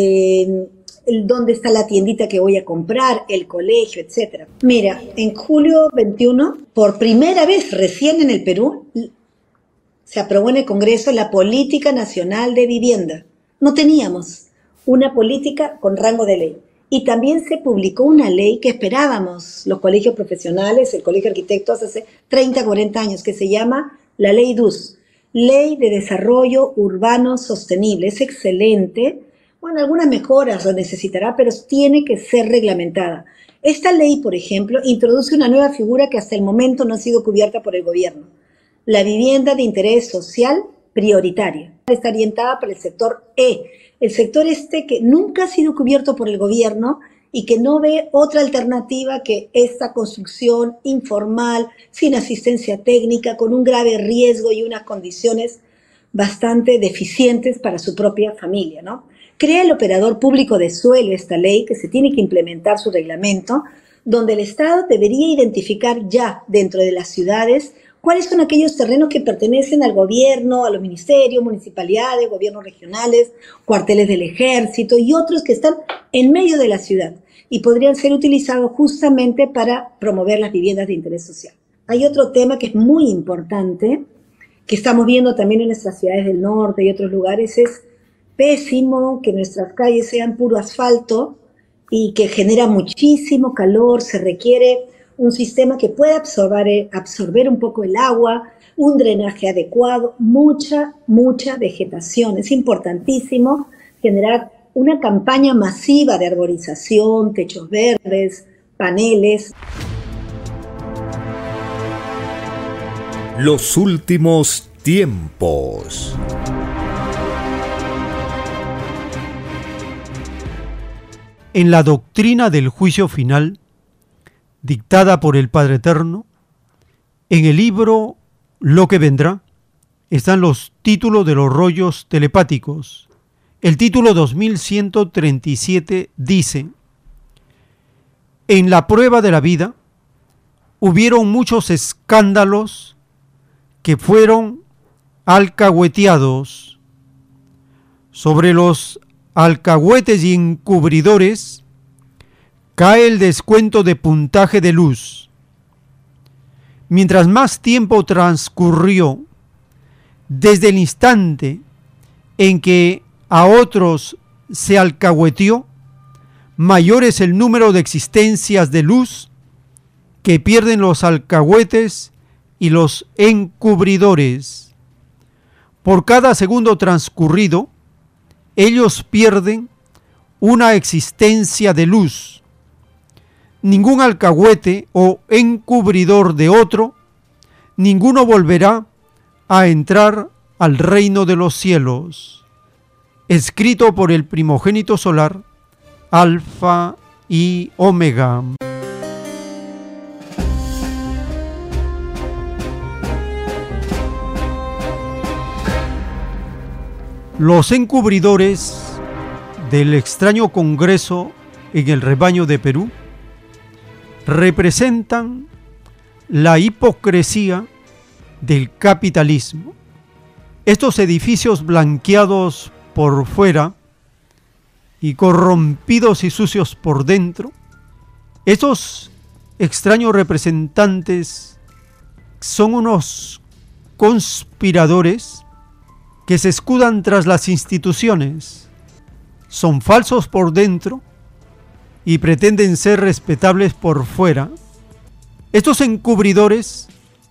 dónde está la tiendita que voy a comprar, el colegio, etc. Mira, en julio 21, por primera vez recién en el Perú, se aprobó en el Congreso la Política Nacional de Vivienda. No teníamos una política con rango de ley. Y también se publicó una ley que esperábamos los colegios profesionales, el Colegio de Arquitectos hace 30, 40 años, que se llama la Ley DUS, Ley de Desarrollo Urbano Sostenible. Es excelente. Bueno, algunas mejoras lo necesitará, pero tiene que ser reglamentada. Esta ley, por ejemplo, introduce una nueva figura que hasta el momento no ha sido cubierta por el gobierno. La vivienda de interés social prioritaria. Está orientada para el sector E, el sector que nunca ha sido cubierto por el gobierno y que no ve otra alternativa que esta construcción informal, sin asistencia técnica, con un grave riesgo y unas condiciones bastante deficientes para su propia familia, ¿no? Crea el operador público de suelo esta ley, que se tiene que implementar su reglamento, donde el Estado debería identificar ya dentro de las ciudades cuáles son aquellos terrenos que pertenecen al gobierno, a los ministerios, municipalidades, gobiernos regionales, cuarteles del ejército y otros que están en medio de la ciudad y podrían ser utilizados justamente para promover las viviendas de interés social. Hay otro tema que es muy importante, que estamos viendo también en nuestras ciudades del norte y otros lugares. Es pésimo que nuestras calles sean puro asfalto y que genera muchísimo calor. Se requiere un sistema que pueda absorber un poco el agua, un drenaje adecuado, mucha vegetación. Es importantísimo generar una campaña masiva de arborización, techos verdes, paneles. Los últimos tiempos. En la doctrina del juicio final, dictada por el Padre Eterno, en el libro Lo que vendrá, están los títulos de los rollos telepáticos El título 2137 dice: en la prueba de la vida hubieron muchos escándalos que fueron alcahueteados. Sobre los alcahuetes y encubridores cae el descuento de puntaje de luz. Mientras más tiempo transcurrió desde el instante en que a otros se alcahueteó, mayor es el número de existencias de luz que pierden los alcahuetes y los encubridores. Por cada segundo transcurrido, ellos pierden una existencia de luz. Ningún alcahuete o encubridor de otro, ninguno volverá a entrar al reino de los cielos. Escrito por el primogénito solar, Alfa y Omega. Los encubridores del extraño Congreso en el rebaño de Perú representan la hipocresía del capitalismo. Estos edificios blanqueados por fuera y corrompidos y sucios por dentro, estos extraños representantes son unos conspiradores que se escudan tras las instituciones, son falsos por dentro y pretenden ser respetables por fuera. Estos encubridores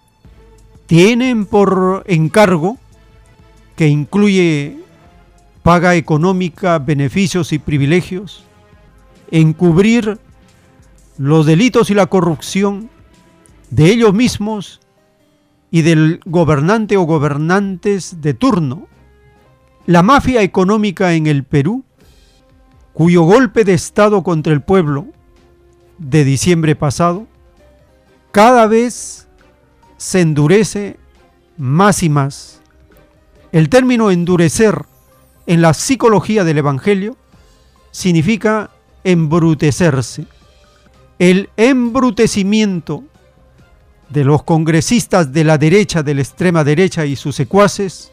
tienen por encargo, que incluye paga económica, beneficios y privilegios, encubrir los delitos y la corrupción de ellos mismos y del gobernante o gobernantes de turno. La mafia económica en el Perú, cuyo golpe de Estado contra el pueblo de diciembre pasado, cada vez se endurece más y más. El término endurecer en la psicología del Evangelio significa embrutecerse. El embrutecimiento de los congresistas de la derecha, de la extrema derecha y sus secuaces,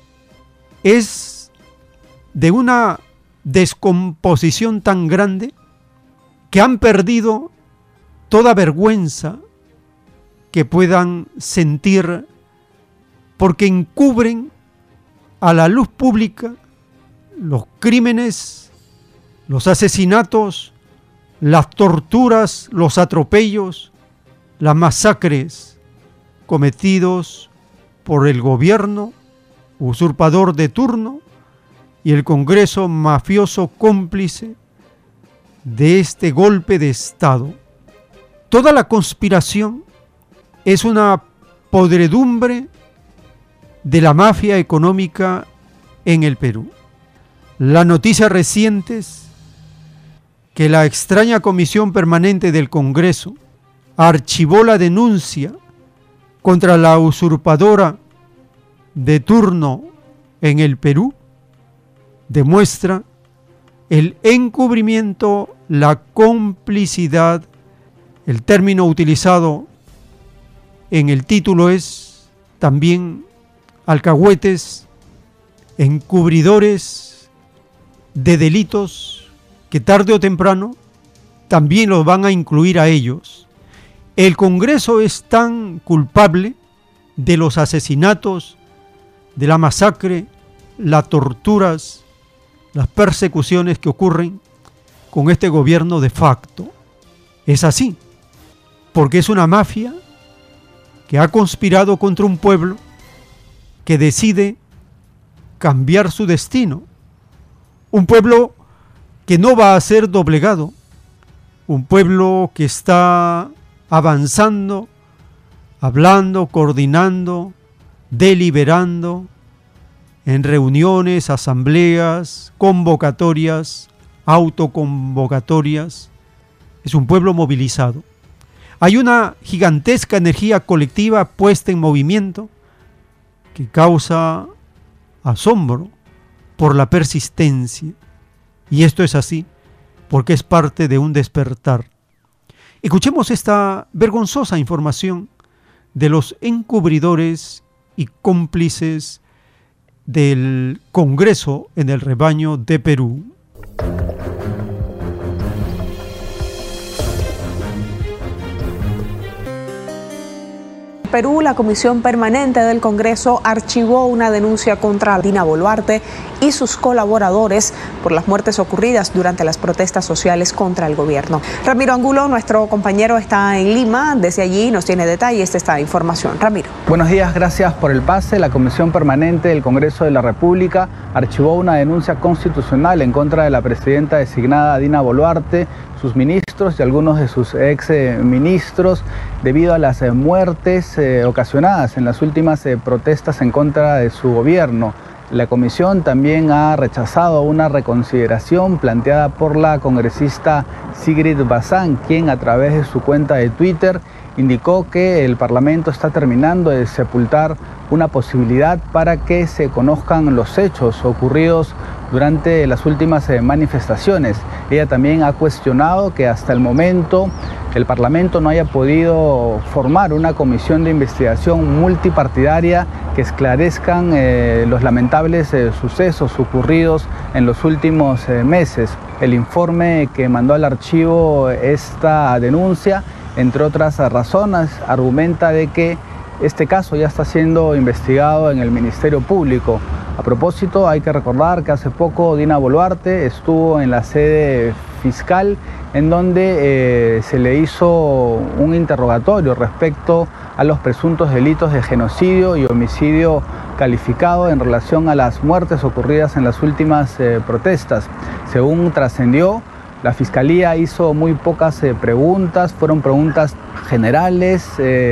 es de una descomposición tan grande que han perdido toda vergüenza que puedan sentir, porque encubren a la luz pública los crímenes, los asesinatos, las torturas, los atropellos, las masacres cometidos por el gobierno usurpador de turno y el Congreso mafioso cómplice de este golpe de Estado. Toda la conspiración es una podredumbre de la mafia económica en el Perú. Las noticias recientes que la extraña Comisión Permanente del Congreso archivó la denuncia contra la usurpadora de turno en el Perú demuestra el encubrimiento, la complicidad. El término utilizado en el título es también alcahuetes, encubridores de delitos que tarde o temprano también los van a incluir a ellos. El Congreso es tan culpable de los asesinatos, de la masacre, las torturas, las persecuciones que ocurren con este gobierno de facto. Es así, porque es una mafia que ha conspirado contra un pueblo que decide cambiar su destino. Un pueblo que no va a ser doblegado, un pueblo que está avanzando, hablando, coordinando, deliberando en reuniones, asambleas, convocatorias, autoconvocatorias. Es un pueblo movilizado. Hay una gigantesca energía colectiva puesta en movimiento que causa asombro por la persistencia. Y esto es así porque es parte de un despertar. Escuchemos esta vergonzosa información de los encubridores y cómplices del Congreso en el rebaño de Perú. Perú, la Comisión Permanente del Congreso archivó una denuncia contra Dina Boluarte y sus colaboradores por las muertes ocurridas durante las protestas sociales contra el gobierno. Ramiro Angulo, nuestro compañero, está en Lima. Desde allí nos tiene detalles de esta información. Ramiro. Buenos días, gracias por el pase. La Comisión Permanente del Congreso de la República archivó una denuncia constitucional en contra de la presidenta designada Dina Boluarte, sus ministros y algunos de sus ex ministros debido a las muertes ocasionadas en las últimas protestas en contra de su gobierno. La comisión también ha rechazado una reconsideración planteada por la congresista Sigrid Bazán, quien a través de su cuenta de Twitter indicó que el Parlamento está terminando de sepultar una posibilidad para que se conozcan los hechos ocurridos durante las últimas manifestaciones. Ella también ha cuestionado que hasta el momento el Parlamento no haya podido formar una comisión de investigación multipartidaria que esclarezcan los lamentables sucesos ocurridos en los últimos meses. El informe que mandó al archivo esta denuncia, entre otras razones, argumenta de que este caso ya está siendo investigado en el Ministerio Público. A propósito, hay que recordar que hace poco Dina Boluarte estuvo en la sede fiscal en donde se le hizo un interrogatorio respecto a los presuntos delitos de genocidio y homicidio calificado en relación a las muertes ocurridas en las últimas protestas. Según trascendió, la Fiscalía hizo muy pocas preguntas, fueron preguntas generales.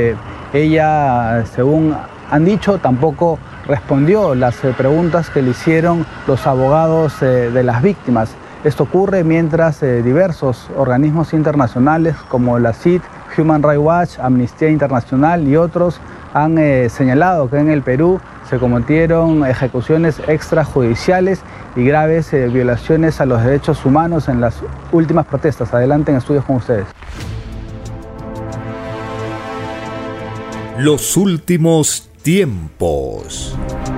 Ella, según han dicho, tampoco respondió las preguntas que le hicieron los abogados de las víctimas. Esto ocurre mientras diversos organismos internacionales como la CID, Human Rights Watch, Amnistía Internacional y otros han señalado que en el Perú se cometieron ejecuciones extrajudiciales y graves violaciones a los derechos humanos en las últimas protestas. Adelante en estudios con ustedes. Los últimos tiempos.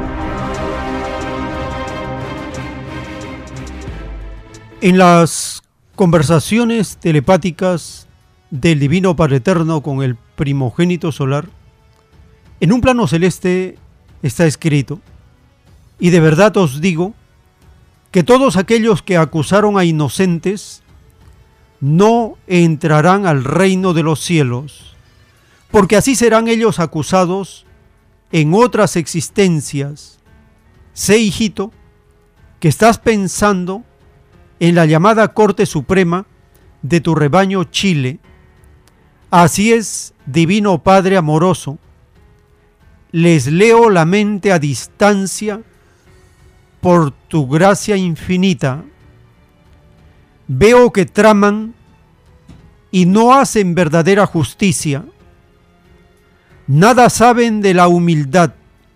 En las conversaciones telepáticas del Divino Padre Eterno con el primogénito solar, en un plano celeste está escrito: y de verdad os digo que todos aquellos que acusaron a inocentes no entrarán al reino de los cielos, porque así serán ellos acusados en otras existencias. Sé, hijito, que estás pensando en la llamada Corte Suprema de tu rebaño Chile. Así es, Divino Padre amoroso, les leo la mente a distancia por tu gracia infinita. Veo que traman y no hacen verdadera justicia. Nada saben de la humildad,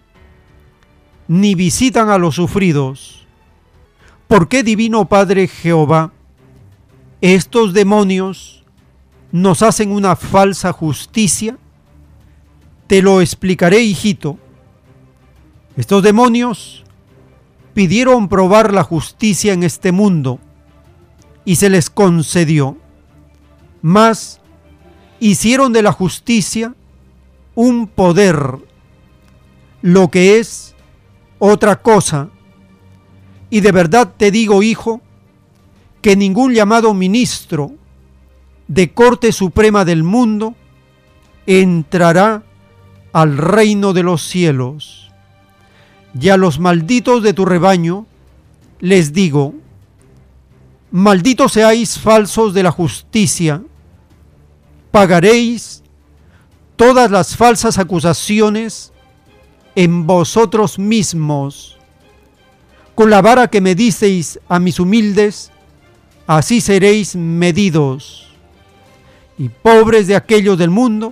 ni visitan a los sufridos. ¿Por qué, Divino Padre Jehová, estos demonios nos hacen una falsa justicia? Te lo explicaré, hijito. Estos demonios pidieron probar la justicia en este mundo y se les concedió. Mas hicieron de la justicia un poder, lo que es otra cosa. Y de verdad te digo, hijo, que ningún llamado ministro de Corte Suprema del mundo entrará al reino de los cielos. Y a los malditos de tu rebaño les digo: malditos seáis falsos de la justicia, pagaréis todas las falsas acusaciones en vosotros mismos. Con la vara que me disteis a mis humildes, así seréis medidos. Y pobres de aquellos del mundo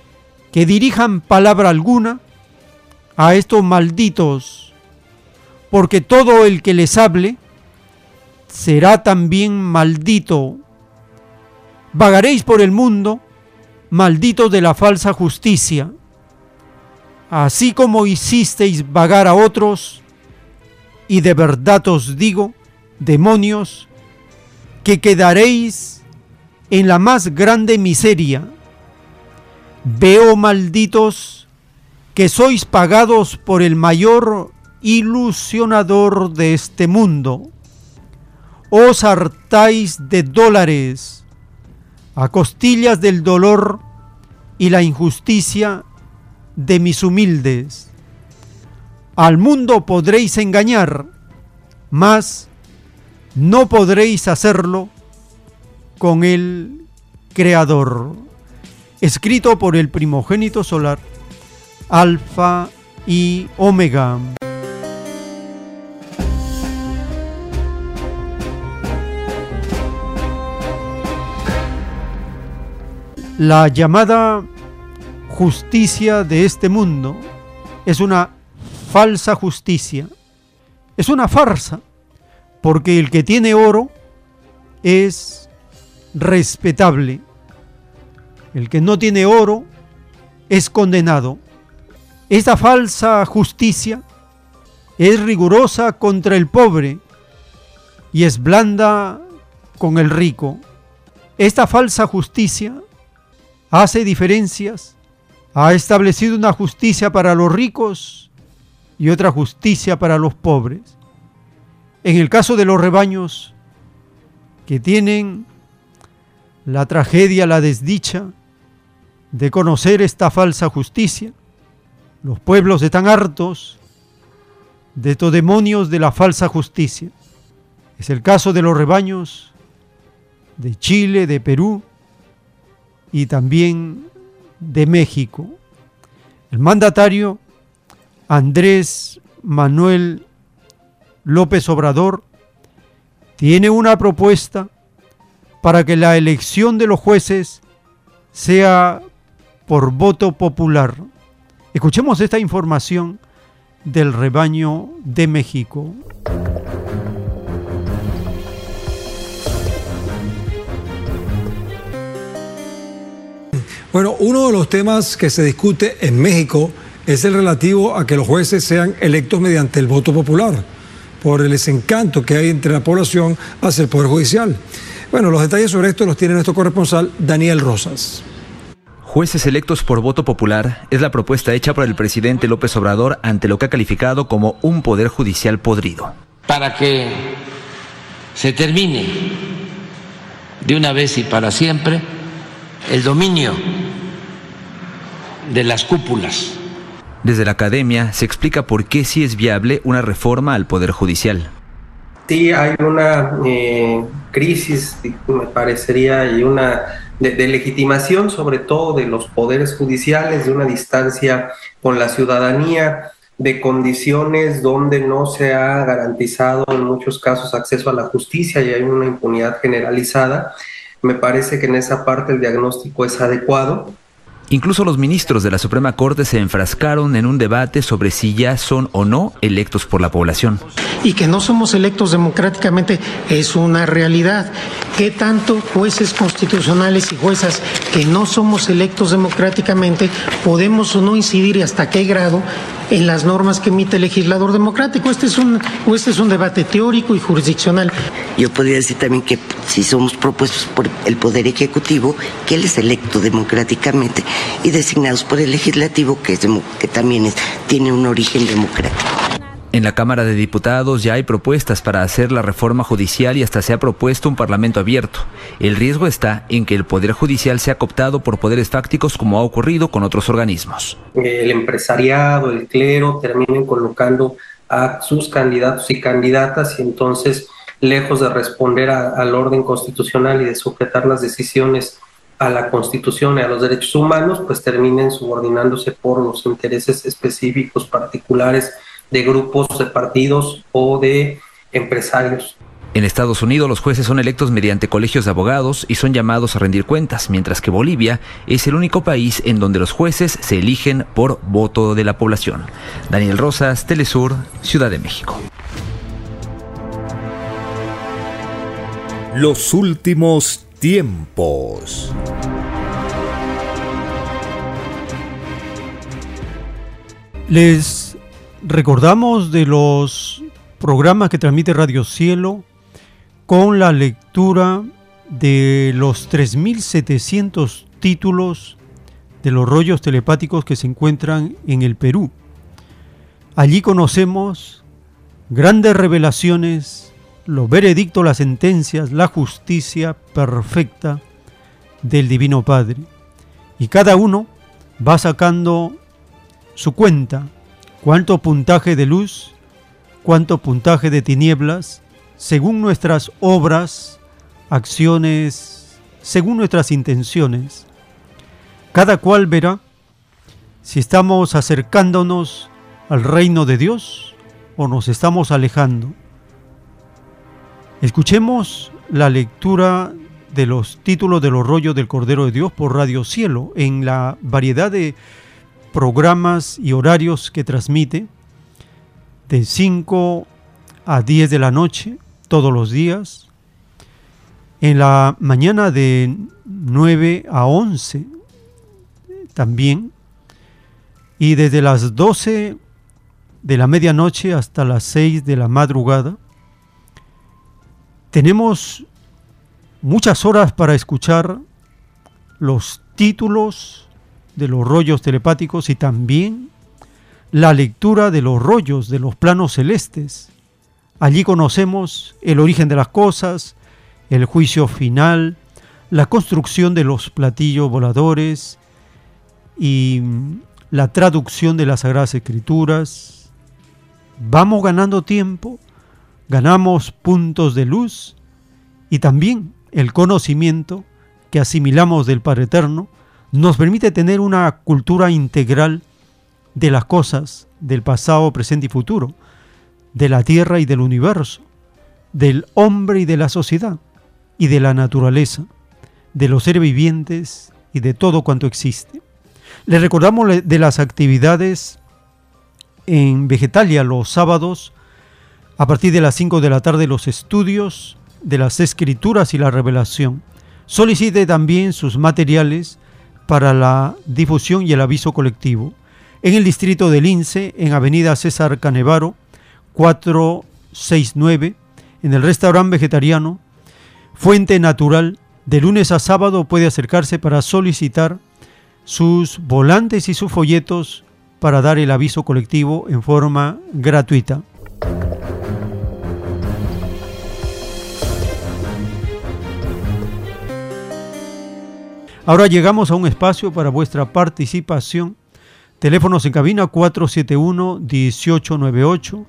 que dirijan palabra alguna a estos malditos, porque todo el que les hable será también maldito. Vagaréis por el mundo, malditos de la falsa justicia. Así como hicisteis vagar a otros, y de verdad os digo, demonios, que quedaréis en la más grande miseria. Veo, malditos, que sois pagados por el mayor ilusionador de este mundo. Os hartáis de dólares a costillas del dolor y la injusticia de mis humildes. Al mundo podréis engañar, mas no podréis hacerlo con el Creador. Escrito por el primogénito solar, Alfa y Omega. La llamada justicia de este mundo es una falsa justicia, es una farsa, porque el que tiene oro es respetable, el que no tiene oro es condenado. Esta falsa justicia es rigurosa contra el pobre y es blanda con el rico. Esta falsa justicia hace diferencias, ha establecido una justicia para los ricos y otra justicia para los pobres. En el caso de los rebaños que tienen la tragedia, la desdicha de conocer esta falsa justicia, los pueblos están hartos de estos demonios de la falsa justicia. Es el caso de los rebaños de Chile, de Perú y también de México. El mandatario Andrés Manuel López Obrador tiene una propuesta para que la elección de los jueces sea por voto popular. Escuchemos esta información del rebaño de México. Bueno, uno de los temas que se discute en México es el relativo a que los jueces sean electos mediante el voto popular, por el desencanto que hay entre la población hacia el Poder Judicial. Bueno, los detalles sobre esto los tiene nuestro corresponsal Daniel Rosas. Jueces electos por voto popular es la propuesta hecha por el presidente López Obrador ante lo que ha calificado como un poder judicial podrido. Para que se termine de una vez y para siempre el dominio de las cúpulas. Desde la academia se explica por qué sí es viable una reforma al Poder Judicial. Sí, hay una crisis, me parecería, y una de legitimación, sobre todo de los poderes judiciales, de una distancia con la ciudadanía, de condiciones donde no se ha garantizado en muchos casos acceso a la justicia y hay una impunidad generalizada. Me parece que en esa parte el diagnóstico es adecuado. Incluso los ministros de la Suprema Corte se enfrascaron en un debate sobre si ya son o no electos por la población. Y que no somos electos democráticamente es una realidad. ¿Qué tanto jueces constitucionales y juezas que no somos electos democráticamente podemos o no incidir y hasta qué grado en las normas que emite el legislador democrático? Este es un debate teórico y jurisdiccional. Yo podría decir también que si somos propuestos por el Poder Ejecutivo, que él es electo democráticamente, y designados por el Legislativo, que también tiene un origen democrático. En la Cámara de Diputados ya hay propuestas para hacer la reforma judicial y hasta se ha propuesto un parlamento abierto. El riesgo está en que el Poder Judicial sea cooptado por poderes fácticos, como ha ocurrido con otros organismos. El empresariado, el clero terminen colocando a sus candidatos y candidatas y entonces, lejos de responder al orden constitucional y de sujetar las decisiones a la Constitución y a los derechos humanos, pues terminen subordinándose por los intereses específicos particulares de grupos, de partidos o de empresarios. En Estados Unidos los jueces son electos mediante colegios de abogados y son llamados a rendir cuentas, mientras que Bolivia es el único país en donde los jueces se eligen por voto de la población. Daniel Rosas, Telesur, Ciudad de México. Los últimos tiempos. Les recordamos de los programas que transmite Radio Cielo con la lectura de los 3.700 títulos de los rollos telepáticos que se encuentran en el Perú. Allí conocemos grandes revelaciones, los veredictos, las sentencias, la justicia perfecta del Divino Padre. Y cada uno va sacando su cuenta, cuánto puntaje de luz, cuánto puntaje de tinieblas, según nuestras obras, acciones, según nuestras intenciones. Cada cual verá si estamos acercándonos al reino de Dios o nos estamos alejando. Escuchemos la lectura de los títulos de los rollos del Cordero de Dios por Radio Cielo en la variedad de programas y horarios que transmite de 5 a 10 de la noche todos los días, en la mañana de 9 a 11 también, y desde las 12 de la medianoche hasta las 6 de la madrugada. Tenemos muchas horas para escuchar los títulos de los rollos telepáticos y también la lectura de los rollos de los planos celestes. Allí conocemos el origen de las cosas, el juicio final, la construcción de los platillos voladores y la traducción de las Sagradas Escrituras. Vamos ganando tiempo, ganamos puntos de luz y también el conocimiento que asimilamos del Padre Eterno nos permite tener una cultura integral de las cosas del pasado, presente y futuro, de la tierra y del universo, del hombre y de la sociedad, y de la naturaleza, de los seres vivientes y de todo cuanto existe. Les recordamos de las actividades en Vegetalia los sábados, a partir de las 5 de la tarde, los estudios de las Escrituras y la revelación. Solicite también sus materiales para la difusión y el aviso colectivo. En el distrito del Lince, en Avenida César Canevaro, 469, en el restaurante vegetariano Fuente Natural, de lunes a sábado puede acercarse para solicitar sus volantes y sus folletos para dar el aviso colectivo en forma gratuita. Ahora llegamos a un espacio para vuestra participación. Teléfonos en cabina 471-1898,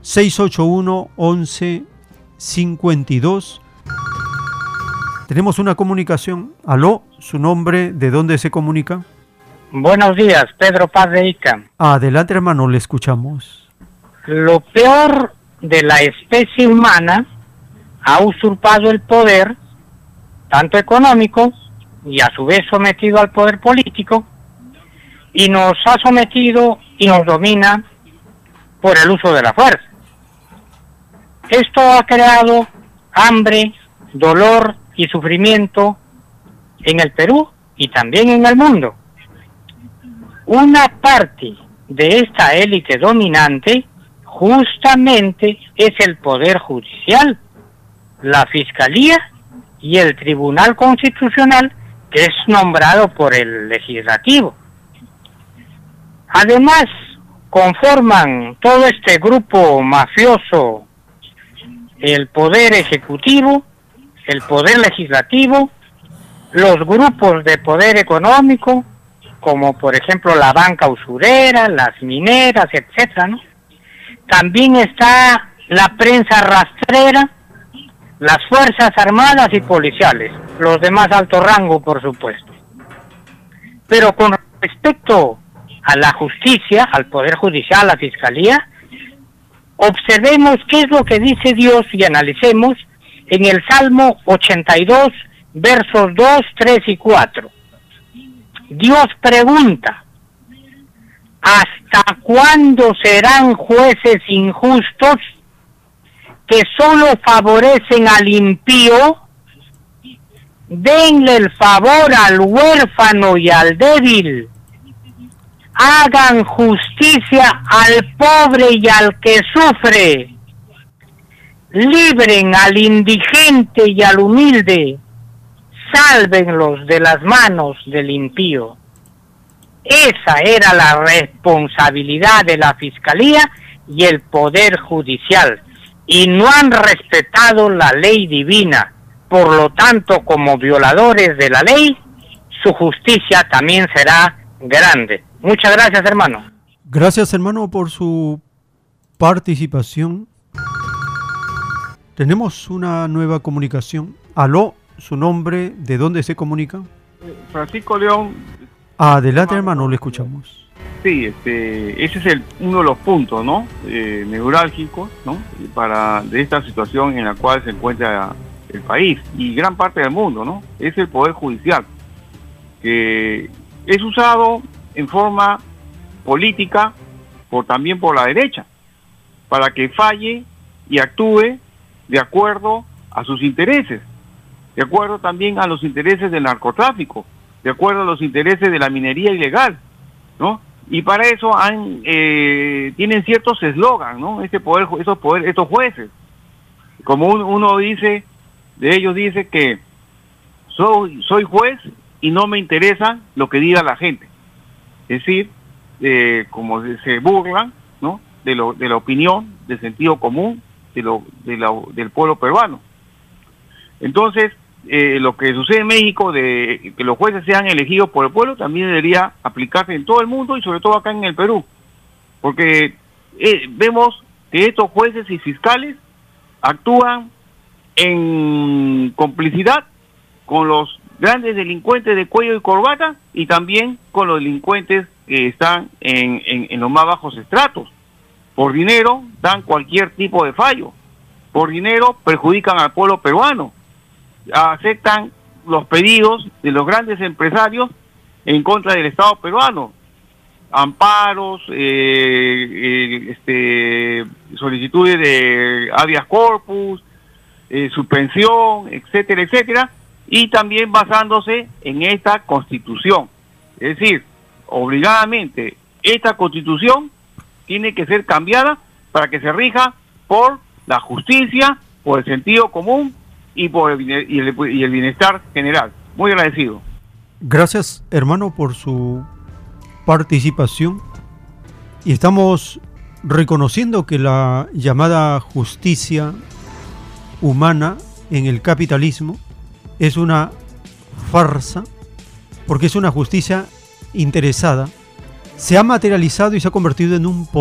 681-1152. Tenemos una comunicación. Aló, su nombre, ¿de dónde se comunica? Buenos días, Pedro Paz de Ica. Adelante, hermano, le escuchamos. Lo peor de la especie humana ha usurpado el poder, tanto económico, y a su vez sometido al poder político, y nos ha sometido y nos domina por el uso de la fuerza. Esto ha creado hambre, dolor y sufrimiento en el Perú y también en el mundo. Una parte de esta élite dominante justamente es el Poder Judicial, la Fiscalía y el Tribunal Constitucional, que es nombrado por el Legislativo. Además, conforman todo este grupo mafioso el Poder Ejecutivo, el Poder Legislativo, los grupos de poder económico, como por ejemplo la banca usurera, las mineras, etcétera, ¿no? También está la prensa rastrera, las Fuerzas Armadas y policiales, los de más alto rango, por supuesto. Pero con respecto a la justicia, al Poder Judicial, a la Fiscalía, observemos qué es lo que dice Dios y analicemos en el Salmo 82, versos 2, 3 y 4. Dios pregunta: ¿hasta cuándo serán jueces injustos que solo favorecen al impío denle el favor al huérfano y al débil, hagan justicia al pobre y al que sufre, libren al indigente y al humilde, sálvenlos de las manos del impío. Esa era la responsabilidad de la Fiscalía y el Poder Judicial, y no han respetado la ley divina. Por lo tanto, como violadores de la ley, su justicia también será grande. Muchas gracias, hermano. Gracias, hermano, por su participación. Tenemos una nueva comunicación. Aló, su nombre, ¿de dónde se comunica? Francisco León. Adelante, hermano, le escuchamos. Sí, ese es uno de los puntos, ¿no? Neurálgicos, ¿no? De esta situación en la cual se encuentra el país y gran parte del mundo, ¿no? Es el Poder Judicial, que es usado en forma política también por la derecha, para que falle y actúe de acuerdo a sus intereses, de acuerdo también a los intereses del narcotráfico, de acuerdo a los intereses de la minería ilegal, ¿no? Y para eso tienen ciertos eslogans, ¿no? Estos jueces, como uno dice, de ellos dice que soy juez y no me interesa lo que diga la gente. Es decir, como se burlan, ¿no? de la opinión, del sentido común del pueblo peruano. Entonces, lo que sucede en México, de que los jueces sean elegidos por el pueblo, también debería aplicarse en todo el mundo y sobre todo acá en el Perú, porque vemos que estos jueces y fiscales actúan en complicidad con los grandes delincuentes de cuello y corbata y también con los delincuentes que están en los más bajos estratos. Por dinero dan cualquier tipo de fallo, por dinero perjudican al pueblo peruano, aceptan los pedidos de los grandes empresarios en contra del Estado peruano, amparos, solicitudes de habeas corpus, suspensión, etcétera, etcétera, y también basándose en esta Constitución. Es decir, obligadamente, esta Constitución tiene que ser cambiada para que se rija por la justicia, por el sentido común y por el bienestar general. Muy agradecido. Gracias, hermano, por su participación. Y estamos reconociendo que la llamada justicia humana en el capitalismo es una farsa, porque es una justicia interesada. Se ha materializado y se ha convertido en un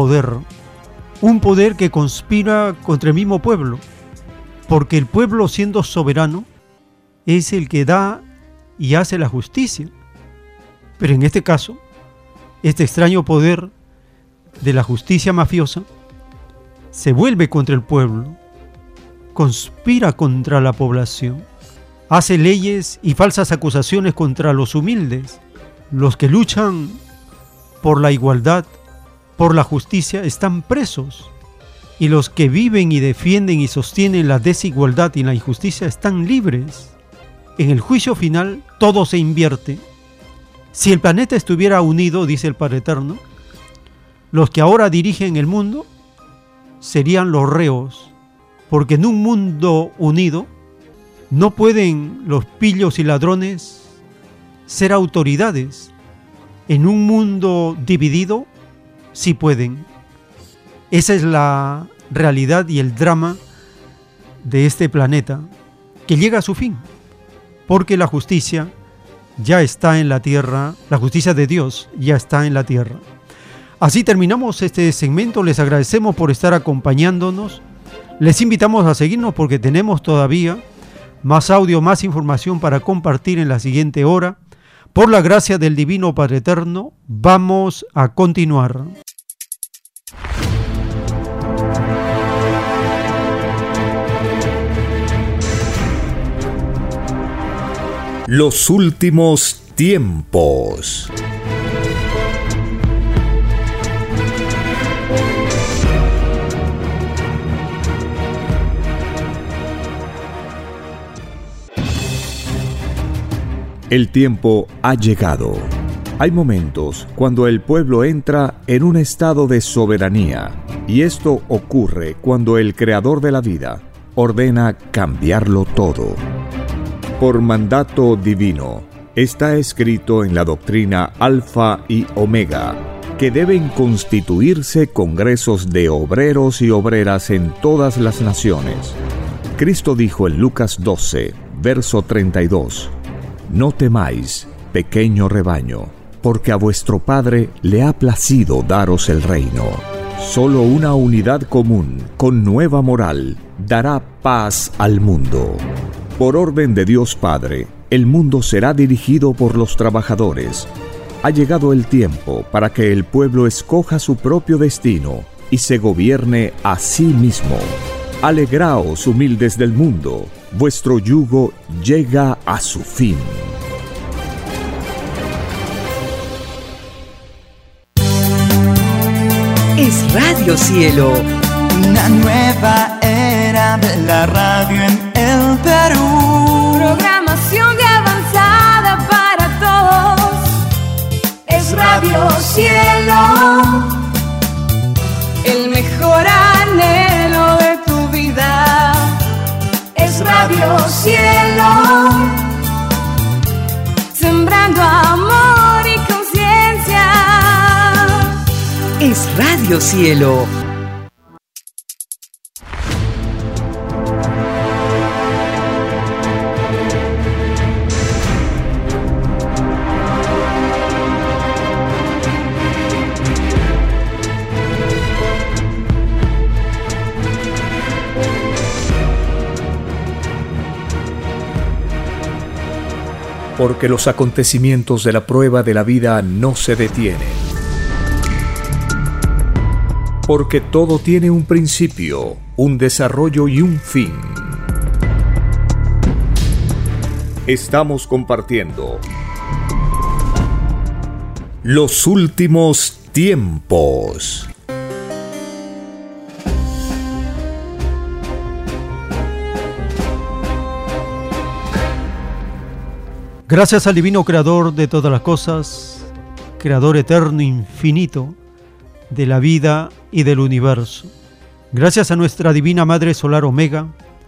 poder que conspira contra el mismo pueblo, porque el pueblo, siendo soberano, es el que da y hace la justicia. Pero en este caso, este extraño poder de la justicia mafiosa se vuelve contra el pueblo, conspira contra la población, hace leyes y falsas acusaciones contra los humildes. Los que luchan por la igualdad, por la justicia, están presos, y los que viven y defienden y sostienen la desigualdad y la injusticia están libres. En el juicio final todo se invierte. Si el planeta estuviera unido, dice el Padre Eterno, los que ahora dirigen el mundo serían los reos, porque en un mundo unido no pueden los pillos y ladrones ser autoridades. En un mundo dividido sí pueden. Esa es la realidad y el drama de este planeta, que llega a su fin, porque la justicia ya está en la tierra, la justicia de Dios ya está en la tierra. Así terminamos este segmento. Les agradecemos por estar acompañándonos. Les invitamos a seguirnos porque tenemos todavía más audio, más información para compartir en la siguiente hora. Por la gracia del Divino Padre Eterno, vamos a continuar. Los últimos tiempos. El tiempo ha llegado. Hay momentos cuando el pueblo entra en un estado de soberanía, y esto ocurre cuando el Creador de la vida ordena cambiarlo todo. Por mandato divino, está escrito en la doctrina Alfa y Omega, que deben constituirse congresos de obreros y obreras en todas las naciones. Cristo dijo en Lucas 12, verso 32, «No temáis, pequeño rebaño, porque a vuestro Padre le ha placido daros el reino». Solo una unidad común, con nueva moral, dará paz al mundo. Por orden de Dios Padre, el mundo será dirigido por los trabajadores. Ha llegado el tiempo para que el pueblo escoja su propio destino y se gobierne a sí mismo. Alegraos, humildes del mundo, vuestro yugo llega a su fin. Es Radio Cielo, una nueva era de la radio en el Perú. Programación de avanzada para todos. Es Radio Cielo, el mejor anhelo de tu vida. Es Radio Cielo, sembrando amor y conciencia. Es Radio Cielo. Porque los acontecimientos de la prueba de la vida no se detienen. Porque todo tiene un principio, un desarrollo y un fin. Estamos compartiendo los últimos tiempos. Gracias al divino creador de todas las cosas, creador eterno, infinito, de la vida y del universo. Gracias a nuestra divina Madre Solar Omega,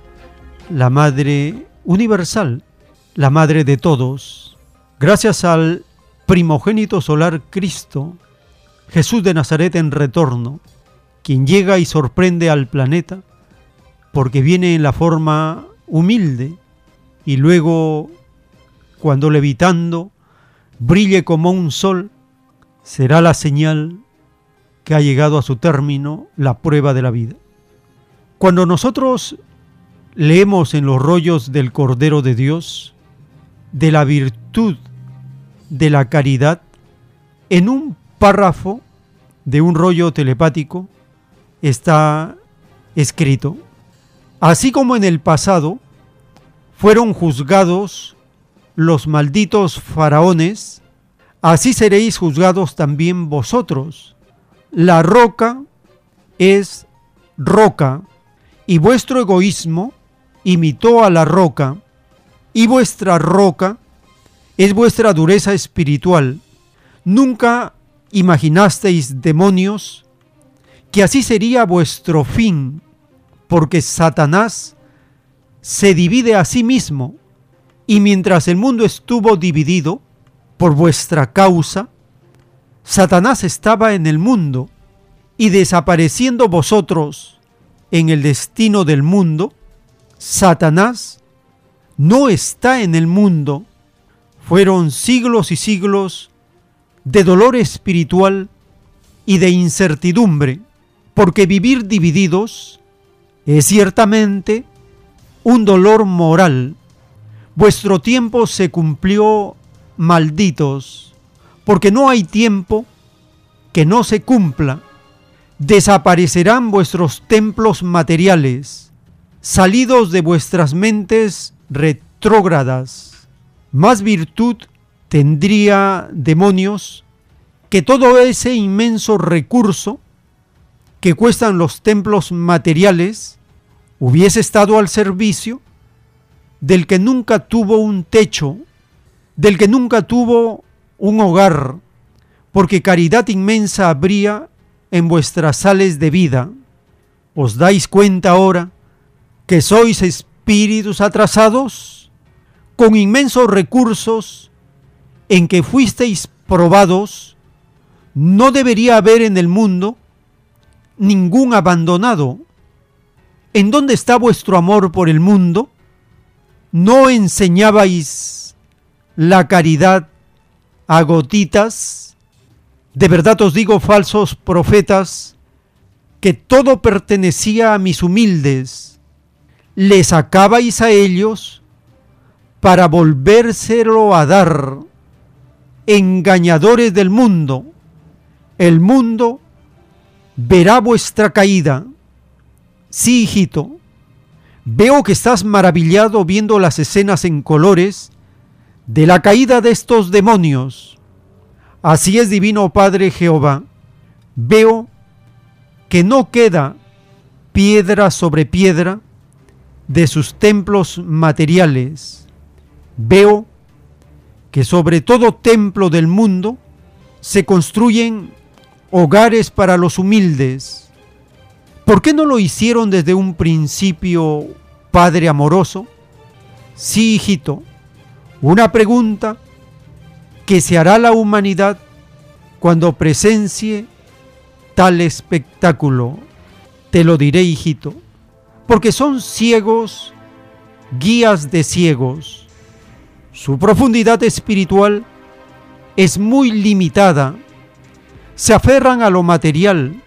la Madre Universal, la Madre de todos. Gracias al primogénito solar Cristo, Jesús de Nazaret en retorno, quien llega y sorprende al planeta, porque viene en la forma humilde y luego, cuando levitando brille como un sol, será la señal que ha llegado a su término la prueba de la vida. Cuando nosotros leemos en los rollos del Cordero de Dios, de la virtud de la caridad, en un párrafo de un rollo telepático está escrito: así como en el pasado fueron juzgados los malditos faraones, así seréis juzgados también vosotros. La roca es roca, y vuestro egoísmo imitó a la roca, y vuestra roca es vuestra dureza espiritual. Nunca imaginasteis, demonios, que así sería vuestro fin, porque Satanás se divide a sí mismo, y mientras el mundo estuvo dividido por vuestra causa, Satanás estaba en el mundo, y desapareciendo vosotros en el destino del mundo, Satanás no está en el mundo. Fueron siglos y siglos de dolor espiritual y de incertidumbre, porque vivir divididos es ciertamente un dolor moral. Vuestro tiempo se cumplió, malditos, porque no hay tiempo que no se cumpla. Desaparecerán vuestros templos materiales, salidos de vuestras mentes retrógradas. Más virtud tendría, demonios, que todo ese inmenso recurso que cuestan los templos materiales hubiese estado al servicio del que nunca tuvo un techo del que nunca tuvo un hogar, porque caridad inmensa habría en vuestras sales de vida. ¿Os dais cuenta ahora que sois espíritus atrasados, con inmensos recursos en que fuisteis probados? No debería haber en el mundo ningún abandonado. ¿En dónde está vuestro amor por el mundo? ¿No enseñabais la caridad a gotitas? De verdad os digo, falsos profetas, que todo pertenecía a mis humildes. Les sacabais a ellos para volvérselo a dar. Engañadores del mundo. El mundo verá vuestra caída. Sí, hijito, veo que estás maravillado viendo las escenas en colores de la caída de estos demonios. Así es, Divino Padre Jehová. Veo que no queda piedra sobre piedra de sus templos materiales. Veo que sobre todo templo del mundo se construyen hogares para los humildes. ¿Por qué no lo hicieron desde un principio, Padre amoroso? Sí, hijito, una pregunta que se hará la humanidad cuando presencie tal espectáculo. Te lo diré, hijito, porque son ciegos, guías de ciegos. Su profundidad espiritual es muy limitada. Se aferran a lo material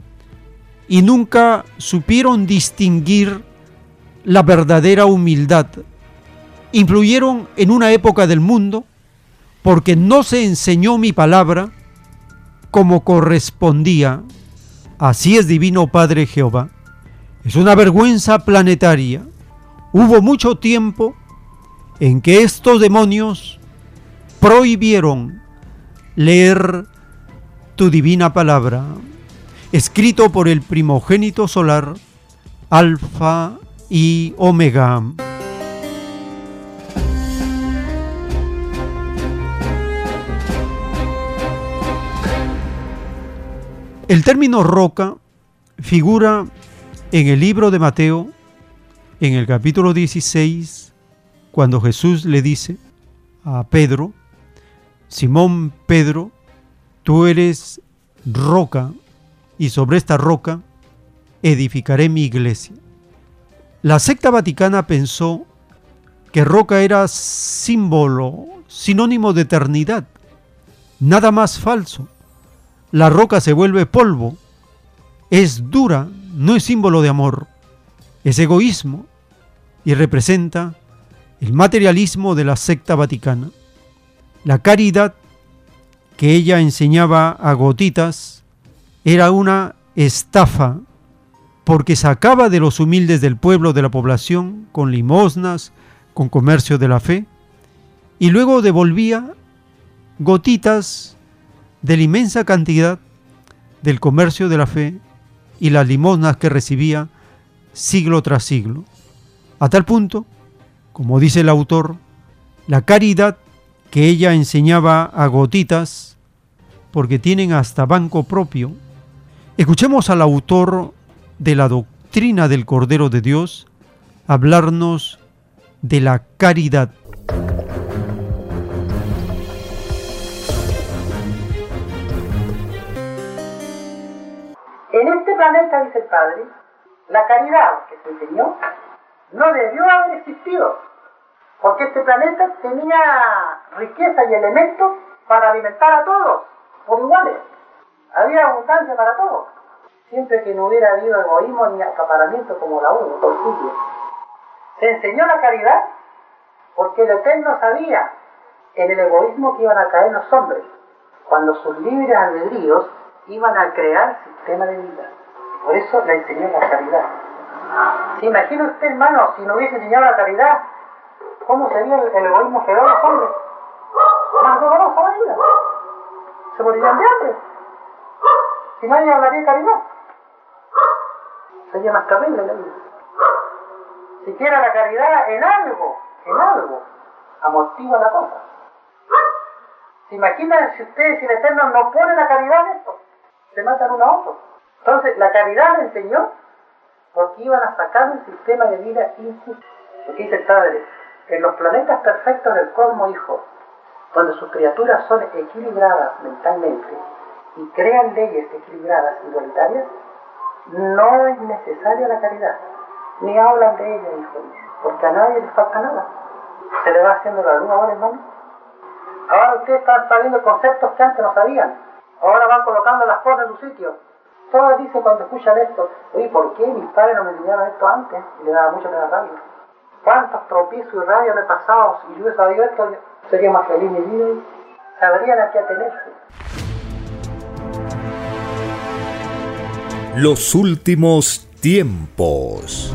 y nunca supieron distinguir la verdadera humildad. Influyeron en una época del mundo porque no se enseñó mi palabra como correspondía. Así es, Divino Padre Jehová. Es una vergüenza planetaria. Hubo mucho tiempo en que estos demonios prohibieron leer tu divina palabra, escrito por el primogénito solar, Alfa y Omega. El término roca figura en el libro de Mateo, en el capítulo 16, cuando Jesús le dice a Pedro: Simón Pedro, tú eres roca, y sobre esta roca edificaré mi iglesia. La secta vaticana pensó que roca era símbolo, sinónimo de eternidad. Nada más falso. La roca se vuelve polvo, es dura, no es símbolo de amor, es egoísmo y representa el materialismo de la secta vaticana. La caridad que ella enseñaba a gotitas era una estafa, porque sacaba de los humildes del pueblo, de la población, con limosnas, con comercio de la fe, y luego devolvía gotitas de la inmensa cantidad del comercio de la fe y las limosnas que recibía siglo tras siglo. A tal punto, como dice el autor, la caridad que ella enseñaba a gotitas, porque tienen hasta banco propio. Escuchemos al autor de la doctrina del Cordero de Dios hablarnos de la caridad. En este planeta, dice el Padre, la caridad que se enseñó no debió haber existido, porque este planeta tenía riqueza y elementos para alimentar a todos por iguales. Había abundancia para todos, siempre que no hubiera habido egoísmo ni acaparamiento como la uno, orgullo. Se enseñó la caridad porque el Eterno sabía en el egoísmo que iban a caer los hombres, cuando sus libres albedríos iban a crear sistema de vida. Por eso le enseñó la caridad. ¿Se imagina usted, hermano, si no hubiese enseñado la caridad, cómo sería el egoísmo feroz de los hombres? Más dolorosa la vida. Se morirían de hambre. Si nadie hablaría de caridad, sería más terrible la vida. Siquiera la caridad en algo, amortigua la cosa. ¿Se imaginan si ustedes, si el Eterno no pone la caridad en esto? Se matan uno a otro. Entonces, la caridad la enseñó porque iban a sacar un sistema de vida injusto. Lo que dice el Padre, en los planetas perfectos del cosmos, hijo, donde sus criaturas son equilibradas mentalmente y crean leyes equilibradas, igualitarias, no es necesaria la caridad, ni hablan de ella, hijo, porque a nadie les falta nada. Se le va haciendo la luz ahora, hermano. Ahora ustedes están sabiendo conceptos que antes no sabían. Ahora van colocando las cosas en su sitio. Todos dicen cuando escuchan esto, oye, ¿por qué mis padres no me enseñaron esto antes? Y le daba mucho que dar rabia. ¿Cuántos tropiezos y rabia me he pasado? Si yo hubiera sabido esto, sería más feliz mi vida y sabrían a qué atenerse. Los últimos tiempos.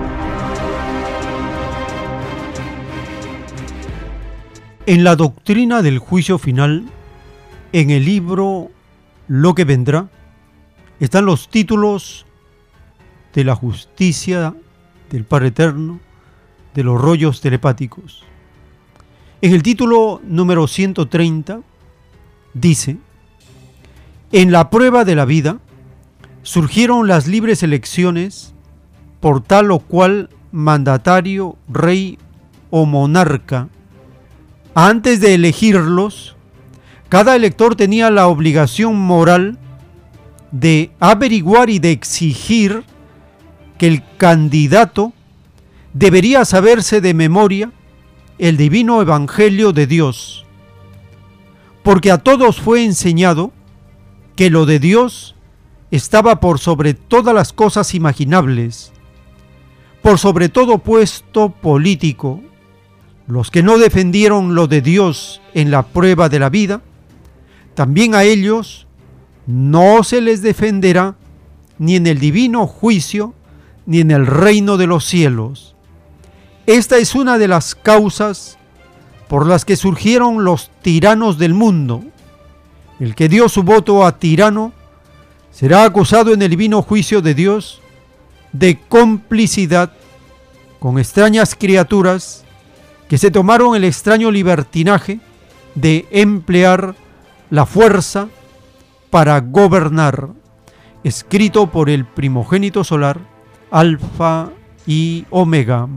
En la doctrina del juicio final, en el libro Lo que vendrá, están los títulos de la justicia del Padre Eterno, de los rollos telepáticos. En el título número 130 dice: en la prueba de la vida surgieron las libres elecciones por tal o cual mandatario, rey o monarca. Antes de elegirlos, cada elector tenía la obligación moral de averiguar y de exigir que el candidato debería saberse de memoria el divino evangelio de Dios, porque a todos fue enseñado que lo de Dios estaba por sobre todas las cosas imaginables, por sobre todo puesto político. Los que no defendieron lo de Dios en la prueba de la vida, también a ellos no se les defenderá ni en el divino juicio ni en el reino de los cielos. Esta es una de las causas por las que surgieron los tiranos del mundo. El que dio su voto a tirano será acusado en el divino juicio de Dios de complicidad con extrañas criaturas que se tomaron el extraño libertinaje de emplear la fuerza para gobernar, escrito por el primogénito solar, Alfa y Omega.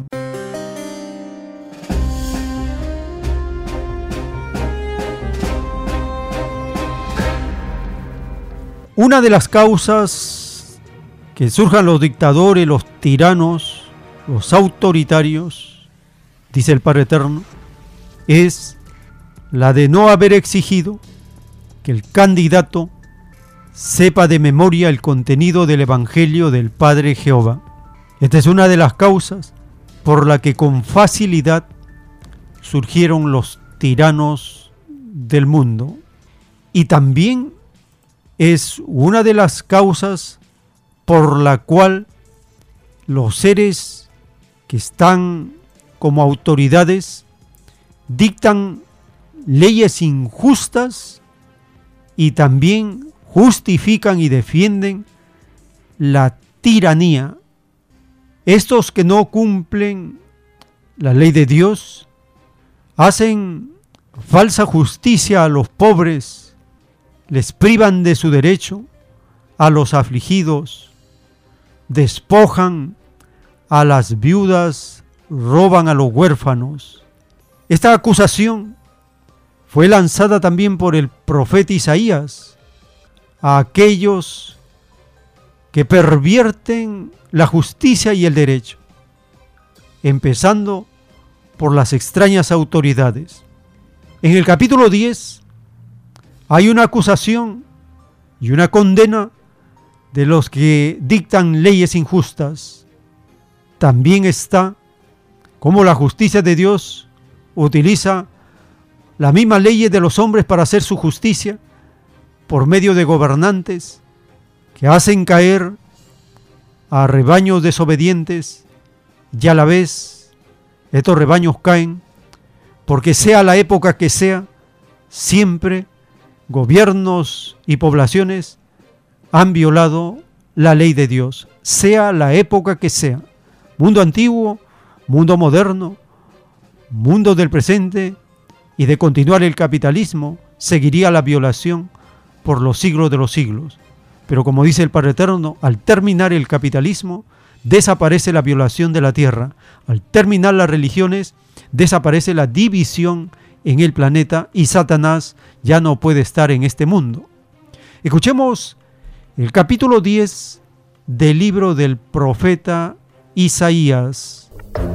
Una de las causas que surjan los dictadores, los tiranos, los autoritarios, dice el Padre Eterno, es la de no haber exigido que el candidato sepa de memoria el contenido del Evangelio del Padre Jehová. Esta es una de las causas por la que con facilidad surgieron los tiranos del mundo. Y también es una de las causas por la cual los seres que están como autoridades dictan leyes injustas y también justifican y defienden la tiranía. Estos que no cumplen la ley de Dios hacen falsa justicia a los pobres, les privan de su derecho a los afligidos, despojan a las viudas, roban a los huérfanos. Esta acusación fue lanzada también por el profeta Isaías a aquellos que pervierten la justicia y el derecho, empezando por las extrañas autoridades. En el capítulo 10 hay una acusación y una condena de los que dictan leyes injustas. También está cómo la justicia de Dios utiliza las mismas leyes de los hombres para hacer su justicia por medio de gobernantes que hacen caer a rebaños desobedientes, y a la vez estos rebaños caen porque sea la época que sea, siempre gobiernos y poblaciones han violado la ley de Dios, sea la época que sea, mundo antiguo, mundo moderno, mundo del presente y de continuar el capitalismo, seguiría la violación por los siglos de los siglos. Pero como dice el Padre Eterno, al terminar el capitalismo, desaparece la violación de la tierra. Al terminar las religiones, desaparece la división en el planeta y Satanás ya no puede estar en este mundo. Escuchemos el capítulo 10 del libro del profeta Isaías.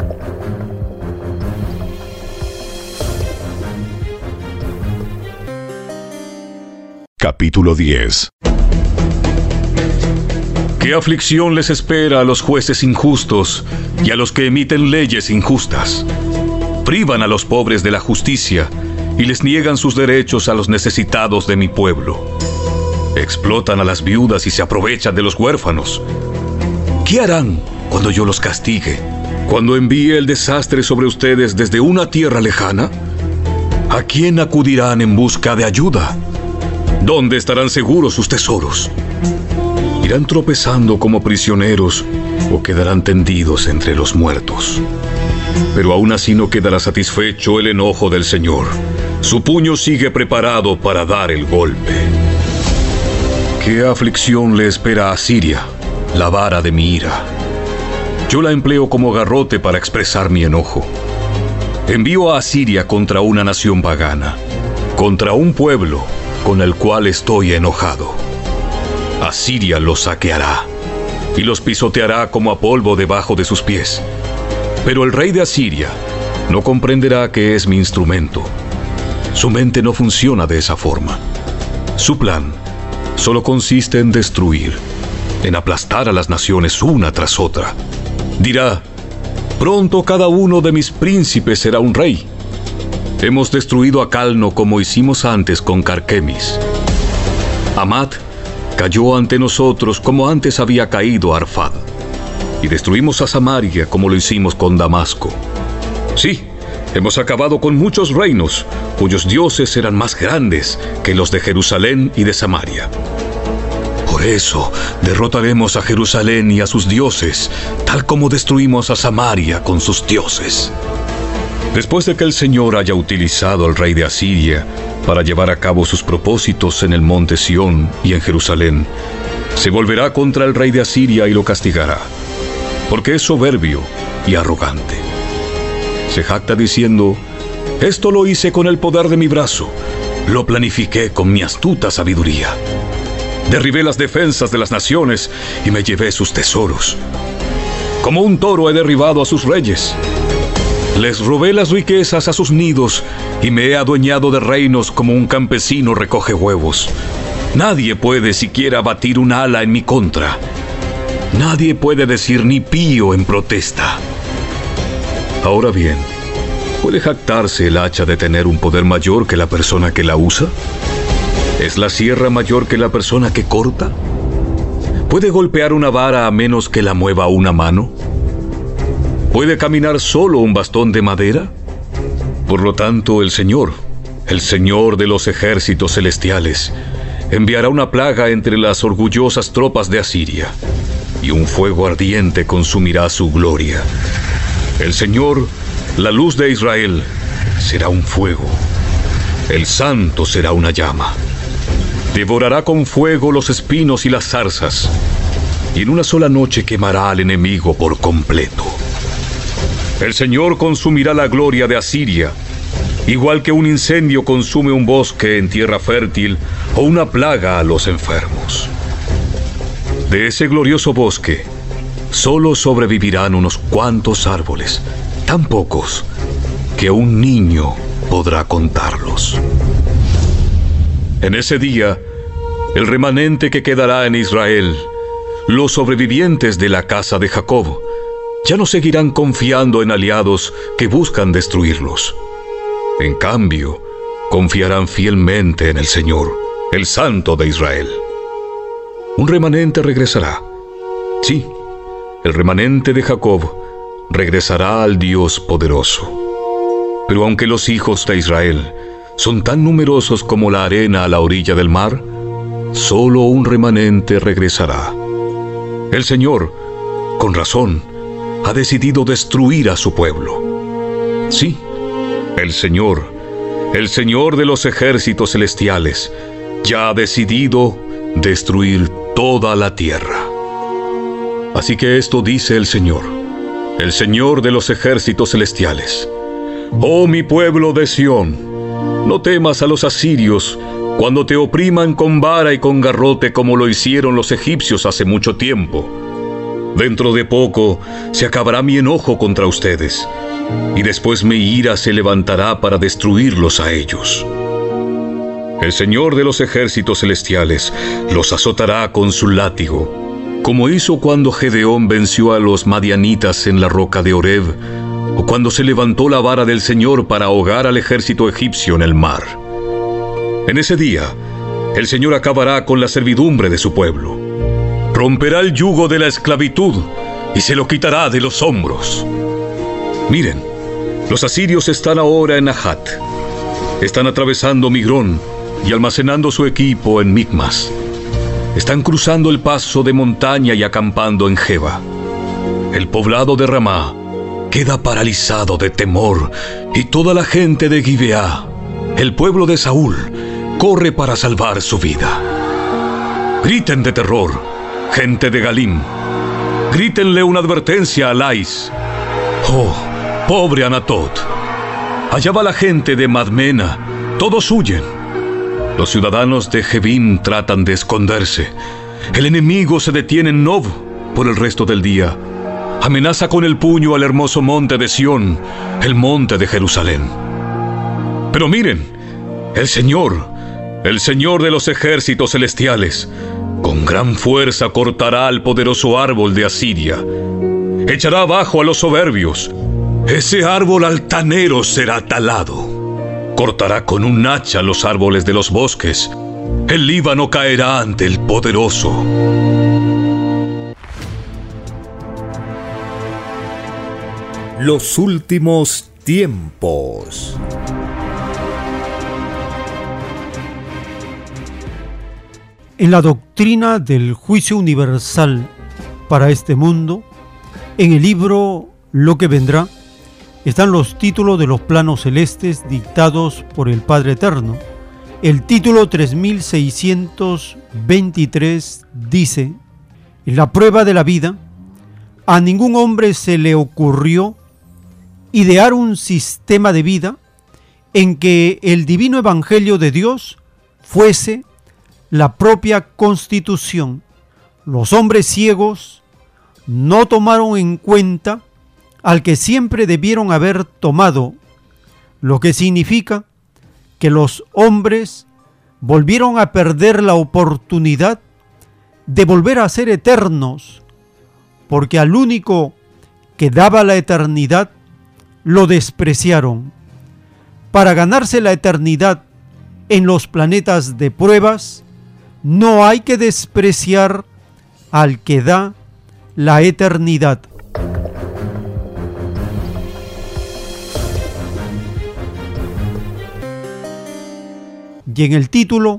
Capítulo 10. ¿Qué aflicción les espera a los jueces injustos y a los que emiten leyes injustas? Privan a los pobres de la justicia y les niegan sus derechos a los necesitados de mi pueblo. Explotan a las viudas y se aprovechan de los huérfanos. ¿Qué harán cuando yo los castigue? ¿Cuando envíe el desastre sobre ustedes desde una tierra lejana? ¿A quién acudirán en busca de ayuda? ¿Dónde estarán seguros sus tesoros? ¿Irán tropezando como prisioneros o quedarán tendidos entre los muertos? Pero aún así no quedará satisfecho el enojo del Señor. Su puño sigue preparado para dar el golpe. ¿Qué aflicción le espera a Siria, la vara de mi ira? Yo la empleo como garrote para expresar mi enojo. Envío a Asiria contra una nación pagana, contra un pueblo con el cual estoy enojado. Asiria los saqueará y los pisoteará como a polvo debajo de sus pies. Pero el rey de Asiria no comprenderá que es mi instrumento. Su mente no funciona de esa forma. Su plan solo consiste en destruir, en aplastar a las naciones una tras otra. Dirá: pronto cada uno de mis príncipes será un rey. Hemos destruido a Calno como hicimos antes con Carquemis. Hamat cayó ante nosotros como antes había caído Arfad. Y destruimos a Samaria como lo hicimos con Damasco. Sí, hemos acabado con muchos reinos, cuyos dioses eran más grandes que los de Jerusalén y de Samaria. Por eso derrotaremos a Jerusalén y a sus dioses, tal como destruimos a Samaria con sus dioses. Después de que el Señor haya utilizado al rey de Asiria para llevar a cabo sus propósitos en el monte Sión y en Jerusalén, se volverá contra el rey de Asiria y lo castigará, porque es soberbio y arrogante. Se jacta diciendo: esto lo hice con el poder de mi brazo, lo planifiqué con mi astuta sabiduría. Derribé las defensas de las naciones y me llevé sus tesoros. Como un toro he derribado a sus reyes. Les robé las riquezas a sus nidos y me he adueñado de reinos como un campesino recoge huevos. Nadie puede siquiera batir un ala en mi contra. Nadie puede decir ni pío en protesta. Ahora bien, ¿puede jactarse el hacha de tener un poder mayor que la persona que la usa? ¿Es la sierra mayor que la persona que corta? ¿Puede golpear una vara a menos que la mueva una mano? ¿Puede caminar solo un bastón de madera? Por lo tanto, el Señor de los ejércitos celestiales, enviará una plaga entre las orgullosas tropas de Asiria, y un fuego ardiente consumirá su gloria. El Señor, la luz de Israel, será un fuego. El Santo será una llama. Devorará con fuego los espinos y las zarzas, y en una sola noche quemará al enemigo por completo. El Señor consumirá la gloria de Asiria, igual que un incendio consume un bosque en tierra fértil o una plaga a los enfermos. De ese glorioso bosque solo sobrevivirán unos cuantos árboles, tan pocos que un niño podrá contarlos. En ese día, el remanente que quedará en Israel, los sobrevivientes de la casa de Jacob, ya no seguirán confiando en aliados que buscan destruirlos. En cambio, confiarán fielmente en el Señor, el Santo de Israel. Un remanente regresará. Sí, el remanente de Jacob regresará al Dios poderoso. Pero aunque los hijos de Israel son tan numerosos como la arena a la orilla del mar, solo un remanente regresará. El Señor, con razón, ha decidido destruir a su pueblo. Sí, el Señor, el Señor de los ejércitos celestiales ya ha decidido destruir toda la tierra. Así que esto dice el Señor de los ejércitos celestiales: Oh mi pueblo de Sión, no temas a los asirios cuando te opriman con vara y con garrote como lo hicieron los egipcios hace mucho tiempo. Dentro de poco se acabará mi enojo contra ustedes, y después mi ira se levantará para destruirlos a ellos. El Señor de los ejércitos celestiales los azotará con su látigo, como hizo cuando Gedeón venció a los madianitas en la roca de Horeb, o cuando se levantó la vara del Señor para ahogar al ejército egipcio en el mar. En ese día, el Señor acabará con la servidumbre de su pueblo. Romperá el yugo de la esclavitud y se lo quitará de los hombros. Miren, los asirios están ahora en Nahat. Están atravesando Migrón y almacenando su equipo en Micmas. Están cruzando el paso de montaña y acampando en Geba. El poblado de Ramá queda paralizado de temor, y toda la gente de Gibeá, el pueblo de Saúl, corre para salvar su vida. Griten de terror, gente de Galim. Grítenle una advertencia a Lais. Oh, pobre Anatot. Allá va la gente de Madmena, todos huyen. Los ciudadanos de Jebim tratan de esconderse. El enemigo se detiene en Nob por el resto del día. Amenaza con el puño al hermoso monte de Sión, el monte de Jerusalén. Pero miren, el Señor de los ejércitos celestiales, con gran fuerza cortará al poderoso árbol de Asiria. Echará abajo a los soberbios. Ese árbol altanero será talado. Cortará con un hacha los árboles de los bosques. El Líbano caerá ante el poderoso. Los últimos tiempos. En la doctrina del juicio universal para este mundo, en el libro Lo que vendrá, están los títulos de los planos celestes dictados por el Padre Eterno. El título 3623 dice: en la prueba de la vida, a ningún hombre se le ocurrió idear un sistema de vida en que el divino evangelio de Dios fuese la propia constitución. Los hombres ciegos no tomaron en cuenta al que siempre debieron haber tomado, lo que significa que los hombres volvieron a perder la oportunidad de volver a ser eternos, porque al único que daba la eternidad lo despreciaron. Para ganarse la eternidad en los planetas de pruebas, no hay que despreciar al que da la eternidad. Y en el título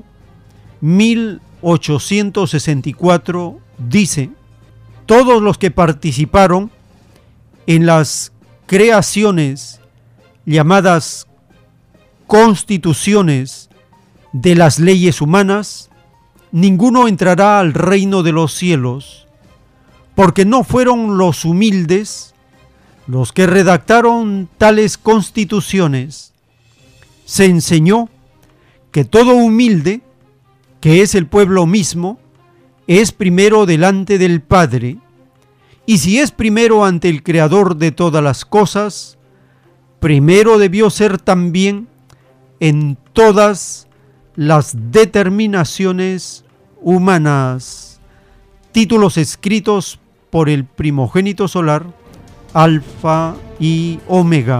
1864 dice: todos los que participaron en las creaciones llamadas constituciones de las leyes humanas, ninguno entrará al reino de los cielos, porque no fueron los humildes los que redactaron tales constituciones. Se enseñó que todo humilde, que es el pueblo mismo, es primero delante del Padre, y si es primero ante el Creador de todas las cosas, primero debió ser también en todas las determinaciones humanas. Títulos escritos por el primogénito solar, Alfa y Omega.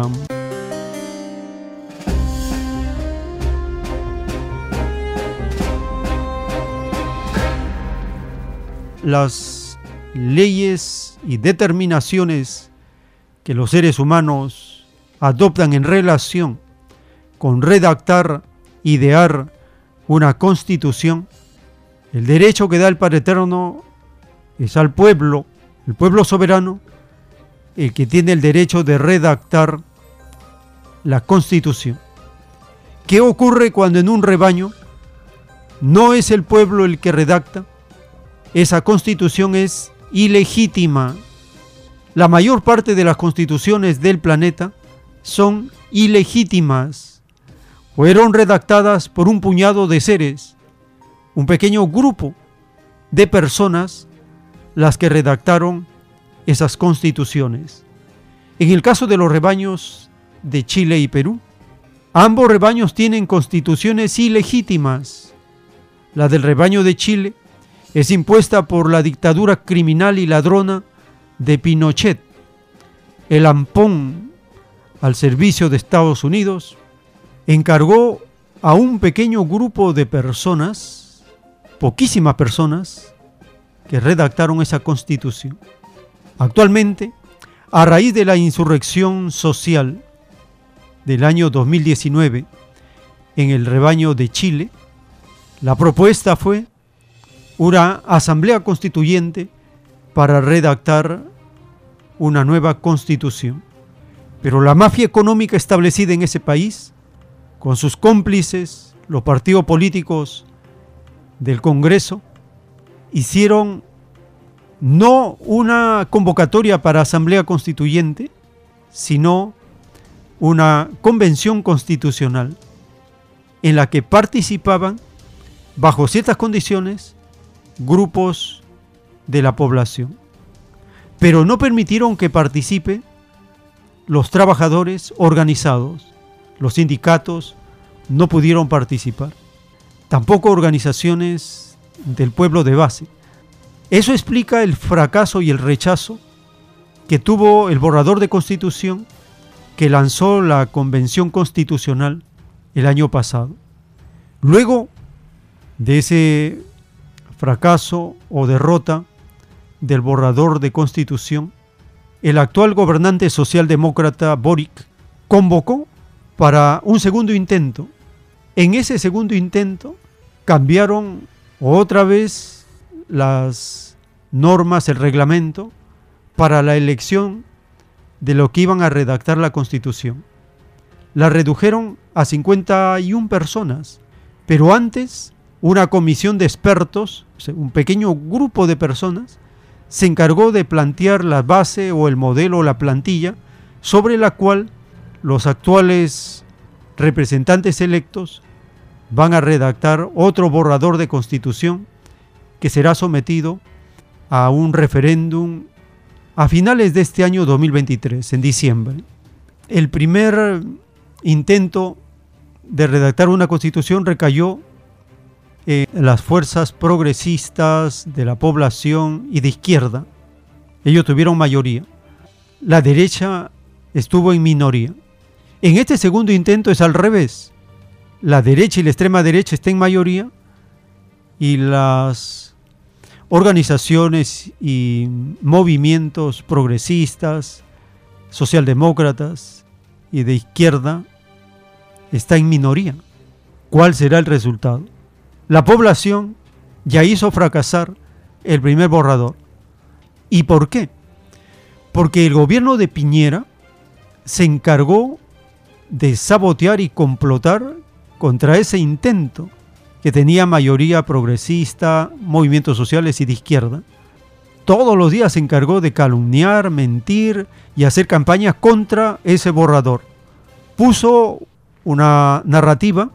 Las leyes y determinaciones que los seres humanos adoptan en relación con redactar, idear una constitución, el derecho que da el Padre Eterno es al pueblo, el pueblo soberano, el que tiene el derecho de redactar la constitución. ¿Qué ocurre cuando en un rebaño no es el pueblo el que redacta? Esa constitución es ilegítima. La mayor parte de las constituciones del planeta son ilegítimas. Fueron redactadas por un puñado de seres, un pequeño grupo de personas las que redactaron esas constituciones. En el caso de los rebaños de Chile y Perú, ambos rebaños tienen constituciones ilegítimas. La del rebaño de Chile es impuesta por la dictadura criminal y ladrona de Pinochet. El ampón al servicio de Estados Unidos encargó a un pequeño grupo de personas, poquísimas personas, que redactaron esa constitución. Actualmente, a raíz de la insurrección social del año 2019 en el rebaño de Chile, la propuesta fue una asamblea constituyente para redactar una nueva constitución. Pero la mafia económica establecida en ese país, con sus cómplices, los partidos políticos del Congreso, hicieron no una convocatoria para asamblea constituyente, sino una convención constitucional en la que participaban, bajo ciertas condiciones, grupos de la población. Pero no permitieron que participen los trabajadores organizados. Los sindicatos no pudieron participar. Tampoco organizaciones del pueblo de base. Eso explica el fracaso y el rechazo que tuvo el borrador de constitución que lanzó la Convención Constitucional el año pasado. Luego de ese fracaso o derrota del borrador de constitución, el actual gobernante socialdemócrata Boric convocó para un segundo intento. En ese segundo intento cambiaron otra vez las normas, el reglamento para la elección de lo que iban a redactar la Constitución. La redujeron a 51 personas, pero antes una comisión de expertos, o sea, un pequeño grupo de personas, se encargó de plantear la base o el modelo o la plantilla sobre la cual los actuales representantes electos van a redactar otro borrador de constitución que será sometido a un referéndum a finales de este año 2023, en diciembre. El primer intento de redactar una constitución recayó en las fuerzas progresistas de la población y de izquierda. Ellos tuvieron mayoría. La derecha estuvo en minoría. En este segundo intento es al revés. La derecha y la extrema derecha están en mayoría y las organizaciones y movimientos progresistas, socialdemócratas y de izquierda están en minoría. ¿Cuál será el resultado? La población ya hizo fracasar el primer borrador. ¿Y por qué? Porque el gobierno de Piñera se encargó de sabotear y complotar contra ese intento que tenía mayoría progresista, movimientos sociales y de izquierda. Todos los días se encargó de calumniar, mentir y hacer campañas contra ese borrador. Puso una narrativa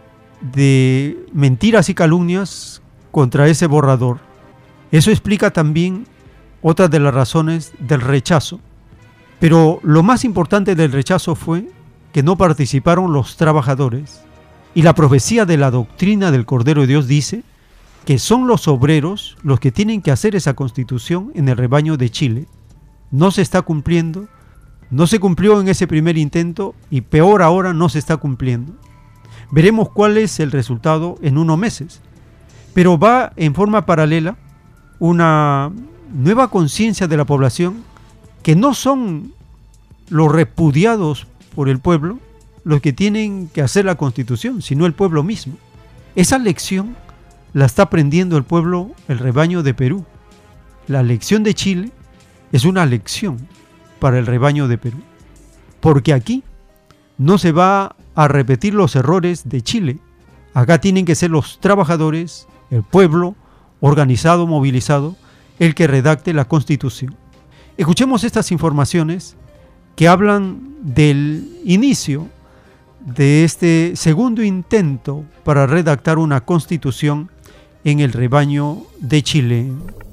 de mentiras y calumnias contra ese borrador. Eso explica también otra de las razones del rechazo. Pero lo más importante del rechazo fue que no participaron los trabajadores. Y la profecía de la doctrina del Cordero de Dios dice que son los obreros los que tienen que hacer esa constitución en el rebaño de Chile. No se está cumpliendo, no se cumplió en ese primer intento y peor ahora no se está cumpliendo. Veremos cuál es el resultado en unos meses. Pero va en forma paralela una nueva conciencia de la población que no son los repudiados por el pueblo los que tienen que hacer la constitución, sino el pueblo mismo. Esa lección la está aprendiendo el pueblo, el rebaño de Perú. La lección de Chile es una lección para el rebaño de Perú. Porque aquí no se va a repetir los errores de Chile. Acá tienen que ser los trabajadores, el pueblo, organizado, movilizado, el que redacte la Constitución. Escuchemos estas informaciones que hablan del inicio de este segundo intento para redactar una Constitución en el rebaño de Chile.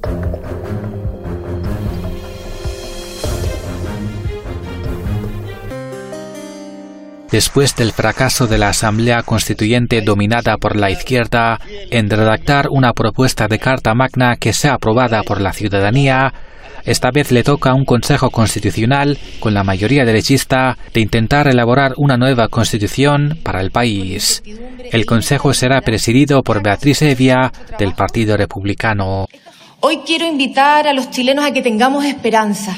Después del fracaso de la Asamblea Constituyente dominada por la izquierda en redactar una propuesta de Carta Magna que sea aprobada por la ciudadanía, esta vez le toca a un Consejo Constitucional con la mayoría derechista de intentar elaborar una nueva Constitución para el país. El Consejo será presidido por Beatriz Evia, del Partido Republicano. Hoy quiero invitar a los chilenos a que tengamos esperanza,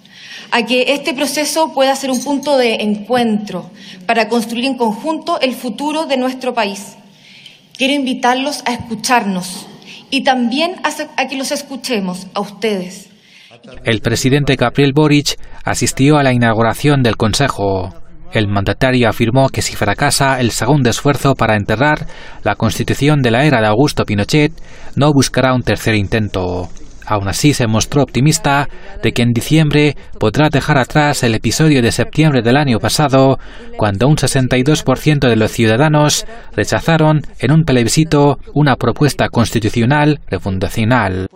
a que este proceso pueda ser un punto de encuentro para construir en conjunto el futuro de nuestro país. Quiero invitarlos a escucharnos y también a que los escuchemos a ustedes. El presidente Gabriel Boric asistió a la inauguración del Consejo. El mandatario afirmó que si fracasa el segundo esfuerzo para enterrar la Constitución de la era de Augusto Pinochet, no buscará un tercer intento. Aún así se mostró optimista de que en diciembre podrá dejar atrás el episodio de septiembre del año pasado, cuando un 62% de los ciudadanos rechazaron en un plebiscito una propuesta constitucional refundacional.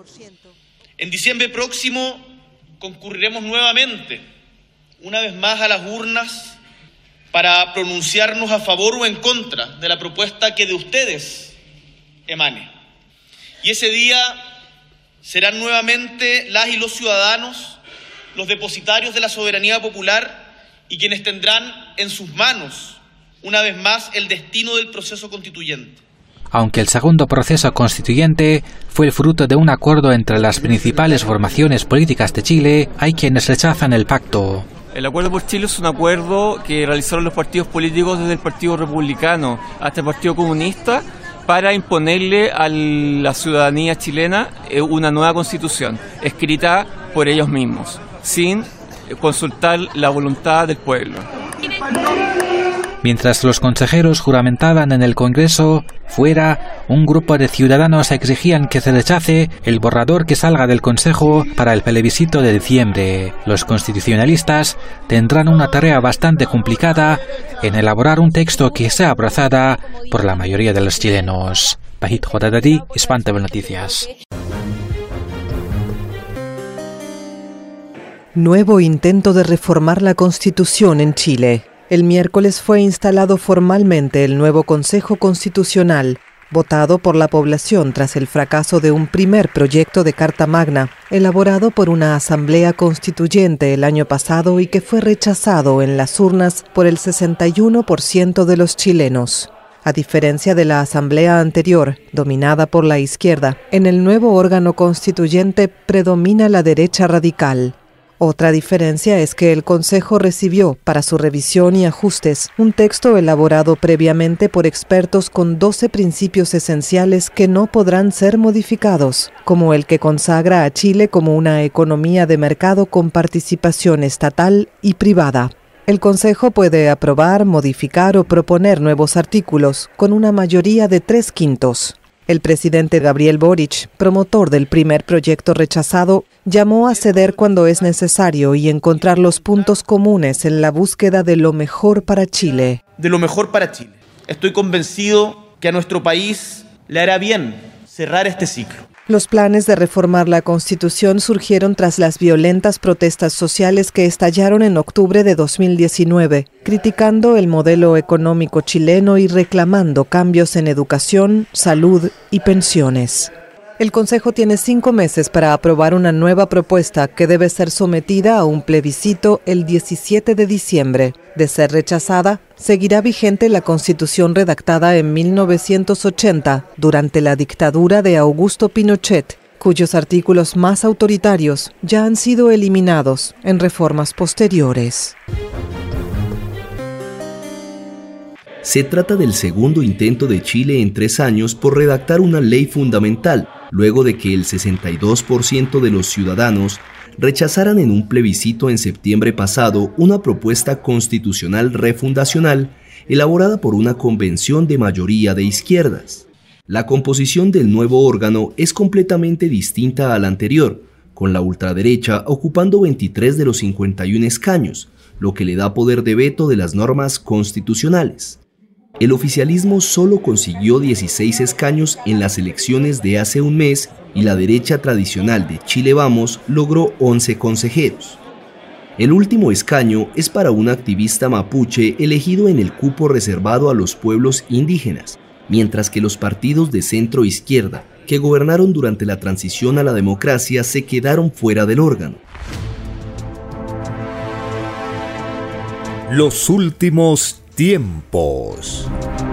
En diciembre próximo concurriremos nuevamente, una vez más, a las urnas para pronunciarnos a favor o en contra de la propuesta que de ustedes emane. Y ese día serán nuevamente las y los ciudadanos los depositarios de la soberanía popular y quienes tendrán en sus manos, una vez más, el destino del proceso constituyente. Aunque el segundo proceso constituyente fue el fruto de un acuerdo entre las principales formaciones políticas de Chile, hay quienes rechazan el pacto. El Acuerdo por Chile es un acuerdo que realizaron los partidos políticos desde el Partido Republicano hasta el Partido Comunista para imponerle a la ciudadanía chilena una nueva constitución, escrita por ellos mismos, sin consultar la voluntad del pueblo. Mientras los consejeros juramentaban en el Congreso, fuera, un grupo de ciudadanos exigían que se rechace el borrador que salga del Consejo para el plebiscito de diciembre. Los constitucionalistas tendrán una tarea bastante complicada en elaborar un texto que sea abrazada por la mayoría de los chilenos. Pajit Jodadadi, Hispan TV Noticias. Nuevo intento de reformar la Constitución en Chile. El miércoles fue instalado formalmente el nuevo Consejo Constitucional, votado por la población tras el fracaso de un primer proyecto de Carta Magna, elaborado por una asamblea constituyente el año pasado y que fue rechazado en las urnas por el 61% de los chilenos. A diferencia de la asamblea anterior, dominada por la izquierda, en el nuevo órgano constituyente predomina la derecha radical. Otra diferencia es que el Consejo recibió, para su revisión y ajustes, un texto elaborado previamente por expertos con 12 principios esenciales que no podrán ser modificados, como el que consagra a Chile como una economía de mercado con participación estatal y privada. El Consejo puede aprobar, modificar o proponer nuevos artículos, con una mayoría de 3/5. El presidente Gabriel Boric, promotor del primer proyecto rechazado, llamó a ceder cuando es necesario y encontrar los puntos comunes en la búsqueda de lo mejor para Chile. De lo mejor para Chile. Estoy convencido que a nuestro país le hará bien cerrar este ciclo. Los planes de reformar la Constitución surgieron tras las violentas protestas sociales que estallaron en octubre de 2019, criticando el modelo económico chileno y reclamando cambios en educación, salud y pensiones. El Consejo tiene 5 meses para aprobar una nueva propuesta que debe ser sometida a un plebiscito el 17 de diciembre. De ser rechazada, seguirá vigente la Constitución redactada en 1980 durante la dictadura de Augusto Pinochet, cuyos artículos más autoritarios ya han sido eliminados en reformas posteriores. Se trata del segundo intento de Chile en 3 años por redactar una ley fundamental, luego de que el 62% de los ciudadanos rechazaran en un plebiscito en septiembre pasado una propuesta constitucional refundacional elaborada por una convención de mayoría de izquierdas. La composición del nuevo órgano es completamente distinta a la anterior, con la ultraderecha ocupando 23 de los 51 escaños, lo que le da poder de veto de las normas constitucionales. El oficialismo solo consiguió 16 escaños en las elecciones de hace un mes y la derecha tradicional de Chile Vamos logró 11 consejeros. El último escaño es para un activista mapuche elegido en el cupo reservado a los pueblos indígenas, mientras que los partidos de centro-izquierda que gobernaron durante la transición a la democracia se quedaron fuera del órgano. Los últimos tiempos.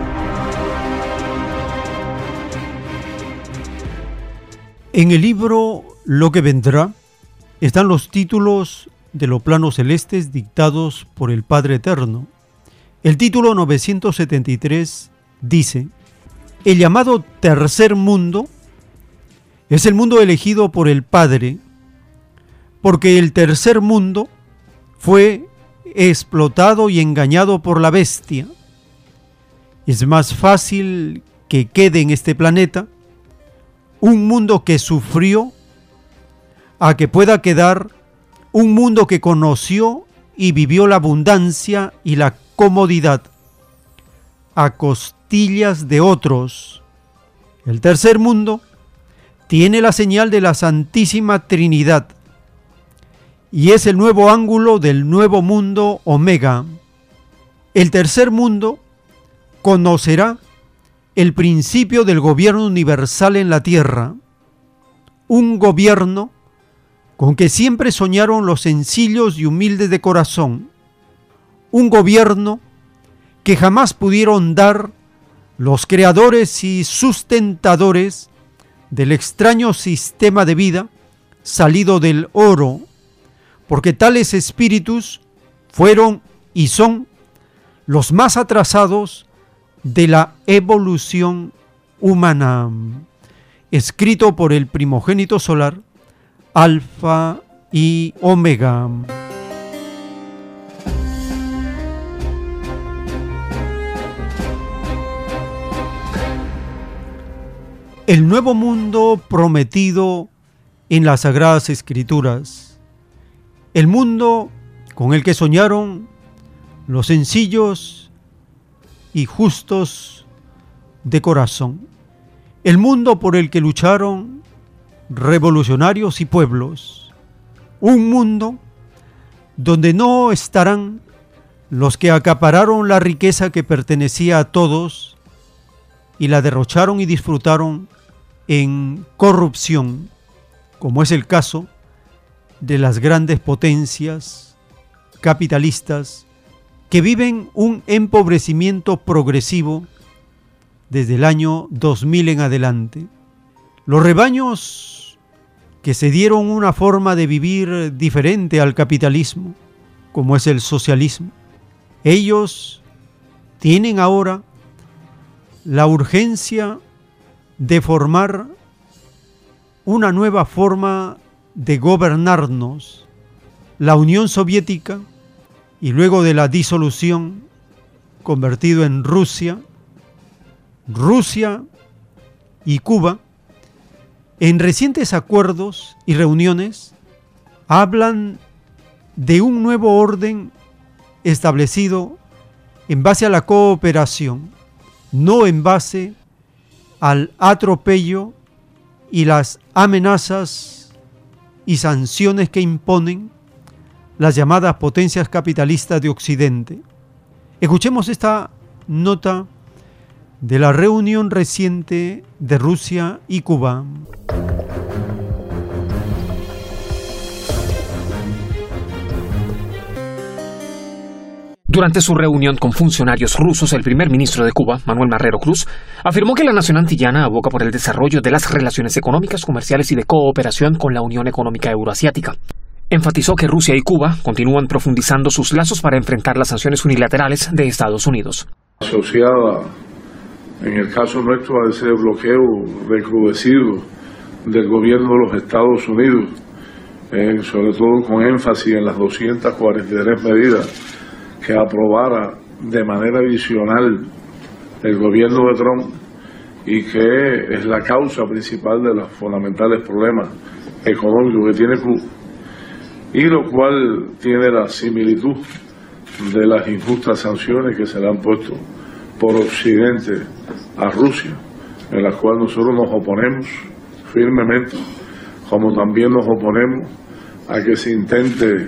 En el libro Lo que vendrá están los títulos de los planos celestes dictados por el Padre Eterno. El título 973 dice: el llamado tercer mundo es el mundo elegido por el Padre, porque el tercer mundo fue explotado y engañado por la bestia. Es más fácil que quede en este planeta un mundo que sufrió a que pueda quedar un mundo que conoció y vivió la abundancia y la comodidad a costillas de otros. El tercer mundo tiene la señal de la Santísima Trinidad y es el nuevo ángulo del nuevo mundo Omega. El tercer mundo conocerá el principio del gobierno universal en la tierra, un gobierno con que siempre soñaron los sencillos y humildes de corazón, un gobierno que jamás pudieron dar los creadores y sustentadores del extraño sistema de vida salido del oro, porque tales espíritus fueron y son los más atrasados de la evolución humana. Escrito por el primogénito solar, Alfa y Omega. El nuevo mundo prometido en las Sagradas Escrituras, el mundo con el que soñaron los sencillos y justos de corazón, el mundo por el que lucharon revolucionarios y pueblos, un mundo donde no estarán los que acapararon la riqueza que pertenecía a todos y la derrocharon y disfrutaron en corrupción, como es el caso de las grandes potencias capitalistas que viven un empobrecimiento progresivo desde el año 2000 en adelante. Los rebaños que se dieron una forma de vivir diferente al capitalismo, como es el socialismo, ellos tienen ahora la urgencia de formar una nueva forma de gobernarnos. La Unión Soviética, y luego de la disolución, convertido en Rusia y Cuba, en recientes acuerdos y reuniones, hablan de un nuevo orden establecido en base a la cooperación, no en base al atropello y las amenazas y sanciones que imponen las llamadas potencias capitalistas de Occidente. Escuchemos esta nota de la reunión reciente de Rusia y Cuba. Durante su reunión con funcionarios rusos, el primer ministro de Cuba, Manuel Marrero Cruz, afirmó que la nación antillana aboga por el desarrollo de las relaciones económicas, comerciales y de cooperación con la Unión Económica Euroasiática. Enfatizó que Rusia y Cuba continúan profundizando sus lazos para enfrentar las sanciones unilaterales de Estados Unidos. Asociada, en el caso nuestro, a ese bloqueo recrudecido del gobierno de los Estados Unidos sobre todo con énfasis en las 243 medidas que aprobara de manera adicional el gobierno de Trump y que es la causa principal de los fundamentales problemas económicos que tiene Cuba, y lo cual tiene la similitud de las injustas sanciones que se le han puesto por Occidente a Rusia, en las cuales nosotros nos oponemos firmemente, como también nos oponemos a que se intente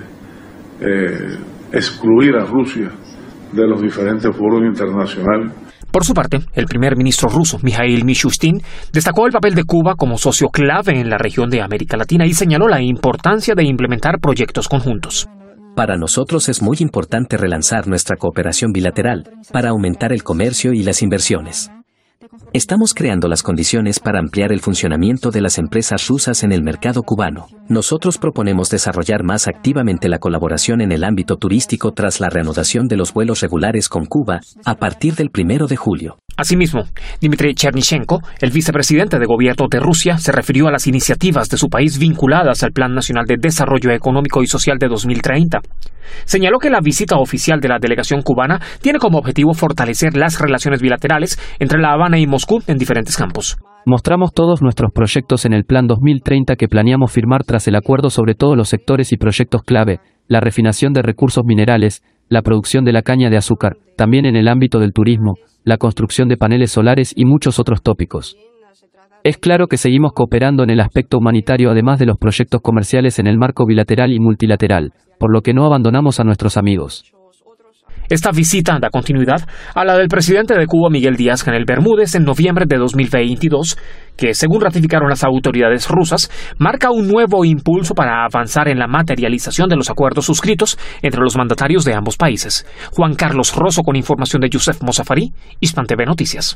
excluir a Rusia de los diferentes foros internacionales. Por su parte, el primer ministro ruso, Mikhail Mishustin, destacó el papel de Cuba como socio clave en la región de América Latina y señaló la importancia de implementar proyectos conjuntos. Para nosotros es muy importante relanzar nuestra cooperación bilateral para aumentar el comercio y las inversiones. Estamos creando las condiciones para ampliar el funcionamiento de las empresas rusas en el mercado cubano. Nosotros proponemos desarrollar más activamente la colaboración en el ámbito turístico tras la reanudación de los vuelos regulares con Cuba a partir del 1 de julio. Asimismo, Dmitry Chernyshchenko, el vicepresidente de gobierno de Rusia, se refirió a las iniciativas de su país vinculadas al Plan Nacional de Desarrollo Económico y Social de 2030. Señaló que la visita oficial de la delegación cubana tiene como objetivo fortalecer las relaciones bilaterales entre La Habana y Moscú en diferentes campos. Mostramos todos nuestros proyectos en el Plan 2030 que planeamos firmar tras el acuerdo sobre todos los sectores y proyectos clave, la refinación de recursos minerales, la producción de la caña de azúcar, también en el ámbito del turismo, la construcción de paneles solares y muchos otros tópicos. Es claro que seguimos cooperando en el aspecto humanitario además de los proyectos comerciales en el marco bilateral y multilateral, por lo que no abandonamos a nuestros amigos. Esta visita da continuidad a la del presidente de Cuba, Miguel Díaz-Canel Bermúdez, en noviembre de 2022, que, según ratificaron las autoridades rusas, marca un nuevo impulso para avanzar en la materialización de los acuerdos suscritos entre los mandatarios de ambos países. Juan Carlos Rosso con información de Youssef Mosafari, Hispan TV Noticias.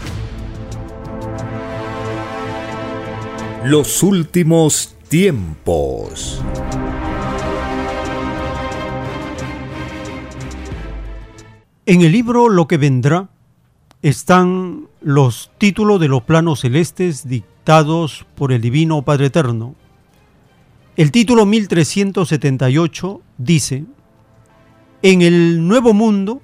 Los últimos tiempos. En el libro Lo que vendrá están los títulos de los planos celestes dictados por el Divino Padre Eterno. El título 1378 dice: en el nuevo mundo,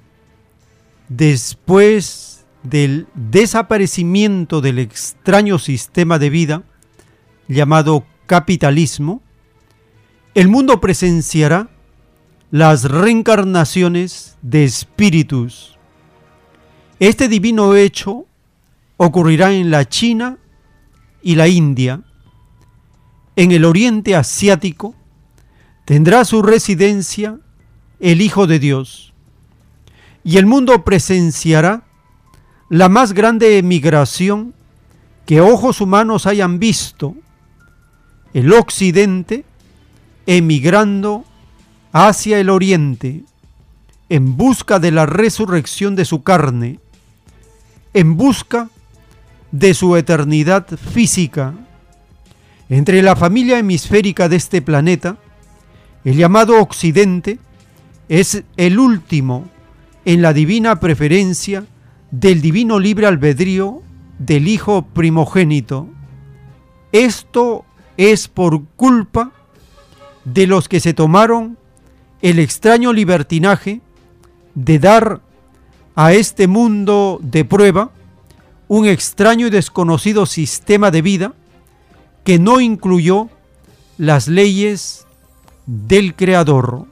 después del desaparecimiento del extraño sistema de vida llamado capitalismo, el mundo presenciará las reencarnaciones de espíritus. Este divino hecho ocurrirá en la China y la India. En el Oriente Asiático tendrá su residencia el Hijo de Dios, y el mundo presenciará la más grande emigración que ojos humanos hayan visto, el Occidente emigrando hacia el Oriente, en busca de la resurrección de su carne, en busca de su eternidad física. Entre la familia hemisférica de este planeta, el llamado Occidente es el último en la divina preferencia del divino libre albedrío del Hijo primogénito. Esto es por culpa de los que se tomaron el extraño libertinaje de dar a este mundo de prueba un extraño y desconocido sistema de vida que no incluyó las leyes del Creador.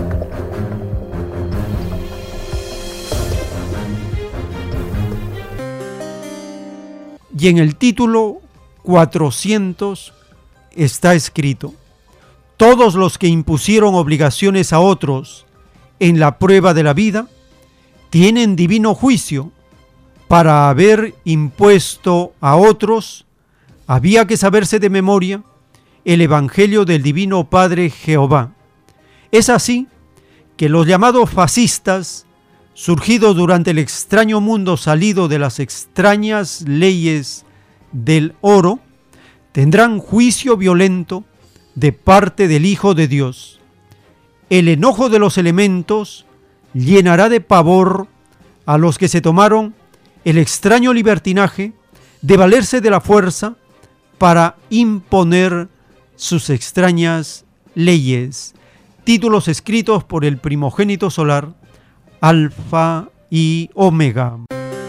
Y en el título 400 está escrito: todos los que impusieron obligaciones a otros en la prueba de la vida tienen divino juicio. Para haber impuesto a otros, había que saberse de memoria el Evangelio del Divino Padre Jehová. Es así que los llamados fascistas, surgidos durante el extraño mundo salido de las extrañas leyes del oro, tendrán juicio violento de parte del Hijo de Dios. El enojo de los elementos llenará de pavor a los que se tomaron el extraño libertinaje de valerse de la fuerza para imponer sus extrañas leyes, títulos escritos por el primogénito solar, Alfa y Omega.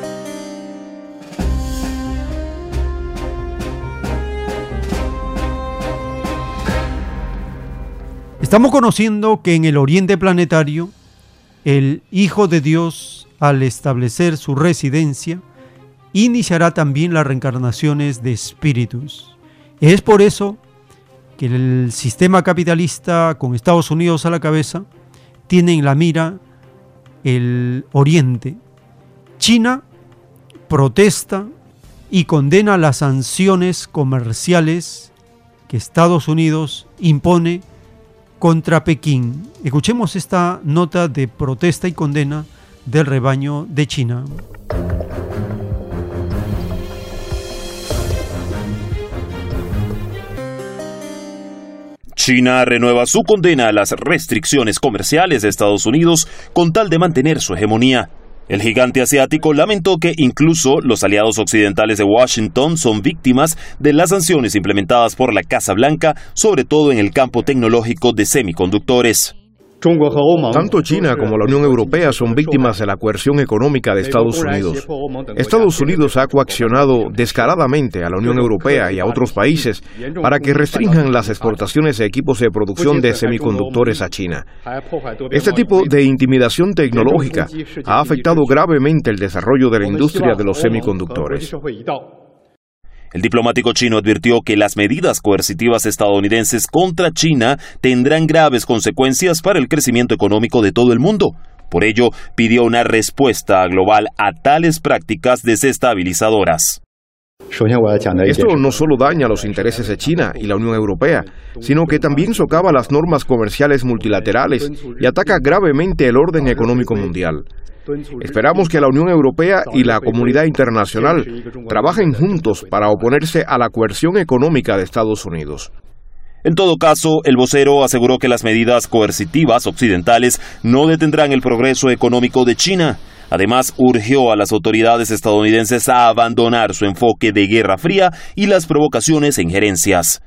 Estamos conociendo que en el oriente planetario, el Hijo de Dios, al establecer su residencia, iniciará también las reencarnaciones de espíritus. Es por eso que el sistema capitalista, con Estados Unidos a la cabeza, tiene en la mira el Oriente. China protesta y condena las sanciones comerciales que Estados Unidos impone contra Pekín. Escuchemos esta nota de protesta y condena del rebaño de China. China renueva su condena a las restricciones comerciales de Estados Unidos con tal de mantener su hegemonía. El gigante asiático lamentó que incluso los aliados occidentales de Washington son víctimas de las sanciones implementadas por la Casa Blanca, sobre todo en el campo tecnológico de semiconductores. Tanto China como la Unión Europea son víctimas de la coerción económica de Estados Unidos. Estados Unidos ha coaccionado descaradamente a la Unión Europea y a otros países para que restrinjan las exportaciones de equipos de producción de semiconductores a China. Este tipo de intimidación tecnológica ha afectado gravemente el desarrollo de la industria de los semiconductores. El diplomático chino advirtió que las medidas coercitivas estadounidenses contra China tendrán graves consecuencias para el crecimiento económico de todo el mundo. Por ello, pidió una respuesta global a tales prácticas desestabilizadoras. Esto no solo daña los intereses de China y la Unión Europea, sino que también socava las normas comerciales multilaterales y ataca gravemente el orden económico mundial. Esperamos que la Unión Europea y la comunidad internacional trabajen juntos para oponerse a la coerción económica de Estados Unidos. En todo caso, el vocero aseguró que las medidas coercitivas occidentales no detendrán el progreso económico de China. Además, urgió a las autoridades estadounidenses a abandonar su enfoque de Guerra Fría y las provocaciones e injerencias.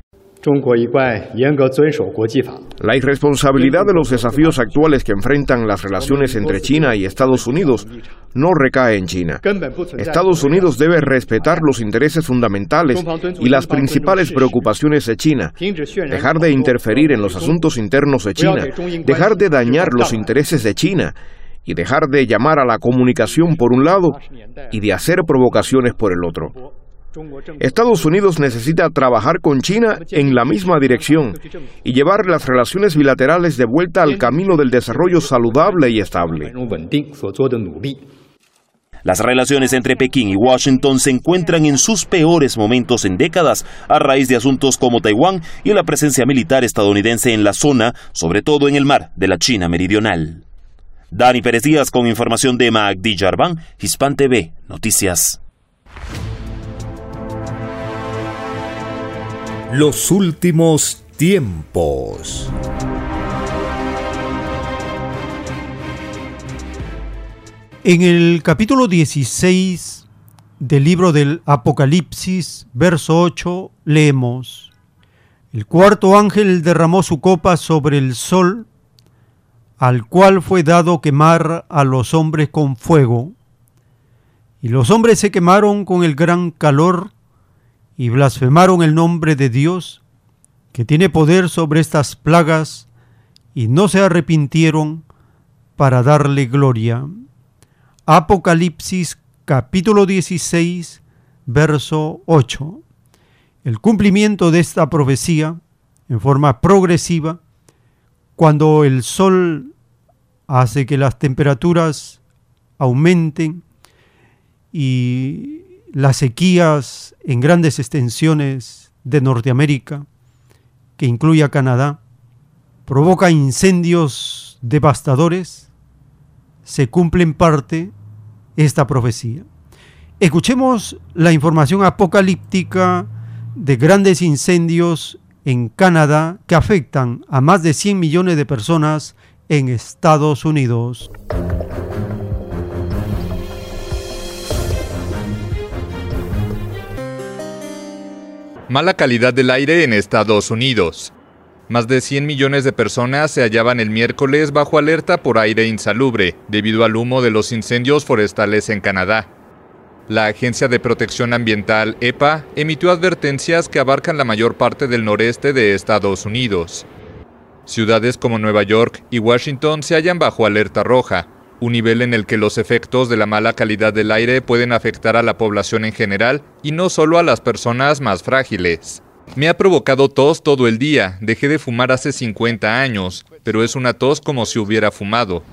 La irresponsabilidad de los desafíos actuales que enfrentan las relaciones entre China y Estados Unidos no recae en China. Estados Unidos debe respetar los intereses fundamentales y las principales preocupaciones de China, dejar de interferir en los asuntos internos de China, dejar de dañar los intereses de China y dejar de llamar a la comunicación por un lado y de hacer provocaciones por el otro. Estados Unidos necesita trabajar con China en la misma dirección y llevar las relaciones bilaterales de vuelta al camino del desarrollo saludable y estable. Las relaciones entre Pekín y Washington se encuentran en sus peores momentos en décadas, a raíz de asuntos como Taiwán y la presencia militar estadounidense en la zona, sobre todo en el mar de la China meridional. Dani Pérez Díaz con información de Magdi Jarván, Hispan TV, Noticias. Los últimos tiempos. En el capítulo 16 del libro del Apocalipsis, verso 8, leemos: El cuarto ángel derramó su copa sobre el sol, al cual fue dado quemar a los hombres con fuego. Y los hombres se quemaron con el gran calor, y blasfemaron el nombre de Dios, que tiene poder sobre estas plagas, y no se arrepintieron para darle gloria. Apocalipsis capítulo 16, verso 8. El cumplimiento de esta profecía, en forma progresiva, cuando el sol hace que las temperaturas aumenten y las sequías en grandes extensiones de Norteamérica, que incluye a Canadá, provoca incendios devastadores, se cumple en parte esta profecía. Escuchemos la información apocalíptica de grandes incendios en Canadá que afectan a más de 100 millones de personas en Estados Unidos. Mala calidad del aire en Estados Unidos. Más de 100 millones de personas se hallaban el miércoles bajo alerta por aire insalubre, debido al humo de los incendios forestales en Canadá. La Agencia de Protección Ambiental, EPA, emitió advertencias que abarcan la mayor parte del noreste de Estados Unidos. Ciudades como Nueva York y Washington se hallan bajo alerta roja, un nivel en el que los efectos de la mala calidad del aire pueden afectar a la población en general y no solo a las personas más frágiles. Me ha provocado tos todo el día. Dejé de fumar hace 50 años, pero es una tos como si hubiera fumado.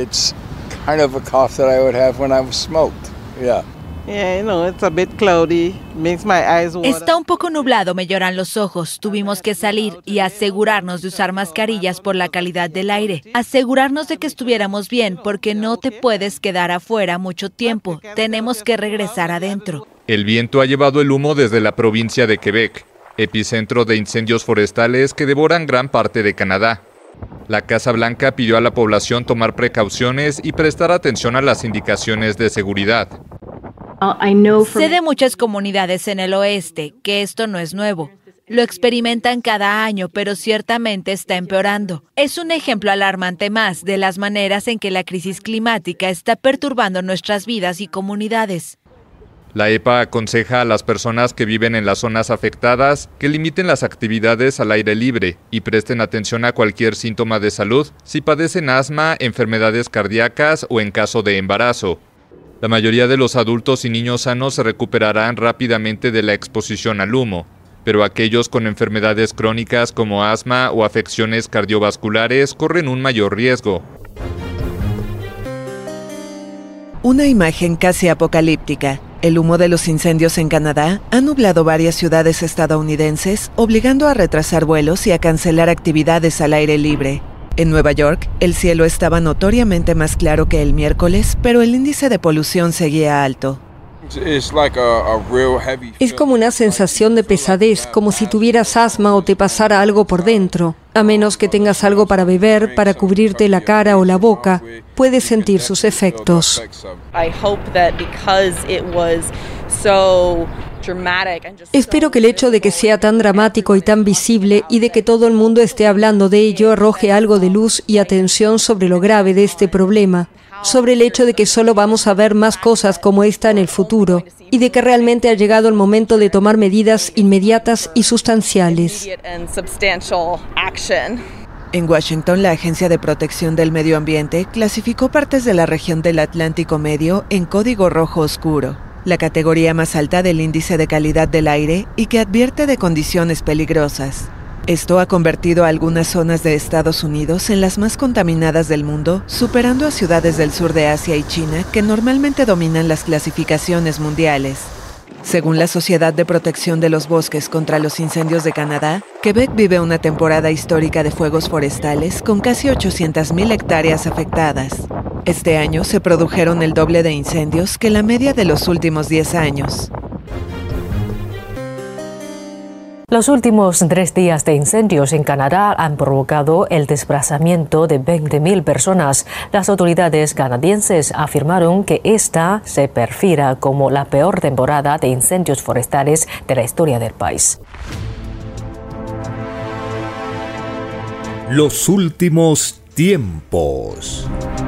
Está un poco nublado, me lloran los ojos. Tuvimos que salir y asegurarnos de usar mascarillas por la calidad del aire. Asegurarnos de que estuviéramos bien, porque no te puedes quedar afuera mucho tiempo. Tenemos que regresar adentro. El viento ha llevado el humo desde la provincia de Quebec, epicentro de incendios forestales que devoran gran parte de Canadá. La Casa Blanca pidió a la población tomar precauciones y prestar atención a las indicaciones de seguridad. Sé de muchas comunidades en el oeste que esto no es nuevo. Lo experimentan cada año, pero ciertamente está empeorando. Es un ejemplo alarmante más de las maneras en que la crisis climática está perturbando nuestras vidas y comunidades. La EPA aconseja a las personas que viven en las zonas afectadas que limiten las actividades al aire libre y presten atención a cualquier síntoma de salud si padecen asma, enfermedades cardíacas o en caso de embarazo. La mayoría de los adultos y niños sanos se recuperarán rápidamente de la exposición al humo, pero aquellos con enfermedades crónicas como asma o afecciones cardiovasculares corren un mayor riesgo. Una imagen casi apocalíptica. El humo de los incendios en Canadá ha nublado varias ciudades estadounidenses, obligando a retrasar vuelos y a cancelar actividades al aire libre. En Nueva York, el cielo estaba notoriamente más claro que el miércoles, pero el índice de polución seguía alto. Es como una sensación de pesadez, como si tuvieras asma o te pasara algo por dentro. A menos que tengas algo para beber, para cubrirte la cara o la boca, puedes sentir sus efectos. Espero que el hecho de que sea tan dramático y tan visible y de que todo el mundo esté hablando de ello arroje algo de luz y atención sobre lo grave de este problema, sobre el hecho de que solo vamos a ver más cosas como esta en el futuro y de que realmente ha llegado el momento de tomar medidas inmediatas y sustanciales. En Washington, la Agencia de Protección del Medio Ambiente clasificó partes de la región del Atlántico Medio en código rojo oscuro, la categoría más alta del índice de calidad del aire y que advierte de condiciones peligrosas. Esto ha convertido a algunas zonas de Estados Unidos en las más contaminadas del mundo, superando a ciudades del sur de Asia y China que normalmente dominan las clasificaciones mundiales. Según la Sociedad de Protección de los Bosques contra los Incendios de Canadá, Quebec vive una temporada histórica de fuegos forestales con casi 800,000 hectáreas afectadas. Este año se produjeron el doble de incendios que la media de los últimos 10 años. Los últimos 3 días de incendios en Canadá han provocado el desplazamiento de 20,000 personas. Las autoridades canadienses afirmaron que esta se perfila como la peor temporada de incendios forestales de la historia del país. Los últimos tiempos.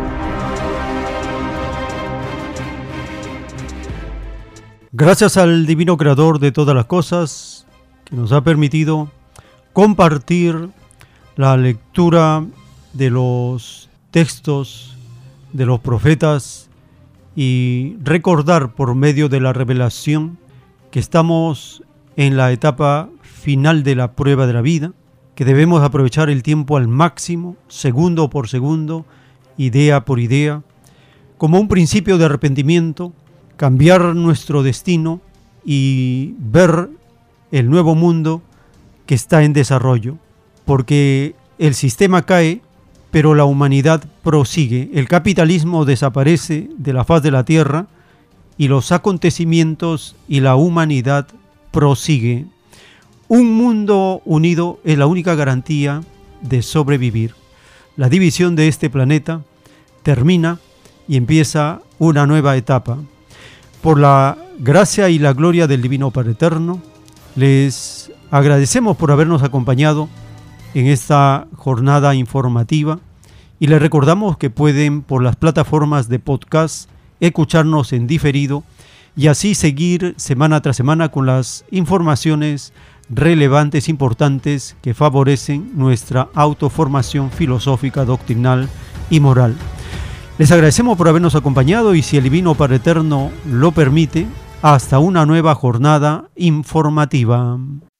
Gracias al divino creador de todas las cosas, que nos ha permitido compartir la lectura de los textos de los profetas y recordar por medio de la revelación que estamos en la etapa final de la prueba de la vida, que debemos aprovechar el tiempo al máximo, segundo por segundo, idea por idea, como un principio de arrepentimiento, cambiar nuestro destino y ver el nuevo mundo que está en desarrollo, porque el sistema cae, pero la humanidad prosigue. El capitalismo desaparece de la faz de la tierra y los acontecimientos y la humanidad prosigue. Un mundo unido es la única garantía de sobrevivir. La división de este planeta termina y empieza una nueva etapa. Por la gracia y la gloria del Divino Padre Eterno, les agradecemos por habernos acompañado en esta jornada informativa y les recordamos que pueden por las plataformas de podcast escucharnos en diferido y así seguir semana tras semana con las informaciones relevantes, importantes, que favorecen nuestra autoformación filosófica, doctrinal y moral. Les agradecemos por habernos acompañado y si el Divino Padre Eterno lo permite, hasta una nueva jornada informativa.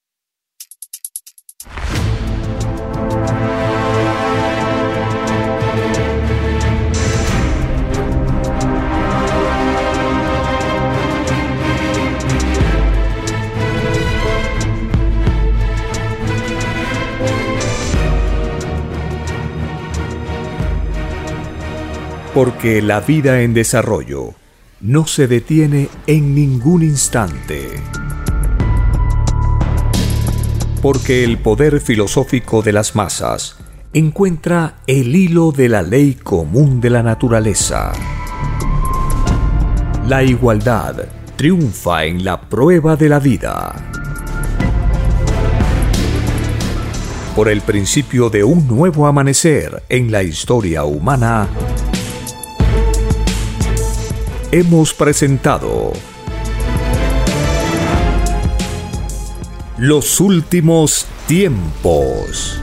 Porque la vida en desarrollo no se detiene en ningún instante. Porque el poder filosófico de las masas encuentra el hilo de la ley común de la naturaleza. La igualdad triunfa en la prueba de la vida. Por el principio de un nuevo amanecer en la historia humana, hemos presentado Los últimos tiempos.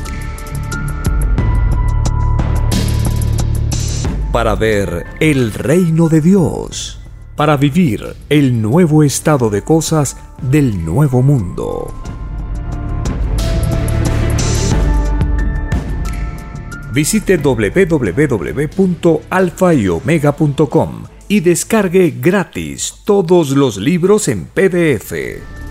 Para ver el reino de Dios, para vivir el nuevo estado de cosas del nuevo mundo. Visite www.alfayomega.com y descargue gratis todos los libros en PDF.